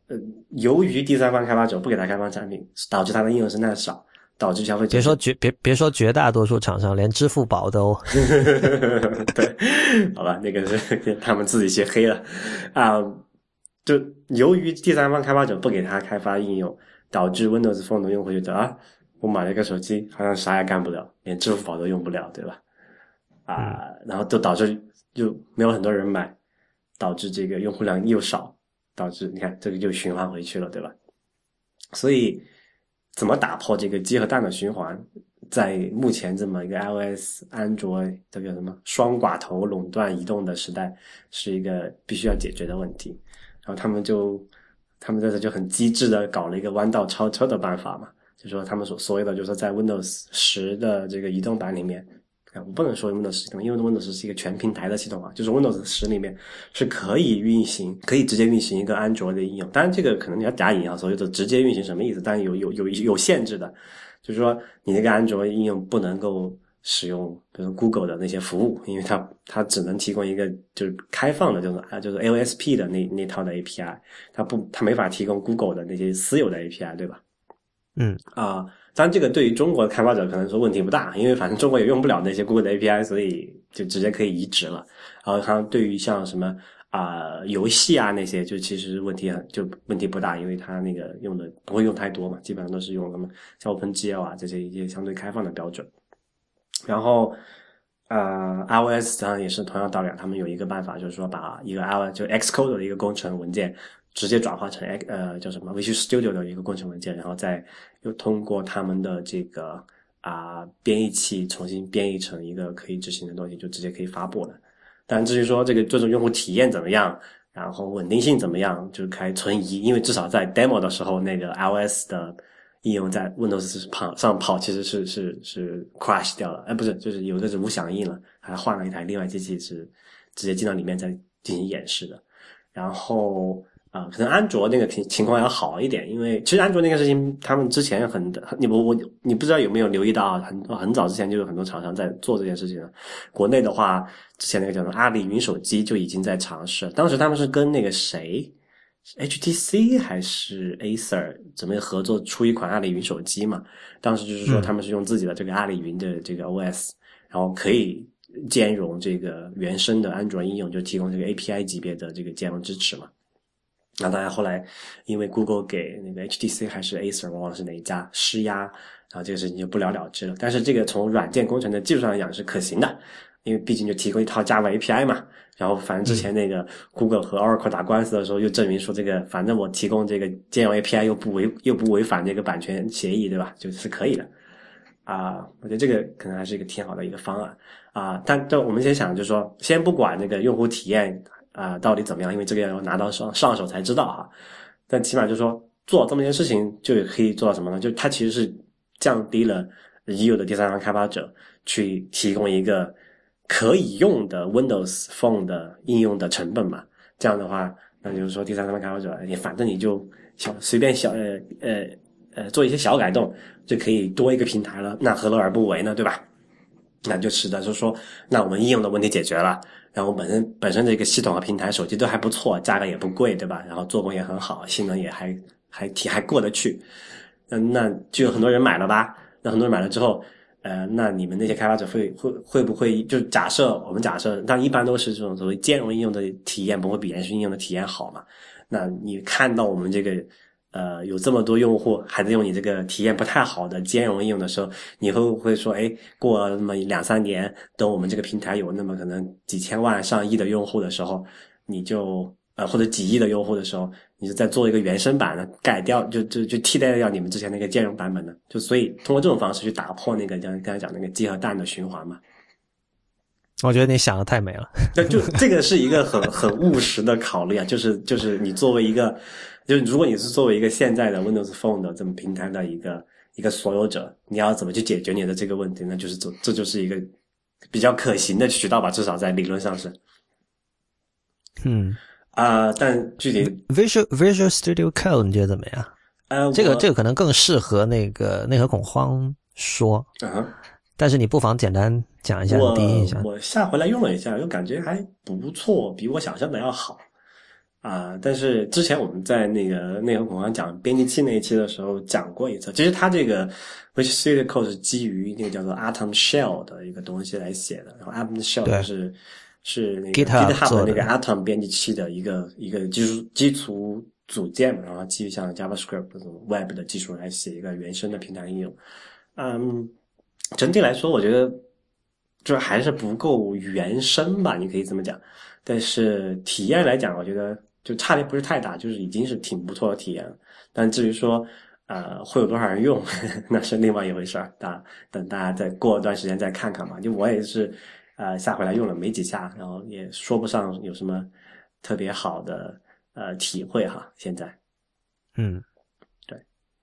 由于第三方开发者不给他开放产品，导致他的应用生态少，导致消费者别说绝大多数厂商，连支付宝都对，好吧，那个是他们自己先黑了啊。就由于第三方开发者不给他开发应用，导致 Windows Phone 的用户觉得啊，我买了一个手机，好像啥也干不了，连支付宝都用不了，对吧？然后都导致就没有很多人买，导致这个用户量又少，导致你看这个就循环回去了，对吧？所以怎么打破这个鸡和蛋的循环，在目前这么一个 iOS、安卓这个什么双寡头垄断移动的时代，是一个必须要解决的问题。然后他们在这就很机智的搞了一个弯道超车的办法嘛，就是说他们所谓的就是说在 Windows 10的这个移动版里面，我不能说 Windows 10，因为 Windows 是一个全平台的系统啊，就是 Windows 10里面是可以直接运行一个安卓的应用。当然这个可能你要打引号，所谓的直接运行什么意思？当然有限制的，就是说你那个安卓应用不能够使用比如 Google 的那些服务，因为它只能提供一个就是开放的就是 AOSP 的那套的 API， 它没法提供 Google 的那些私有的 API， 对吧？当然这个对于中国的开发者可能说问题不大，因为反正中国也用不了那些 Google 的 API， 所以就直接可以移植了。然后它对于像什么游戏啊那些，就其实问题不大，因为它那个用的不会用太多嘛，基本上都是用什么像 OpenGL 啊这些一些相对开放的标准。然后iOS 当然也是同样道理，他们有一个办法，就是说把一个 iOS 就 Xcode 的一个工程文件直接转化成叫什么 Visual Studio 的一个工程文件，然后再又通过他们的这个编译器重新编译成一个可以执行的东西，就直接可以发布了。但至于说这种用户体验怎么样，然后稳定性怎么样，就该存疑，因为至少在 demo 的时候，那个 iOS 的应用在 Windows 上跑其实是 crash 掉了，不是，就是有的是无响应了，还换了一台另外机器是直接进到里面再进行演示的。然后可能安卓那个情况要好一点，因为其实安卓那个事情，他们之前你不知道有没有留意到啊？很早之前就有很多厂商在做这件事情了。国内的话，之前那个叫做阿里云手机就已经在尝试，当时他们是跟那个谁，HTC 还是 Acer 怎么合作出一款阿里云手机嘛？当时就是说他们是用自己的这个阿里云的这个 OS，然后可以兼容这个原生的安卓应用，就提供这个 API 级别的这个兼容支持嘛。那当然后来因为 Google 给那个 HTC 还是 Acer 忘了是哪一家施压，然后这个事情就不了了之了。但是这个从软件工程的技术上来讲是可行的，因为毕竟就提供一套 Java API 嘛。然后反正之前那个 Google 和 Oracle 打官司的时候，又证明说这个反正我提供这个兼容 API 又不违反这个版权协议，对吧？就是可以的。我觉得这个可能还是一个挺好的一个方案但我们先想就是说，先不管那个用户体验到底怎么样，因为这个要拿到上手才知道哈。但起码就是说做这么一件事情就可以做到什么呢？就它其实是降低了已有的第三方开发者去提供一个可以用的 Windows Phone 的应用的成本嘛。这样的话，那就是说第三方开发者反正你就随便做一些小改动就可以多一个平台了，那何乐而不为呢？对吧？那就使得就是说，那我们应用的问题解决了，然后本身这个系统和平台手机都还不错，价格也不贵，对吧？然后做工也很好，性能也还过得去，那就有很多人买了吧？那很多人买了之后，那你们那些开发者会不会就我们假设，但一般都是这种所谓兼容应用的体验不会比原生应用的体验好嘛？那你看到我们这个有这么多用户还在用你这个体验不太好的兼容应用的时候，你会不会说，过了那么2-3年，等我们这个平台有那么可能几千万上亿的用户的时候，你就或者几亿的用户的时候，你就再做一个原生版的改掉，就替代掉你们之前那个兼容版本的，就所以通过这种方式去打破那个像刚才讲那个鸡和蛋的循环嘛。 我觉得你想的太美了。 就这个是一个很务实的考虑啊，就是你作为一个，就是如果你是作为一个现在的 Windows Phone 的这么平台的一个所有者，你要怎么去解决你的这个问题呢？就是这就是一个比较可行的渠道吧，至少在理论上是。但具体 Visual Studio Code 你觉得怎么样？这个可能更适合那个内核恐慌说。但是你不妨简单讲一下你第一印象。 我下回来用了一下，又感觉还不错，比我想象的要好。 但是之前我们在那个内核恐慌讲编辑器那一期的时候讲过一次，其实它这个 Visual Studio Code 是基于那个叫做 Atom Shell 的一个东西来写的，然后 Atom Shell 是那个 GitHub 的那个 Atom 编辑器的一个基础组件，然后基于像 JavaScript 这种 Web 的技术来写一个原生的平台应用。整体来说，我觉得就还是不够原生吧，你可以这么讲。但是体验来讲，我觉得就差别不是太大，就是已经是挺不错的体验了。但至于说会有多少人用，那是另外一回事儿。等大家再过一段时间再看看嘛。就我也是下回来用了没几下，然后也说不上有什么特别好的体会哈。现在，对。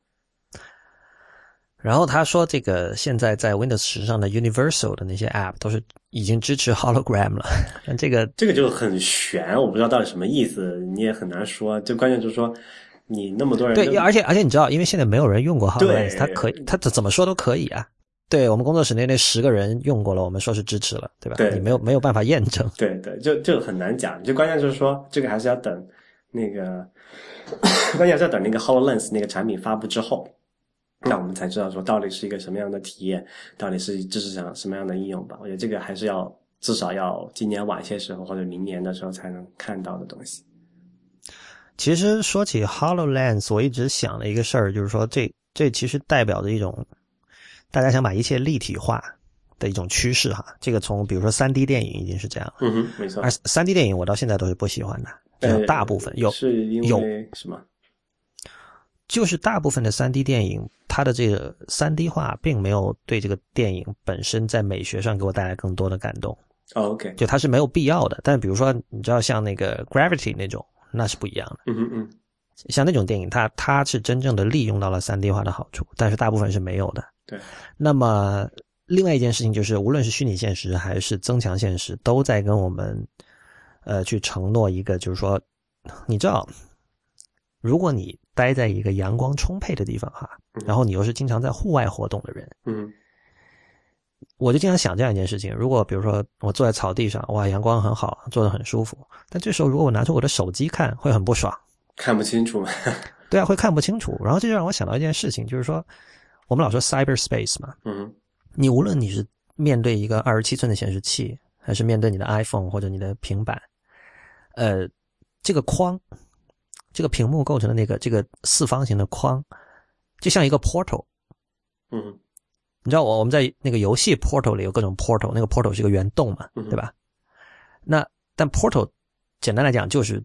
然后他说，这个现在在 Windows 10上的 Universal 的那些 App 都是已经支持 Hologram 了，但这个就很悬，我不知道到底什么意思，你也很难说。就关键就是说，你那么多人对，而且你知道，因为现在没有人用过 HoloLens，他怎么说都可以啊。对，我们工作室那10个人用过了，我们说是支持了，对吧？ 对， 你没有办法验证。 对，就很难讲。就关键就是说，这个还是要等那个，关键是要等那个 HoloLens 那个产品发布之后。那我们才知道说到底是一个什么样的体验，到底是支持什么样的应用吧。我觉得这个还是至少要今年晚些时候或者明年的时候才能看到的东西。 其实说起 HoloLens， 我一直想的一个事儿就是说，这其实代表着一种大家想把一切立体化的一种趋势哈。这个从比如说 3D 电影已经是这样了， 没错。 而 3D 电影我到现在都是不喜欢的，就是大部分是因为什么？ 就是大部分的 3D 电影，它的这个 3D 化并没有对这个电影本身在美学上给我带来更多的感动。 OK， 就它是没有必要的。但比如说，你知道像那个 Gravity 那种，那是不一样的。像那种电影，它是真正的利用到了 3D 化的好处，但是大部分是没有的。 对。那么另外一件事情就是，无论是虚拟现实还是增强现实，都在跟我们去承诺一个，就是说，你知道，如果你待在一个阳光充沛的地方哈，然后你又是经常在户外活动的人，我就经常想这样一件事情：如果比如说我坐在草地上，哇，阳光很好，坐得很舒服，但这时候如果我拿出我的手机看，会很不爽， 看不清楚嘛。 对啊，会看不清楚。然后这就让我想到一件事情，就是说，我们老说 cyberspace 嘛，你无论你是面对一个27寸的显示器，还是面对你的 iPhone 或者你的平板，这个框。这个屏幕构成的这个四方形的框，就像一个 portal。你知道我们在那个游戏 portal 里有各种 portal， 那个 portal 是一个圆洞嘛，对吧？但 portal 简单来讲就是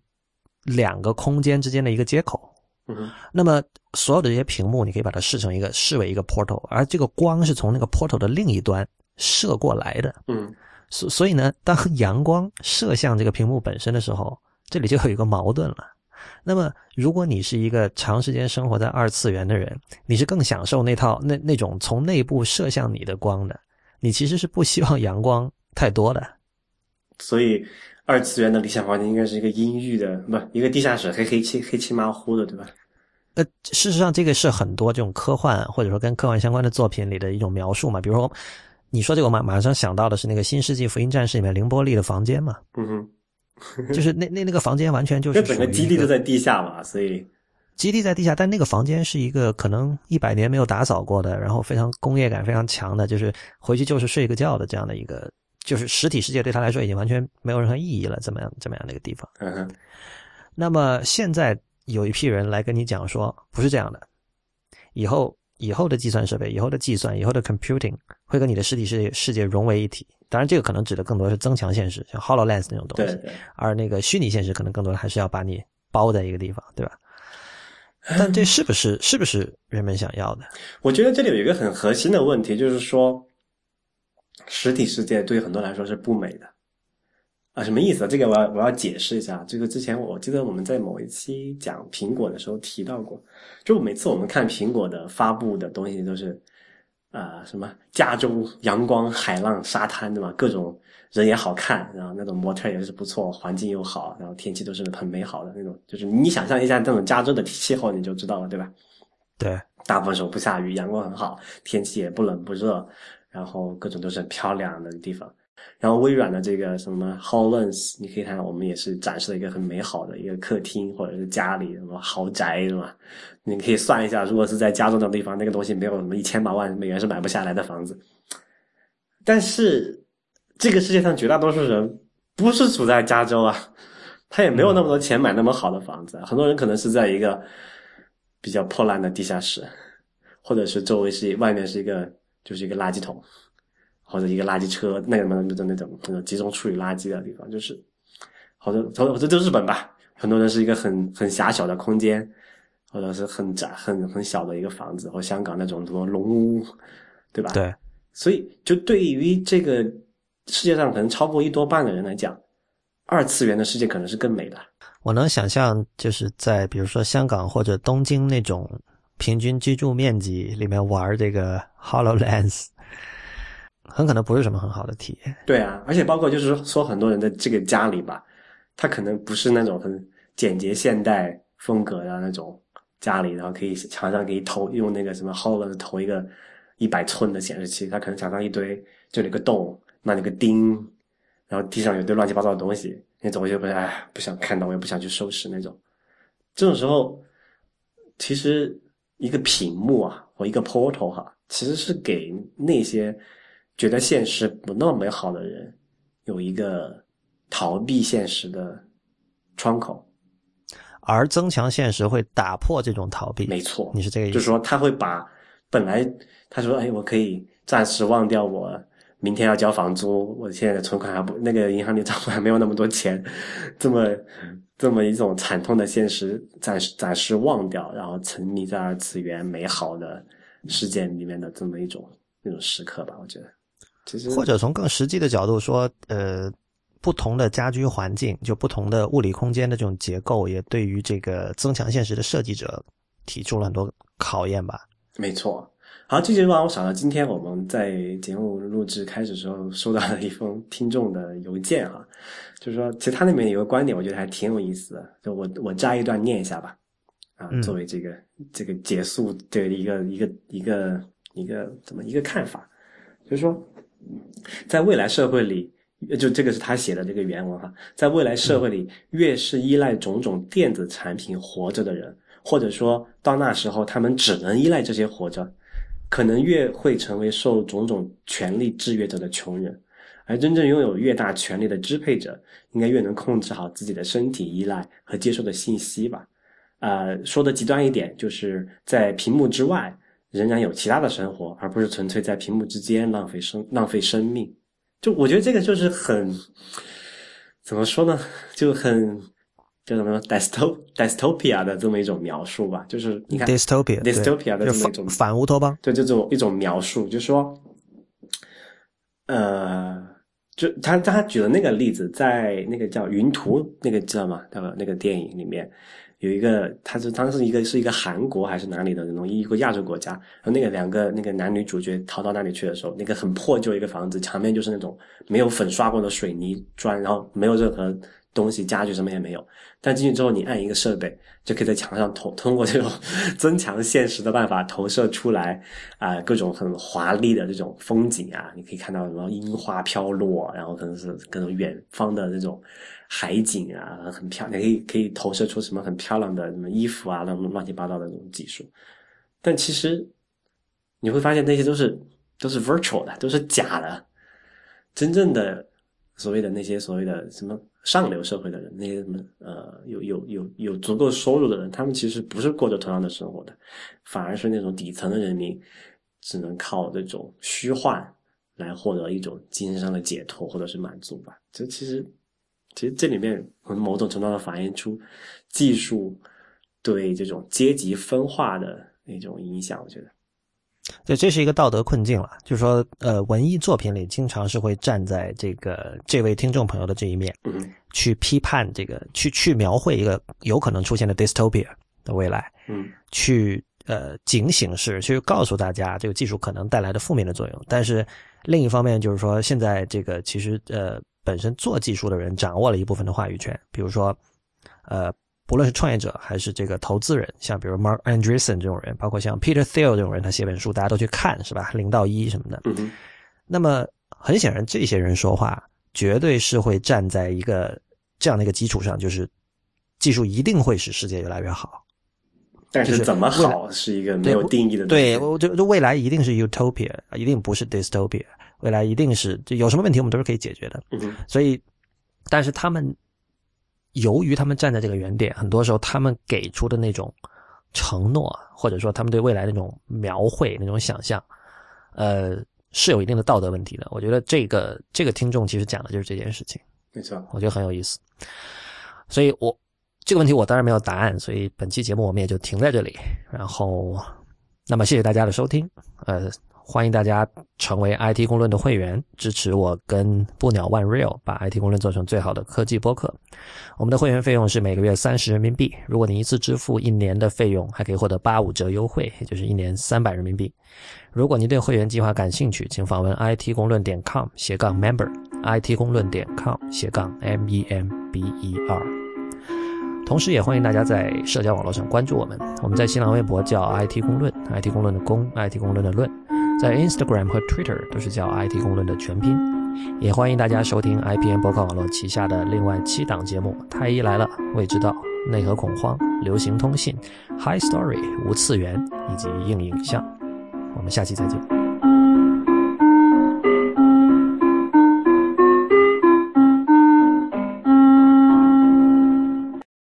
2个空间之间的一个接口。那么所有的这些屏幕，你可以把它视为一个 portal， 而这个光是从那个 portal 的另一端射过来的。所以呢，当阳光射向这个屏幕本身的时候，这里就有一个矛盾了。那么如果你是一个长时间生活在2次元的人，你是更享受那种从内部射向你的光的，你其实是不希望阳光太多的。 所以2次元的理想环境应该是一个阴郁的，不，一个地下室黑漆麻糊的，对吧？ 事实上这个是很多这种科幻或者说跟科幻相关的作品里的一种描述嘛。比如说你说这个，我马上想到的是那个新世纪福音战士里面凌波丽的房间嘛。就是那个房间完全就是整个基地都在地下嘛，所以基地在地下，但那个房间是一个可能100年没有打扫过的，然后非常工业感非常强的，就是回去就是睡个觉的这样的一个，就是实体世界对他来说已经完全没有任何意义了，这么样的一个地方。那么现在有一批人来跟你讲说，不是这样的，以后的计算设备，以后的计算，以后的 computing 会跟你的实体世界融为一体。当然这个可能指的更多是增强现实，像 HoloLens 那种东西。 对。 而那个虚拟现实可能更多的还是要把你包在一个地方，对吧？但这是不是人们想要的？ 我觉得这里有一个很核心的问题，就是说实体世界对很多人来说是不美的。什么意思啊？这个我要解释一下。这个之前我记得我们在某一期讲苹果的时候提到过，就每次我们看苹果的发布的东西都是什么加州阳光海浪沙滩，对吧？各种人也好看，然后那种模特也是不错，环境又好，然后天气都是很美好的那种，就是你想象一下这种加州的气候你就知道了，对吧？ 对， 大部分时候不下雨，阳光很好，天气也不冷不热，然后各种都是很漂亮的地方。 然后微软的这个什么 HoloLens， 你可以看到我们也是展示了一个很美好的一个客厅或者是家里什么豪宅是吧？你可以算一下，如果是在加州那种地方，那个东西没有什么1000把万美元是买不下来的房子。但是这个世界上绝大多数人不是处在加州啊，他也没有那么多钱买那么好的房子，很多人可能是在一个比较破烂的地下室，或者是周围是外面是一个就是一个垃圾桶，或者一个垃圾车，那种集中处理垃圾的地方，就是或者就日本吧，很多人是一个很狭小的空间，或者是很窄很小的一个房子，或香港那种什么龙屋，对吧？ 对， 所以就对于这个世界上可能超过1多半的人来讲，二次元的世界可能是更美的。 我能想象就是在比如说香港或者东京那种平均居住面积里面玩这个 HoloLens， 很可能不是什么很好的体验。 对啊，而且包括就是说很多人的这个家里吧，他可能不是那种很简洁现代风格的那种家里，然后可以墙上可以用那个什么 HoloLens 投一个100寸的显示器，他可能墙上一堆就有一个洞，那里个钉，然后地上有堆乱七八糟的东西，那种我就不想看到，我也不想去收拾那种。这种时候其实一个屏幕啊或一个 portal 哈，其实是给那些觉得现实不那么美好的人有一个逃避现实的窗口， 而增强现实会打破这种逃避。 没错， 你是这个意思？ 就是说他会把本来他说我可以暂时忘掉我明天要交房租，我现在的存款还不那个银行里账户还没有那么多钱，这么一种惨痛的现实暂时忘掉，然后沉迷在二次元美好的世界里面的这么那种时刻吧，我觉得。其实或者从更实际的角度说，不同的家居环境，就不同的物理空间的这种结构，也对于这个增强现实的设计者提出了很多考验吧。 没错。好，这就让我想到今天我们在节目录制开始的时候收到了一封听众的邮件哈，就是说其实他那边有个观点我觉得还挺有意思的，就我摘一段念一下吧，作为这个结束的一个看法，就是说在未来社会里，就这个是他写的这个原文哈，在未来社会里，越是依赖种种电子产品活着的人，或者说到那时候他们只能依赖这些活着，可能越会成为受种种权力制约者的穷人，而真正拥有越大权力的支配者，应该越能控制好自己的身体依赖和接受的信息吧。说的极端一点，就是在屏幕之外仍然有其他的生活，而不是纯粹在屏幕之间浪费生命。就我觉得这个就是很怎么说呢，就很叫什么 dystopia 的这么一种描述吧，就是你看 dystopia 的这么一种反乌托邦， 对这种一种描述，就是说就他举了那个例子，在那个叫云图那个知道吗？那个电影里面有一个，当时是一个韩国还是哪里的那种一个亚洲国家，然后那个男女主角逃到那里去的时候，那个很破旧一个房子，墙面就是那种没有粉刷过的水泥砖，然后没有任何东西，家具什么也没有。但进去之后，你按一个设备，就可以在墙上通过这种增强现实的办法投射出来各种很华丽的这种风景啊，你可以看到什么樱花飘落，然后可能是各种远方的这种海景啊，很漂亮，可以投射出什么很漂亮的什么衣服啊，那种乱七八糟的那种技术。但其实你会发现那些都是 virtual 的，都是假的。真正的所谓的那些所谓的什么上流社会的人，那些什么有足够收入的人，他们其实不是过着同样的生活的，反而是那种底层的人民只能靠这种虚幻来获得一种精神上的解脱或者是满足吧。其实这里面某种程度上反映出技术对这种阶级分化的那种影响，我觉得。 对，这是一个道德困境了，就是说文艺作品里经常是会站在这位听众朋友的这一面，去批判这个去描绘一个有可能出现的 dystopia 的未来，去警醒式去告诉大家这个技术可能带来的负面的作用。但是另一方面就是说，现在这个其实本身做技术的人掌握了一部分的话语权，比如说不论是创业者还是这个投资人，像比如 Mark Andreessen 这种人，包括像 Peter Thiel 这种人，他写本书大家都去看是吧，0到1什么的。那么很显然这些人说话绝对是会站在一个这样的一个基础上，就是技术一定会使世界越来越好。 但是怎么好是一个没有定义的东西。 对，就未来一定是 utopia， 一定不是 dystopia， 未来一定是就有什么问题我们都是可以解决的。所以但是他们由于他们站在这个原点，很多时候他们给出的那种承诺，或者说他们对未来那种描绘那种想象是有一定的道德问题的。我觉得这个听众其实讲的就是这件事情。 没错， 我觉得很有意思。所以这个问题我当然没有答案，所以本期节目我们也就停在这里。然后那么谢谢大家的收听，欢迎大家成为 IT 公论的会员，支持我跟不鸟 One Real 把 IT 公论做成最好的科技播客。我们的会员费用是每个月30人民币，如果你一次支付1年的费用，还可以获得85折优惠，也就是1年300人民币。如果你对会员计划感兴趣，请访问 it公论.com/member it公论.com/member。同时也欢迎大家在社交网络上关注我们，我们在新浪微博叫 IT 公论， IT 公论的公， IT 公论的论，在 Instagram 和 Twitter 都是叫 IT 公论的全拼。也欢迎大家收听 IPN 播客网络旗下的另外7档节目：太医来了、未知道、内核恐慌、流行通信、High Story、无次元以及硬影像。我们下期再见。